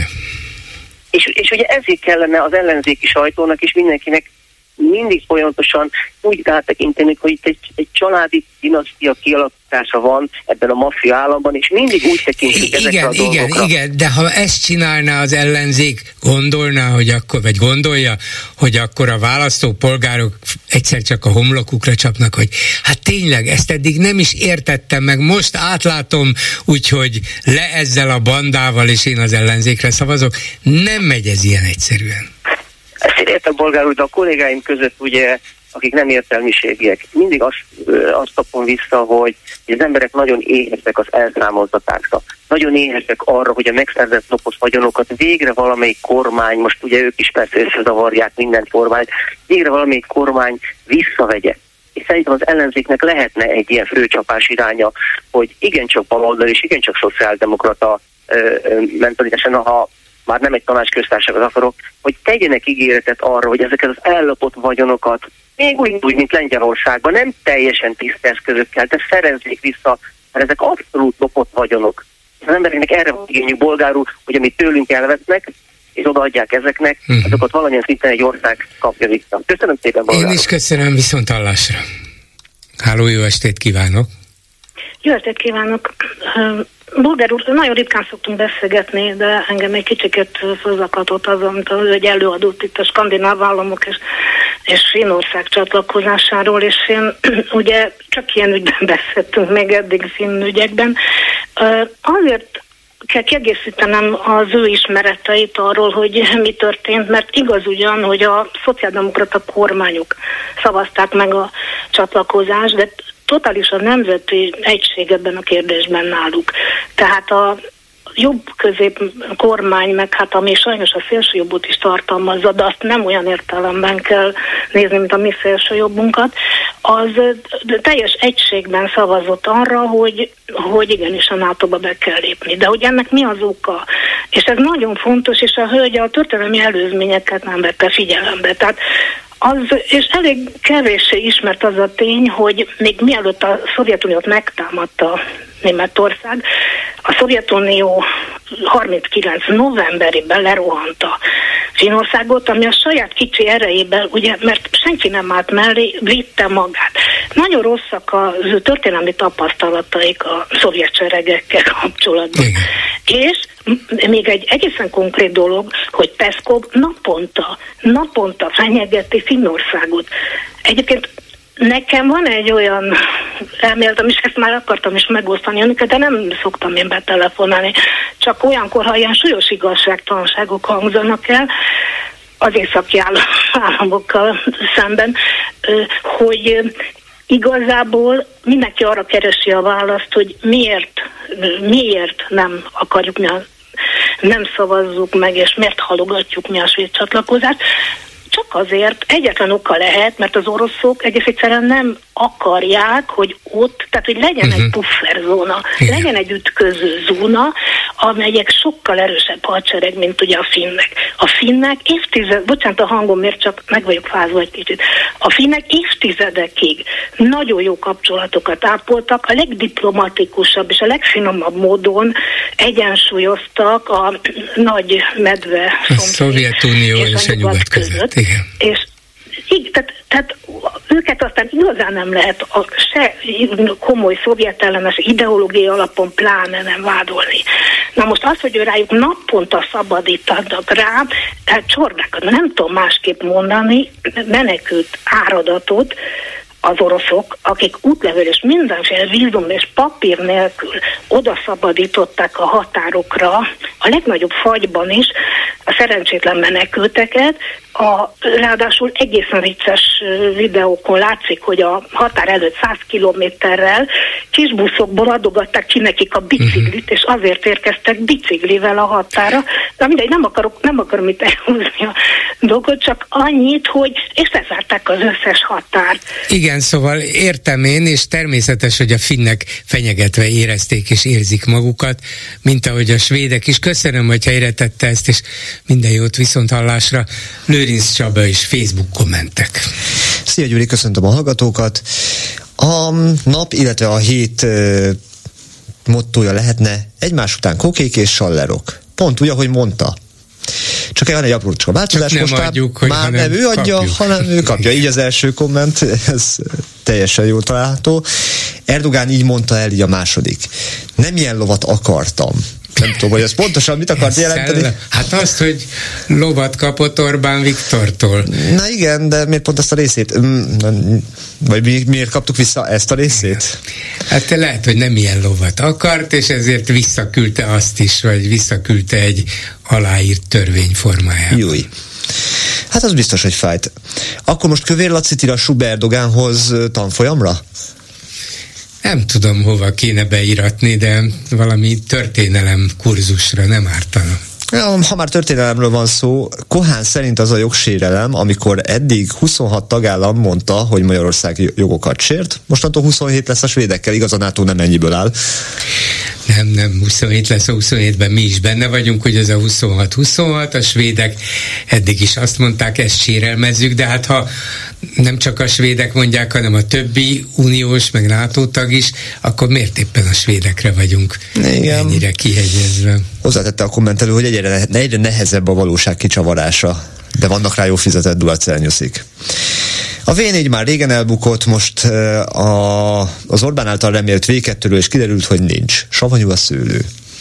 És ugye ezért kellene az ellenzéki sajtónak és mindenkinek mindig folyamatosan úgy áttekinteni, hogy itt egy családi dinasztia kialakítása van ebben a maffia államban, és mindig úgy tekintjük ezekre a dolgokra. Igen, de ha ezt csinálná az ellenzék, gondolná, gondolja, hogy akkor a választópolgárok egyszer csak a homlokukra csapnak, hogy hát tényleg, ezt eddig nem is értettem meg, most átlátom, úgyhogy le ezzel a bandával, és én az ellenzékre szavazok. Nem megy ez ilyen egyszerűen. Ezt én értem, bolgár úr, de a kollégáim között ugye, akik nem értelmiségiek, mindig azt kapom vissza, hogy az emberek nagyon éhesek az elszámoltatásra. Nagyon éhesek arra, hogy a megszerzett lopott vagyonokat végre valamelyik kormány, most ugye ők is persze összezavarják minden kormányt, végre valamelyik kormány visszavegye. És szerintem az ellenzéknek lehetne egy ilyen főcsapás iránya, hogy igencsak baloldali és igencsak szociáldemokrata mentalitásen, ha már nem egy tanácsköztársaságot akarok, hogy tegyenek ígéretet arra, hogy ezeket az ellopott vagyonokat még úgy, mint Lengyelországban, nem teljesen tiszta eszközökkel, de szerezzék vissza, mert ezek abszolút lopott vagyonok. Az embereknek erre van igényük, bolgárul, hogy amit tőlünk elvesznek, és odaadják ezeknek, azokat valamilyen szinten egy ország kapja vissza. Köszönöm szépen, bolgárul. Én is köszönöm, viszont hallásra. Háló, jó estét kívánok! Jó estét kívánok! Bolgár úr, nagyon ritkán szoktunk beszélgetni, de engem egy kicsit fölzaklatott az, amit a hölgy előadott itt a skandináv államok és Finnország csatlakozásáról, és én ugye csak ilyen ügyben beszéltünk még eddig finn ügyekben. Azért kell kiegészítenem az ő ismereteit arról, hogy mi történt, mert igaz ugyan, hogy a szociáldemokrata kormányok szavazták meg a csatlakozást, de totális a nemzeti egység ebben a kérdésben náluk. Tehát a jobb-közép kormány, meg hát ami sajnos a szélsőjobbot is tartalmazza, de azt nem olyan értelemben kell nézni, mint a mi szélsőjobbunkat, az teljes egységben szavazott arra, hogy igenis a NATO-ba be kell lépni. De hogy ennek mi az oka? És ez nagyon fontos, és a hölgy a történelmi előzményeket nem vette figyelembe. Tehát és elég kevéssé ismert az a tény, hogy még mielőtt a Szovjetuniót megtámadta Németország, a Szovjetunió 39. novemberében lerohanta Finnországot, ami a saját kicsi erejében, ugye, mert senki nem állt mellé, vitte magát. Nagyon rosszak az ő történelmi tapasztalataik a szovjet seregekkel kapcsolatban. És még egy egészen konkrét dolog, hogy Peszkov naponta fenyegeti Finnországot. Egyébként nekem van egy olyan elméletem, és ezt már akartam is megosztani önöket, de nem szoktam én betelefonálni. Csak olyankor, ha ilyen súlyos igazságtalanságok hangzanak el az északi államokkal szemben, hogy igazából mindenki arra keresi a választ, hogy miért nem akarjuk nem szavazzuk meg, és miért halogatjuk mi a svéd csatlakozást. Csak azért egyetlen oka lehet, mert az oroszok egész egyszerűen nem akarják, hogy ott, tehát hogy legyen egy pufferzóna, legyen egy ütköző zóna, amelyek sokkal erősebb hadsereg, mint ugye a finnek. A finnek bocsánat a hangomért, csak meg vagyok fázva egy kicsit, a finnek évtizedekig nagyon jó kapcsolatokat ápoltak, a legdiplomatikusabb és a legfinomabb módon egyensúlyoztak a nagy medve Szovjetunió és a nyugat között. Igen. És tehát őket aztán igazán nem lehet se komoly szovjetellenes ideológiai alapon pláne nem vádolni. Na most az, hogy ő rájuk naponta szabadítanak rá, tehát csordákat, nem tudom másképp mondani, menekült áradatot az oroszok, akik útlevél és mindenféle vízum és papír nélkül odaszabadították a határokra, a legnagyobb fagyban is a szerencsétlen menekülteket, ráadásul egészen vicces videókon látszik, hogy a határ előtt 100 kilométerrel kis buszokból adogatták ki nekik a biciklit, és azért érkeztek biciklivel a határa. De mindegy, nem akarom itt elhúzni a dolgot, csak annyit, hogy és lezárták az összes határt. Igen, szóval értem én, és természetes, hogy a finnek fenyegetve érezték és érzik magukat, mint ahogy a svédek is. Köszönöm, hogy helyre tette ezt, és minden jót viszonthallásra. Lőrinc Csaba és Facebook kommentek. Szia Gyuri, köszöntöm a hallgatókat. A nap, illetve a hét mottója lehetne egymás után kokék és sallerok. Pont úgy, ahogy mondta. Csak van egy aprócska változás, most már nem ő adja, hanem ő kapja. Így az első komment, ez teljesen jól található. Erdogán így mondta el, így a második. Nem ilyen lovat akartam. Nem tudom, hogy ez pontosan mit akart jelenteni. Hát azt, hogy lovat kapott Orbán Viktortól. Na igen, de miért pont ezt a részét? Vagy miért kaptuk vissza ezt a részét? Hát lehet, hogy nem ilyen lovat akart, és ezért visszaküldte azt is, vagy visszaküldte egy aláírt törvény formájában. Júj. Hát az biztos, hogy fájt. Akkor most Kövér Lacit írassuk be Erdogánhoz tanfolyamra? Nem tudom, hova kéne beiratni, de valami történelem kurzusra nem ártana. Ja, ha már történelemről van szó, Kohán szerint az a jogsérelem, amikor eddig 26 tagállam mondta, hogy Magyarország jogokat sért, mostantól 27 lesz a svédekkel, igaz, a NATO nem ennyiből áll. Nem, 27 lesz, a 27-ben mi is benne vagyunk, hogy ez a 26-26, a svédek eddig is azt mondták, ezt sérelmezzük, de hát ha nem csak a svédek mondják, hanem a többi uniós, meg NATO tag is, akkor miért éppen a svédekre vagyunk ennyire kihegyezve? Hozzátette a kommentelő, hogy egyre nehezebb a valóság kicsavarása, de vannak rá jó fizetett Duacelnyuszik. A V4 már régen elbukott, most az Orbán által remélt V2-ről is kiderült, hogy nincs. Savanyú a szőlő.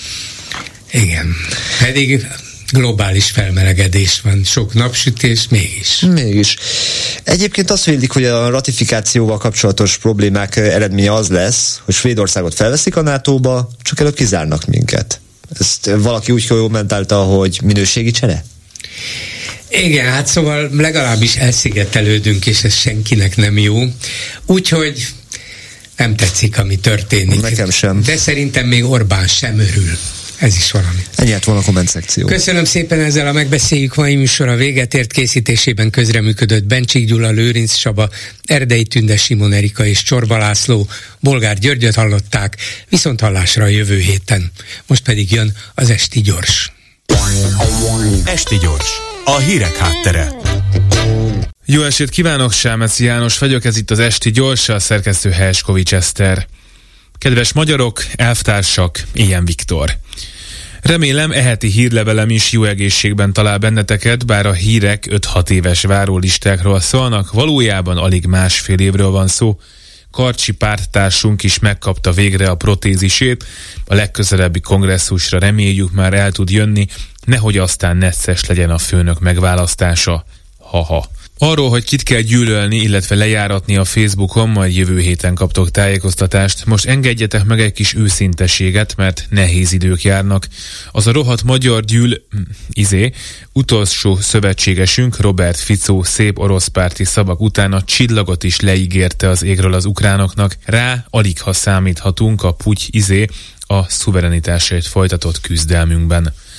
Igen, pedig globális felmelegedés van, sok napsütés, mégis. Egyébként azt vélik, hogy a ratifikációval kapcsolatos problémák eredménye az lesz, hogy Svédországot felveszik a NATO-ba, csak előbb kizárnak minket. Ezt valaki úgy kommentálta, hogy minőségi csere? Igen, hát szóval legalábbis elszigetelődünk, és ez senkinek nem jó. Úgyhogy nem tetszik, ami történik. Nekem sem. De szerintem még Orbán sem örül. Ez is valami. Ennyi lett volna a komment szekció. Köszönöm szépen, ezzel a Megbeszéljük mai műsora véget ért, készítésében közreműködött Bencsik Gyula, Lőrinc Csaba, Erdei Tünde, Simon Erika és Csorba László. Bolgár Györgyöt hallották, viszonthallásra a jövő héten. Most pedig jön az Esti Gyors. Esti Gyors, a hírek háttere. Jó estét kívánok, Sámeci János vagyok, ez itt az Esti Gyors, a szerkesztő Helskovics Eszter. Kedves magyarok, elvtársak, Ilyen Viktor. Remélem, heti hírlevelem is jó egészségben talál benneteket, bár a hírek 5-6 éves várólistákról szólnak, valójában alig másfél évről van szó. Karcsi párttársunk is megkapta végre a protézisét, a legközelebbi kongresszusra reméljük már el tud jönni, nehogy aztán necces legyen a főnök megválasztása. Haha. Arról, hogy kit kell gyűlölni, illetve lejáratni a Facebookon, majd jövő héten kaptok tájékoztatást. Most engedjetek meg egy kis őszinteséget, mert nehéz idők járnak. Az a rohadt magyar utolsó szövetségesünk, Robert Fico szép oroszpárti szavak után a csillagot is leígérte az égről az ukránoknak. Rá aligha számíthatunk a Puty a szuverenitásért folytatott küzdelmünkben.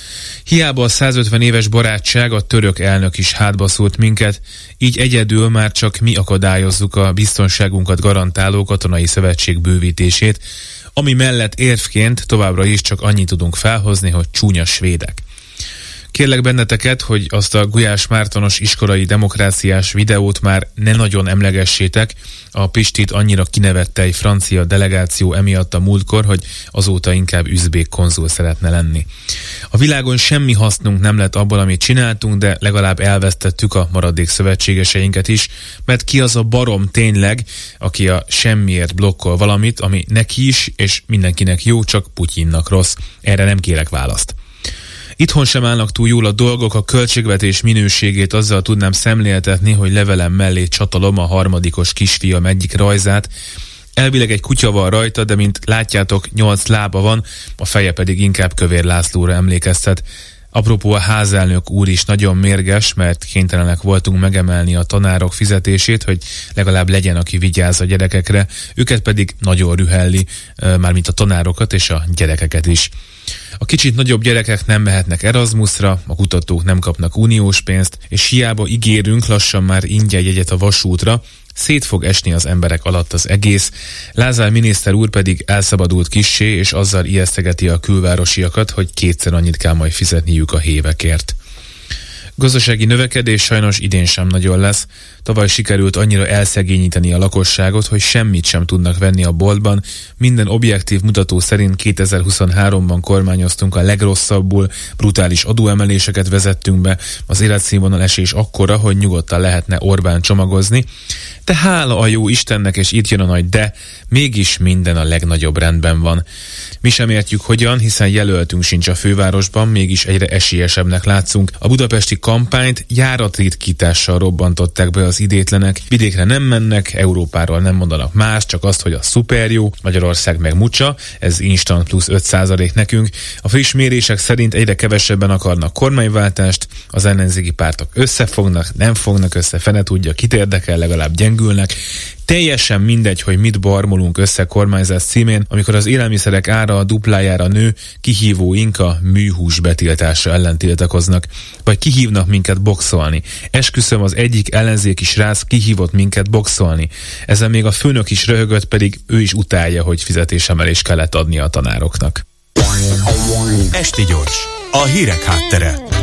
Hiába a 150 éves barátság, a török elnök is hátba szúrt minket, így egyedül már csak mi akadályozzuk a biztonságunkat garantáló katonai szövetség bővítését, ami mellett érvként továbbra is csak annyit tudunk felhozni, hogy csúnya svédek. Kérlek benneteket, hogy azt a Gulyás Mártonos iskolai demokráciás videót már ne nagyon emlegessétek, a Pistit annyira kinevette egy francia delegáció emiatt a múltkor, hogy azóta inkább üzbék konzul szeretne lenni. A világon semmi hasznunk nem lett abból, amit csináltunk, de legalább elvesztettük a maradék szövetségeseinket is, mert ki az a barom tényleg, aki a semmiért blokkol valamit, ami neki is és mindenkinek jó, csak Putyinnak rossz. Erre nem kérek választ. Itthon sem állnak túl jól a dolgok, a költségvetés minőségét azzal tudnám szemléltetni, hogy levelem mellé csatolom a harmadikos kisfiam egyik rajzát. Elvileg egy kutya van rajta, de mint látjátok, 8 lába van, a feje pedig inkább Kövér Lászlóra emlékeztet. Apropó, a házelnök úr is nagyon mérges, mert kénytelenek voltunk megemelni a tanárok fizetését, hogy legalább legyen, aki vigyáz a gyerekekre, őket pedig nagyon rühelli, mármint a tanárokat és a gyerekeket is. A kicsit nagyobb gyerekek nem mehetnek Erasmusra, a kutatók nem kapnak uniós pénzt, és hiába ígérünk lassan már ingyen jegyet a vasútra, szét fog esni az emberek alatt az egész. Lázár miniszter úr pedig elszabadult kissé, és azzal ijesztegeti a külvárosiakat, hogy 2-szer annyit kell majd fizetniük a hévekért. Gazdasági növekedés sajnos idén sem nagyon lesz. Tavaly sikerült annyira elszegényíteni a lakosságot, hogy semmit sem tudnak venni a boltban. Minden objektív mutató szerint 2023-ban kormányoztunk a legrosszabbul, brutális adóemeléseket vezettünk be, az életszínvonal esés akkora, hogy nyugodtan lehetne Orbán csomagozni. De hála a jó Istennek, és itt jön a nagy de, mégis minden a legnagyobb rendben van. Mi sem értjük hogyan, hiszen jelöltünk sincs a fővárosban, mégis egyre esélyesebbnek látszunk. A budapesti kampányt járatritkítással robbantották be az idétlenek. Vidékre nem mennek, Európáról nem mondanak más, csak azt, hogy a szuper jó, Magyarország meg mucsa, ez instant plusz 5% nekünk. A friss mérések szerint egyre kevesebben akarnak kormányváltást, az ellenzéki pártok összefognak, nem fognak össze, fene tudja, kit érdekel, legalább gyengülnek. Teljesen mindegy, hogy mit barmolunk össze kormányzás címén, amikor az élelmiszerek ára a duplájára nő, kihívóink a műhús betiltása ellen tiltakoznak, vagy kihívnak minket boxolni. Esküszöm, az egyik ellenzéki srác kihívott minket boxolni. Ezen még a főnök is röhögött, pedig ő is utálja, hogy fizetésemelést kellett adnia a tanároknak. Esti Gyors, a hírek háttere.